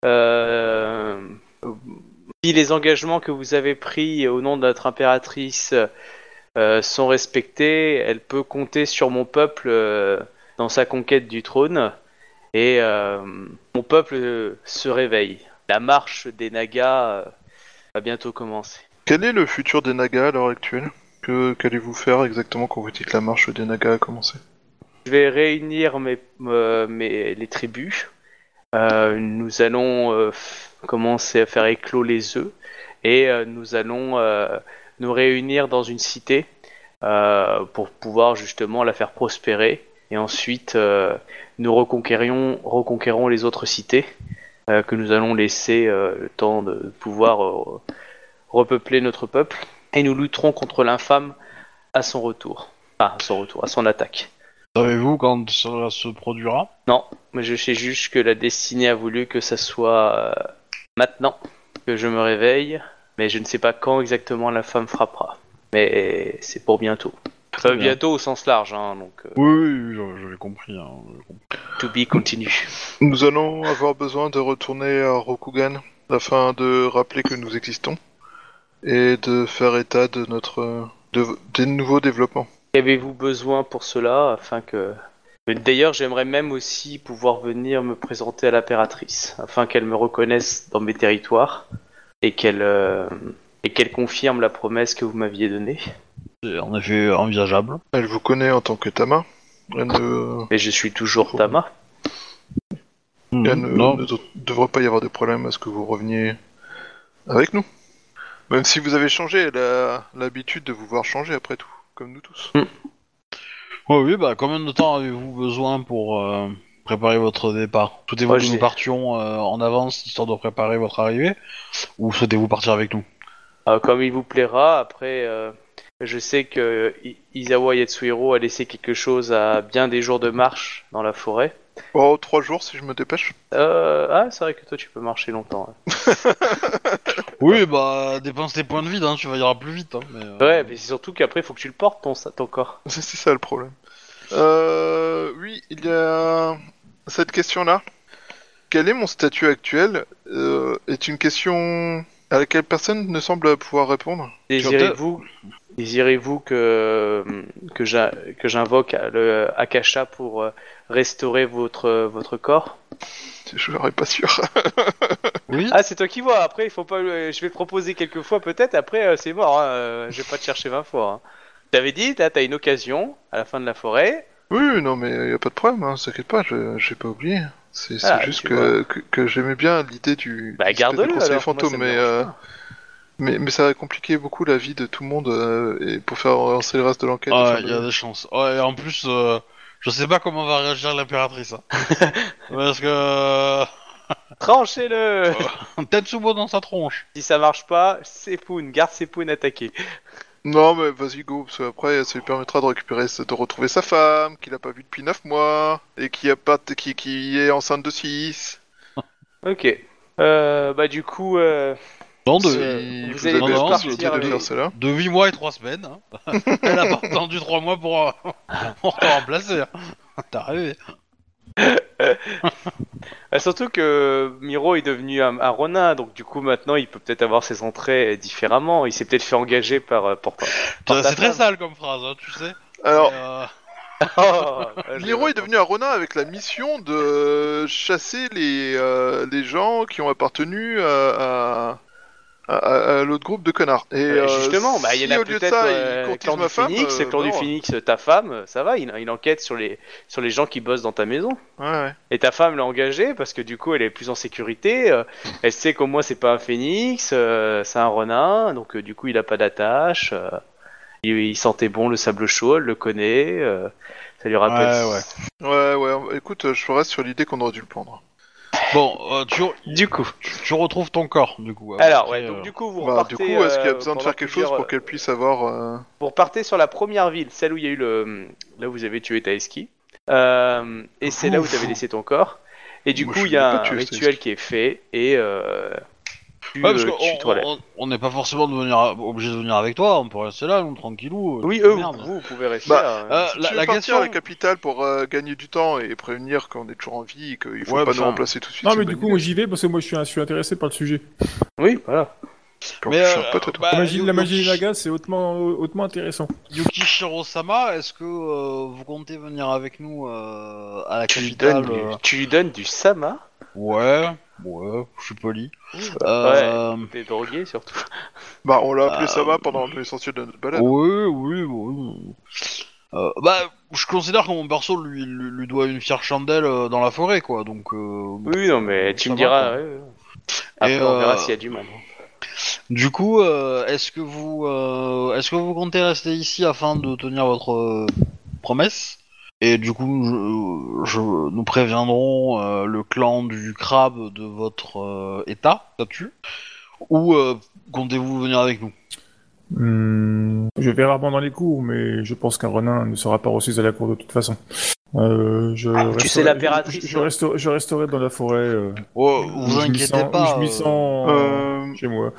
Si les engagements que vous avez pris au nom de notre impératrice sont respectés, elle peut compter sur mon peuple dans sa conquête du trône. Et mon peuple se réveille. La marche des Nagas va bientôt commencer. Quel est le futur des Nagas à l'heure actuelle? Qu'allez-vous faire exactement quand vous dites que la marche des Nagas a commencé? Je vais réunir les tribus. Nous allons commencer à faire éclore les œufs. Et nous allons nous réunir dans une cité pour pouvoir justement la faire prospérer. Et ensuite, nous reconquérons les autres cités que nous allons laisser le temps de pouvoir repeupler notre peuple. Et nous lutterons contre l'infâme à son retour. Enfin, à son attaque. Savez-vous quand ça se produira? Non, mais je sais juste que la destinée a voulu que ça soit maintenant que je me réveille. Mais je ne sais pas quand exactement l'infâme frappera. Mais c'est pour bientôt. Très bien. Bientôt au sens large, hein, donc Oui, je l'ai compris. Hein. to be continue. Nous allons avoir besoin de retourner à Rokugan afin de rappeler que nous existons et de faire état de des nouveaux développements. Avez-vous besoin pour cela afin que... D'ailleurs, j'aimerais même aussi pouvoir venir me présenter à l'impératrice afin qu'elle me reconnaisse dans mes territoires et qu'elle confirme la promesse que vous m'aviez donnée. C'est en effet envisageable. Elle vous connaît en tant que Tama. Et je suis toujours Tama. Non. Ne devrait pas y avoir de problème à ce que vous reveniez avec nous. Même si vous avez changé, elle a l'habitude de vous voir changer après tout, comme nous tous. Oui, bah combien de temps avez-vous besoin pour préparer votre départ? Souhaitez-vous que nous partions en avance histoire de préparer votre arrivée? Ou souhaitez-vous partir avec nous? Comme il vous plaira, après... Je sais que Izawa Yatsuhiro a laissé quelque chose à bien des jours de marche dans la forêt. Oh, 3 jours si je me dépêche. Ah, c'est vrai que toi tu peux marcher longtemps. Ouais, Oui, bah dépense tes points de vide, hein, tu vas y aller plus vite. Hein, ouais, mais c'est surtout qu'après il faut que tu le portes ton corps. C'est ça le problème. Oui, il y a cette question-là. quel est mon statut actuel est une question à laquelle personne ne semble pouvoir répondre. Désirez-vous que j'invoque le Akasha pour restaurer votre corps? Je serais pas sûr. Oui. Ah, c'est toi qui vois. Après, il faut pas. Je vais te proposer quelques fois peut-être. Après, c'est mort. Hein. Je vais pas te chercher 20 fois. Hein. T'avais dit, t'as une occasion à la fin de la forêt. Oui, non, mais y a pas de problème. Hein, t'inquiète pas, j'ai pas oublié. C'est juste que j'aimais bien l'idée du. Bah, garde-le conseiller alors. fantôme, mais ça va compliquer beaucoup la vie de tout le monde et pour faire avancer le reste de l'enquête. Il y a des chances. Et en plus, je sais pas comment va réagir l'impératrice. Hein. Parce que Tranchez-le. Tetsubo dans sa tronche. Si ça marche pas, Sepun, garde Sepun attaqué. Non, mais vas-y, go, parce qu'après, ça lui permettra de retrouver sa femme, qu'il a pas vue depuis 9 mois, et qui est enceinte de 6. Ok. Bah, du coup. Non, Vous allez avez tous partir partir de faire cela. de 8 mois et 3 semaines. Hein. Elle a pas attendu 3 mois pour te remplacer. Hein. T'as rêvé. Surtout que Miro est devenu un Ronin, donc du coup maintenant il peut peut-être avoir ses entrées différemment. Il s'est peut-être fait engager par ta C'est très femme. sale comme phrase, hein, tu sais. Alors, Oh, Miro est devenu un renard avec la mission de chasser les gens qui ont appartenu à l'autre groupe de connards. Et justement, bah, il y en a au lieu de peut-être ça, il courtise clan ma du femme. Phoenix, clan du non. Phoenix, ta femme, ça va, il enquête sur les gens qui bossent dans ta maison. Ouais. Et ta femme l'a engagé parce que du coup elle est plus en sécurité, elle sait qu'au moins c'est pas un phénix, c'est un renard, donc du coup il a pas d'attache, il sentait bon le sable chaud, elle le connaît, ça lui rappelle... Ouais, écoute, je reste sur l'idée qu'on aurait dû le prendre. Bon, Du coup... tu retrouves ton corps, du coup. Alors, après, donc du coup vous Bah, repartez... du coup, est-ce qu'il y a besoin de pendant faire quelque chose pour qu'elle puisse avoir... Vous repartez sur la première ville, celle où il y a eu là où vous avez tué Taeski, et c'est là où tu avais laissé ton corps, et du Moi, coup je il y a voulais pas un tuer rituel Taeski. qui est fait, et tu parce te relèves. on n'est pas forcément obligé de venir avec toi, on peut rester là, nous, tranquillou. Oui, merde. vous pouvez rester Bah, là. Si la tu veux question- partir à la capitale pour gagner du temps et prévenir qu'on est toujours en vie et qu'il faut Ouais, pas enfin, nous remplacer tout de suite. Non, c'est mais une du bonne coup, idée. moi j'y vais parce que moi je suis intéressé par le sujet. Oui, voilà. Donc, Mais je suis un pote à toi. La magie Naga, c'est hautement intéressant. Yukishiro-sama, est-ce que vous comptez venir avec nous à la capitale Tu lui donnes du sama. Ouais, je suis poli. T'es drogué surtout. Bah, on l'a appelé Sama pendant l'essentiel de notre balade. Oui. Je considère que mon perso lui doit une fière chandelle dans la forêt, quoi. Donc. Oui, non, mais tu ça me va, diras. quoi. Ouais. Après, Et, on verra s'il y a du monde. Du coup, est-ce que vous comptez rester ici afin de tenir votre promesse? Et du coup, nous préviendrons le clan du crabe de votre statut. Ou comptez-vous venir avec nous? Je vais rarement dans les cours, mais je pense qu'un renin ne sera pas reçu à la cour de toute façon. Tu sais, l'impératrice, Je resterai dans la forêt. Vous inquiétez pas. Je m'y sens chez moi.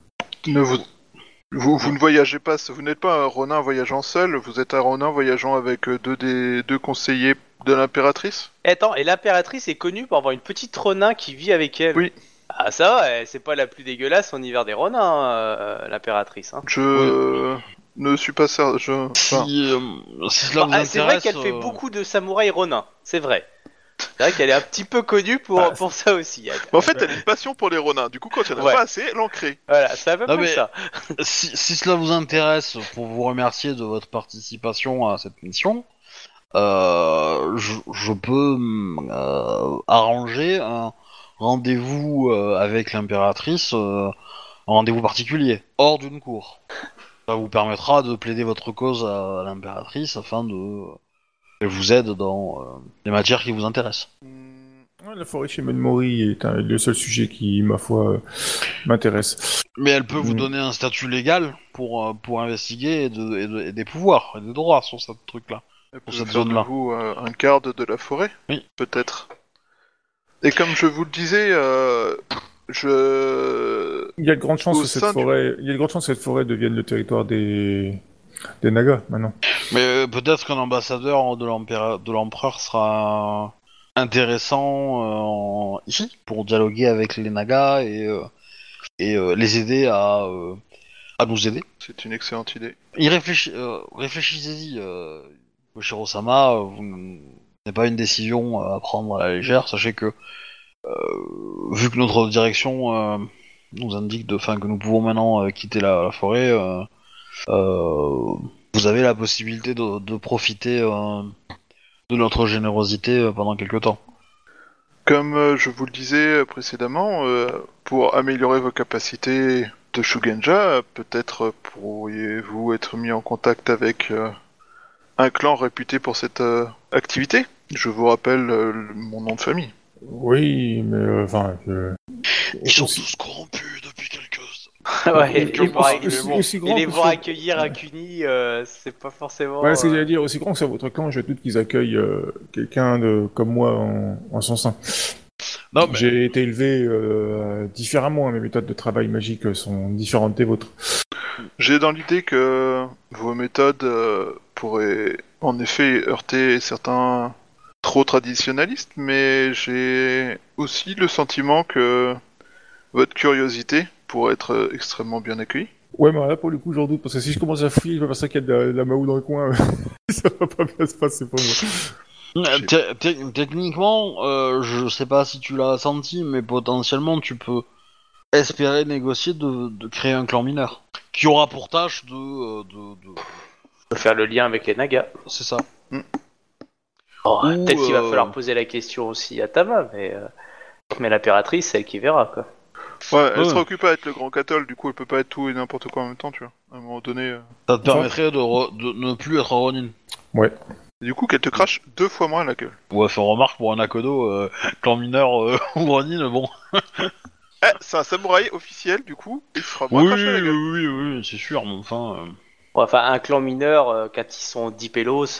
Vous ne voyagez pas, vous n'êtes pas un ronin voyageant seul, vous êtes un ronin voyageant avec deux conseillers de l'impératrice. Attends, et l'impératrice est connue pour avoir une petite renin qui vit avec elle. Oui. Ah, ça va, c'est pas la plus dégueulasse en hiver des renins, l'impératrice. Hein. Je ne suis pas certain. Si cela vous intéresse... C'est vrai qu'elle fait beaucoup de samouraïs renins, c'est vrai. C'est vrai qu'elle est un petit peu connue pour ça aussi. En fait, elle a une passion pour les ronins. Du coup, quand il n'y en a pas assez, elle en crée. Voilà, c'est à peu près ça. Si cela vous intéresse, pour vous remercier de votre participation à cette mission, je peux arranger un rendez-vous avec l'impératrice, un rendez-vous particulier, hors d'une cour. Ça vous permettra de plaider votre cause à l'impératrice afin qu'elle vous aide dans les matières qui vous intéressent. Ouais, la forêt chez Menmori est le seul sujet qui, ma foi, m'intéresse. Mais elle peut vous donner un statut légal pour investiguer et des pouvoirs et des droits sur ce truc-là. Pour cette cette zone-là. vous un garde de la forêt. Oui. Peut-être. Et comme je vous le disais, Il y a de grandes chances Au que sein cette forêt devienne le territoire des Nagas maintenant. Mais peut-être qu'un ambassadeur de l'empereur sera intéressants ici pour dialoguer avec les Nagas et les aider à nous aider. C'est une excellente idée. Réfléchissez-y, Yoshiro-sama, vous n'avez pas une décision à prendre à la légère. Sachez que vu que notre direction nous indique que nous pouvons maintenant quitter la forêt, vous avez la possibilité de profiter de notre générosité pendant quelque temps. Comme je vous le disais précédemment, pour améliorer vos capacités de Shugenja, peut-être pourriez-vous être mis en contact avec un clan réputé pour cette activité. Je vous rappelle mon nom de famille. Oui, mais Ils sont tous corrompus depuis quelques... Ouais, aussi grand et les que voir ce- accueillir un Kuni, c'est pas forcément... Ouais, c'est ce que j'allais dire. Aussi grand que c'est votre clan, je doute qu'ils accueillent quelqu'un comme moi en son sein. Non, mais... J'ai été élevé différemment, mes méthodes de travail magique sont différentes des vôtres. J'ai dans l'idée que vos méthodes pourraient en effet heurter certains trop traditionnalistes, mais j'ai aussi le sentiment que votre curiosité pourrait être extrêmement bien accueillie. Ouais, mais là, pour le coup, j'en doute, parce que si je commence à fouiller, je vais penser qu'il y a de la Mahou dans le coin. Ça va pas bien se passer pour moi. Techniquement, je sais pas si tu l'as senti, mais potentiellement tu peux espérer négocier de créer un clan mineur qui aura pour tâche de... On peut faire le lien avec les Nagas. C'est ça. Oh, Ou, peut-être qu'il va falloir poser la question aussi à Tama, mais l'impératrice, c'est elle qui verra, quoi. Ouais, elle Ouais. sera occupée à être le grand cathol, du coup elle peut pas être tout et n'importe quoi en même temps, tu vois. À un moment donné... Ça te permettrait de ne plus être Ronin. Ouais. Et du coup qu'elle te crache 2 fois moins à la gueule. Ouais, fait remarque pour un Akodo, clan mineur ou Ronin, bon. Eh, c'est un samouraï officiel, du coup, il se fera moins Oui, cracher à la gueule. oui, c'est sûr, mais enfin... Ouais, enfin, un clan mineur, quand ils sont 10 pélos,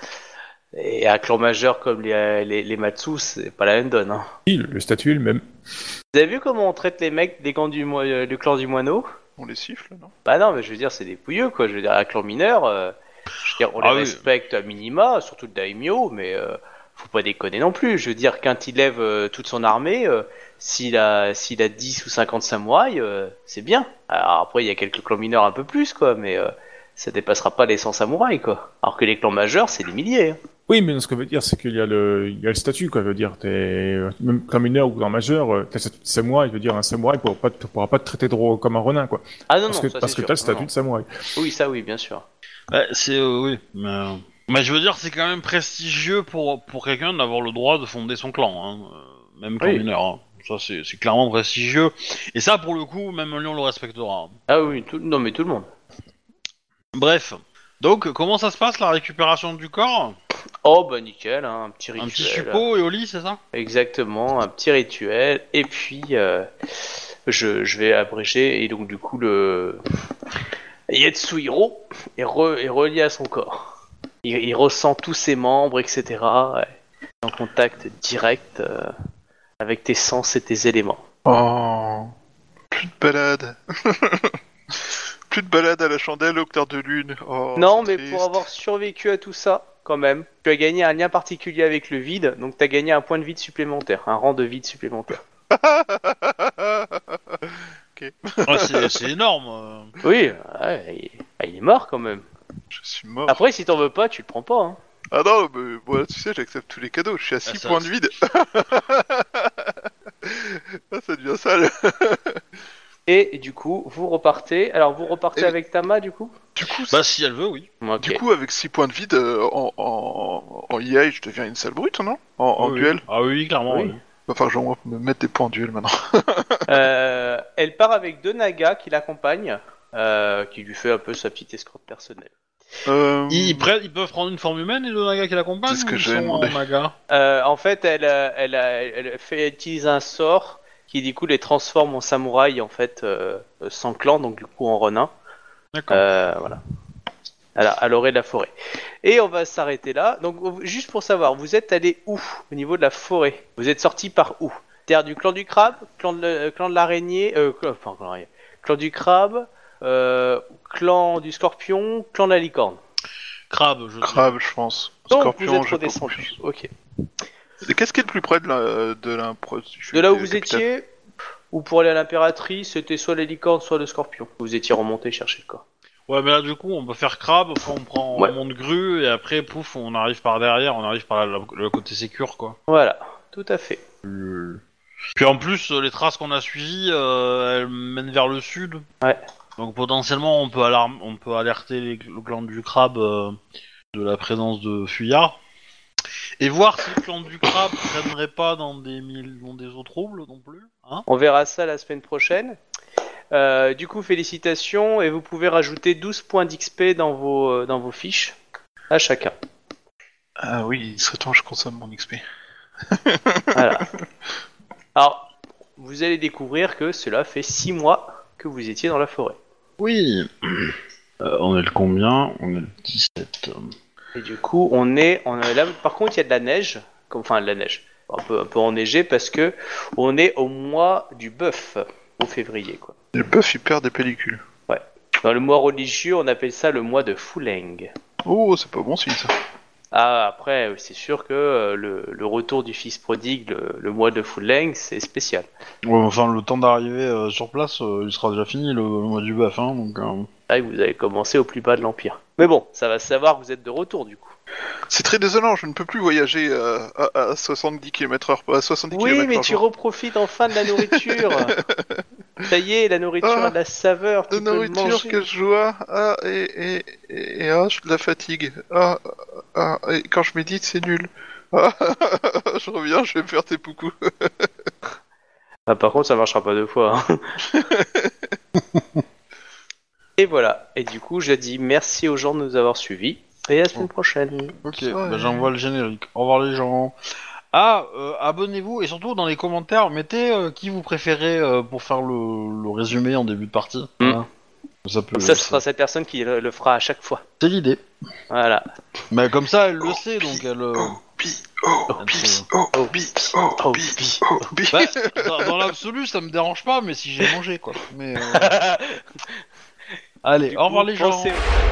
et un clan majeur comme les Matsu, c'est pas la même donne. Hein. Le statut est le même. Vous avez vu comment on traite les mecs du clan du moineau? On les siffle, non? Bah non, mais je veux dire, c'est des pouilleux, quoi. Je veux dire, un clan mineur, je veux dire, on les Ah oui. respecte à minima, surtout le daimyo, mais faut pas déconner non plus. Je veux dire, quand il lève toute son armée, s'il a 10 ou 50 samouraïs, c'est bien. Alors après, il y a quelques clans mineurs un peu plus, quoi, mais ça dépassera pas les 100 samouraïs, quoi. Alors que les clans majeurs, c'est des milliers. Hein. Oui, mais ce que veut dire, c'est qu'il y a le statut, quoi. Veut dire, même comme mineur ou en majeur, t'as le statut de samouraï. Veut dire, un samouraï pourra pas te traiter comme un renin, quoi. Ah non, Parce non, que, ça parce c'est que sûr. t'as le statut Non, de samouraï. non. Oui, ça oui, bien sûr. Ouais, c'est... oui, mais je veux dire, c'est quand même prestigieux pour quelqu'un d'avoir le droit de fonder son clan, hein. Même clan Oui. mineur. Hein. Ça, c'est clairement prestigieux. Et ça, pour le coup, même un lion le respectera. Ah oui, non mais tout le monde. Bref. Donc, comment ça se passe, la récupération du corps? Oh bah nickel, hein, un petit rituel. Un petit suppôt et au lit, c'est ça? Exactement, un petit rituel. Et puis, je vais abréger, et donc du coup, le Yetsuhiro est relié à son corps. Il ressent tous ses membres, etc. Ouais. En contact direct avec tes sens et tes éléments. Oh, plus de balade. Plus de balade à la chandelle au clair de lune. Oh, Non, c'est mais triste. pour avoir survécu à tout ça, quand même, tu as gagné un lien particulier avec le vide, donc tu as gagné un point de vide supplémentaire, un rang de vide supplémentaire. Ouais, c'est énorme. Oui, ouais, il est mort quand même. Je suis mort. Après, si t'en veux pas, tu le prends pas. Hein. Ah non, mais bon, tu sais, j'accepte tous les cadeaux. Je suis à 6 ça, points de vide. Ah, ça devient sale. Et du coup, vous repartez. Alors, vous repartez Et- avec Tama, du coup Du coup, Bah, si elle veut, oui. Ok. du coup, avec 6 points de vide, en IA, je deviens une sale brute, non? En Oui, duel. oui. Ah oui, clairement. Oui. oui. Va falloir que j'envoie me mettre des points en duel maintenant. Elle part avec 2 nagas qui l'accompagnent, qui lui fait un peu sa petite escorte personnelle. Ils peuvent prendre une forme humaine, les deux nagas qui l'accompagnent? C'est ce que ou ils j'avais sont demandé. en naga? En fait, elle utilise un sort qui, du coup, les transforme en samouraï, en fait, sans clan, donc du coup en renin. D'accord. Voilà. À l'orée de la forêt. Et on va s'arrêter là. Donc, juste pour savoir, vous êtes allé où au niveau de la forêt? Vous êtes sorti par où? Terre du clan du crabe, clan de l'araignée, clan du crabe, clan du scorpion, clan de la licorne. Crabe, je dis. Crabe, je pense. Donc, Scorpion, vous êtes j'ai beaucoup redescendu. plus. Ok. Qu'est-ce qui est le plus près de De là où vous étiez, ou pour aller à l'impératrice, c'était soit les licornes, soit le scorpion. Vous étiez remonté chercher le corps. Ouais, mais là, du coup, on peut faire crabe, après on prend Ouais. on monte grue, et après, pouf, on arrive par derrière, on arrive par le côté sécure, quoi. Voilà, tout à fait. Puis en plus, les traces qu'on a suivies, elles mènent vers le sud. Ouais. Donc potentiellement, on peut alerter le clan du crabe de la présence de fuyards. Et voir si le clan du crabe ne traînerait pas dans des eaux troubles non plus. Hein. On verra ça la semaine prochaine. Du coup, félicitations, et vous pouvez rajouter 12 points d'XP dans vos fiches, à chacun. Ah oui, il serait temps que je consomme mon XP. Voilà. Alors, vous allez découvrir que cela fait 6 mois que vous étiez dans la forêt. Oui. On est le combien? On est le 17. Et du coup, on est là. Par contre, il y a de la neige, enfin de la neige, un peu enneigé parce que on est au mois du bœuf, au février, quoi. Le bœuf, il perd des pellicules. Dans le mois religieux, on appelle ça le mois de Fuleng. Oh, c'est pas bon signe ça. Ah, après, c'est sûr que le retour du fils prodigue, le mois de Fuleng, c'est spécial. Ouais, enfin, le temps d'arriver sur place, il sera déjà fini le mois du bœuf, hein, donc... Là, vous avez commencé au plus bas de l'Empire. Mais bon, ça va se savoir que vous êtes de retour, du coup. C'est très désolant, je ne peux plus voyager à 70 km/h, à 70 Oui, km mais par tu jour. reprofites enfin de la nourriture. Ça y est, la nourriture a de la saveur. De tu peux le nourriture, manger. quelle joie. Et j'ai de la fatigue. Et quand je médite, c'est nul. Je reviens, je vais me faire tes poucous. Ah, par contre, ça marchera pas deux fois. Hein. Et voilà. Et du coup, je dis merci aux gens de nous avoir suivis. Et à la semaine prochaine. Ok, Ouais. bah, j'envoie le générique. Au revoir les gens. Ah, abonnez-vous et surtout dans les commentaires, mettez qui vous préférez pour faire le résumé en début de partie. Voilà. Ça peut. Ça sera cette personne qui le fera à chaque fois. C'est l'idée. Voilà. Mais comme ça, elle le sait, donc elle. Bah, dans l'absolu, ça me dérange pas, mais si j'ai mangé quoi. Mais. Allez, Du au revoir coup, les gens. pensez-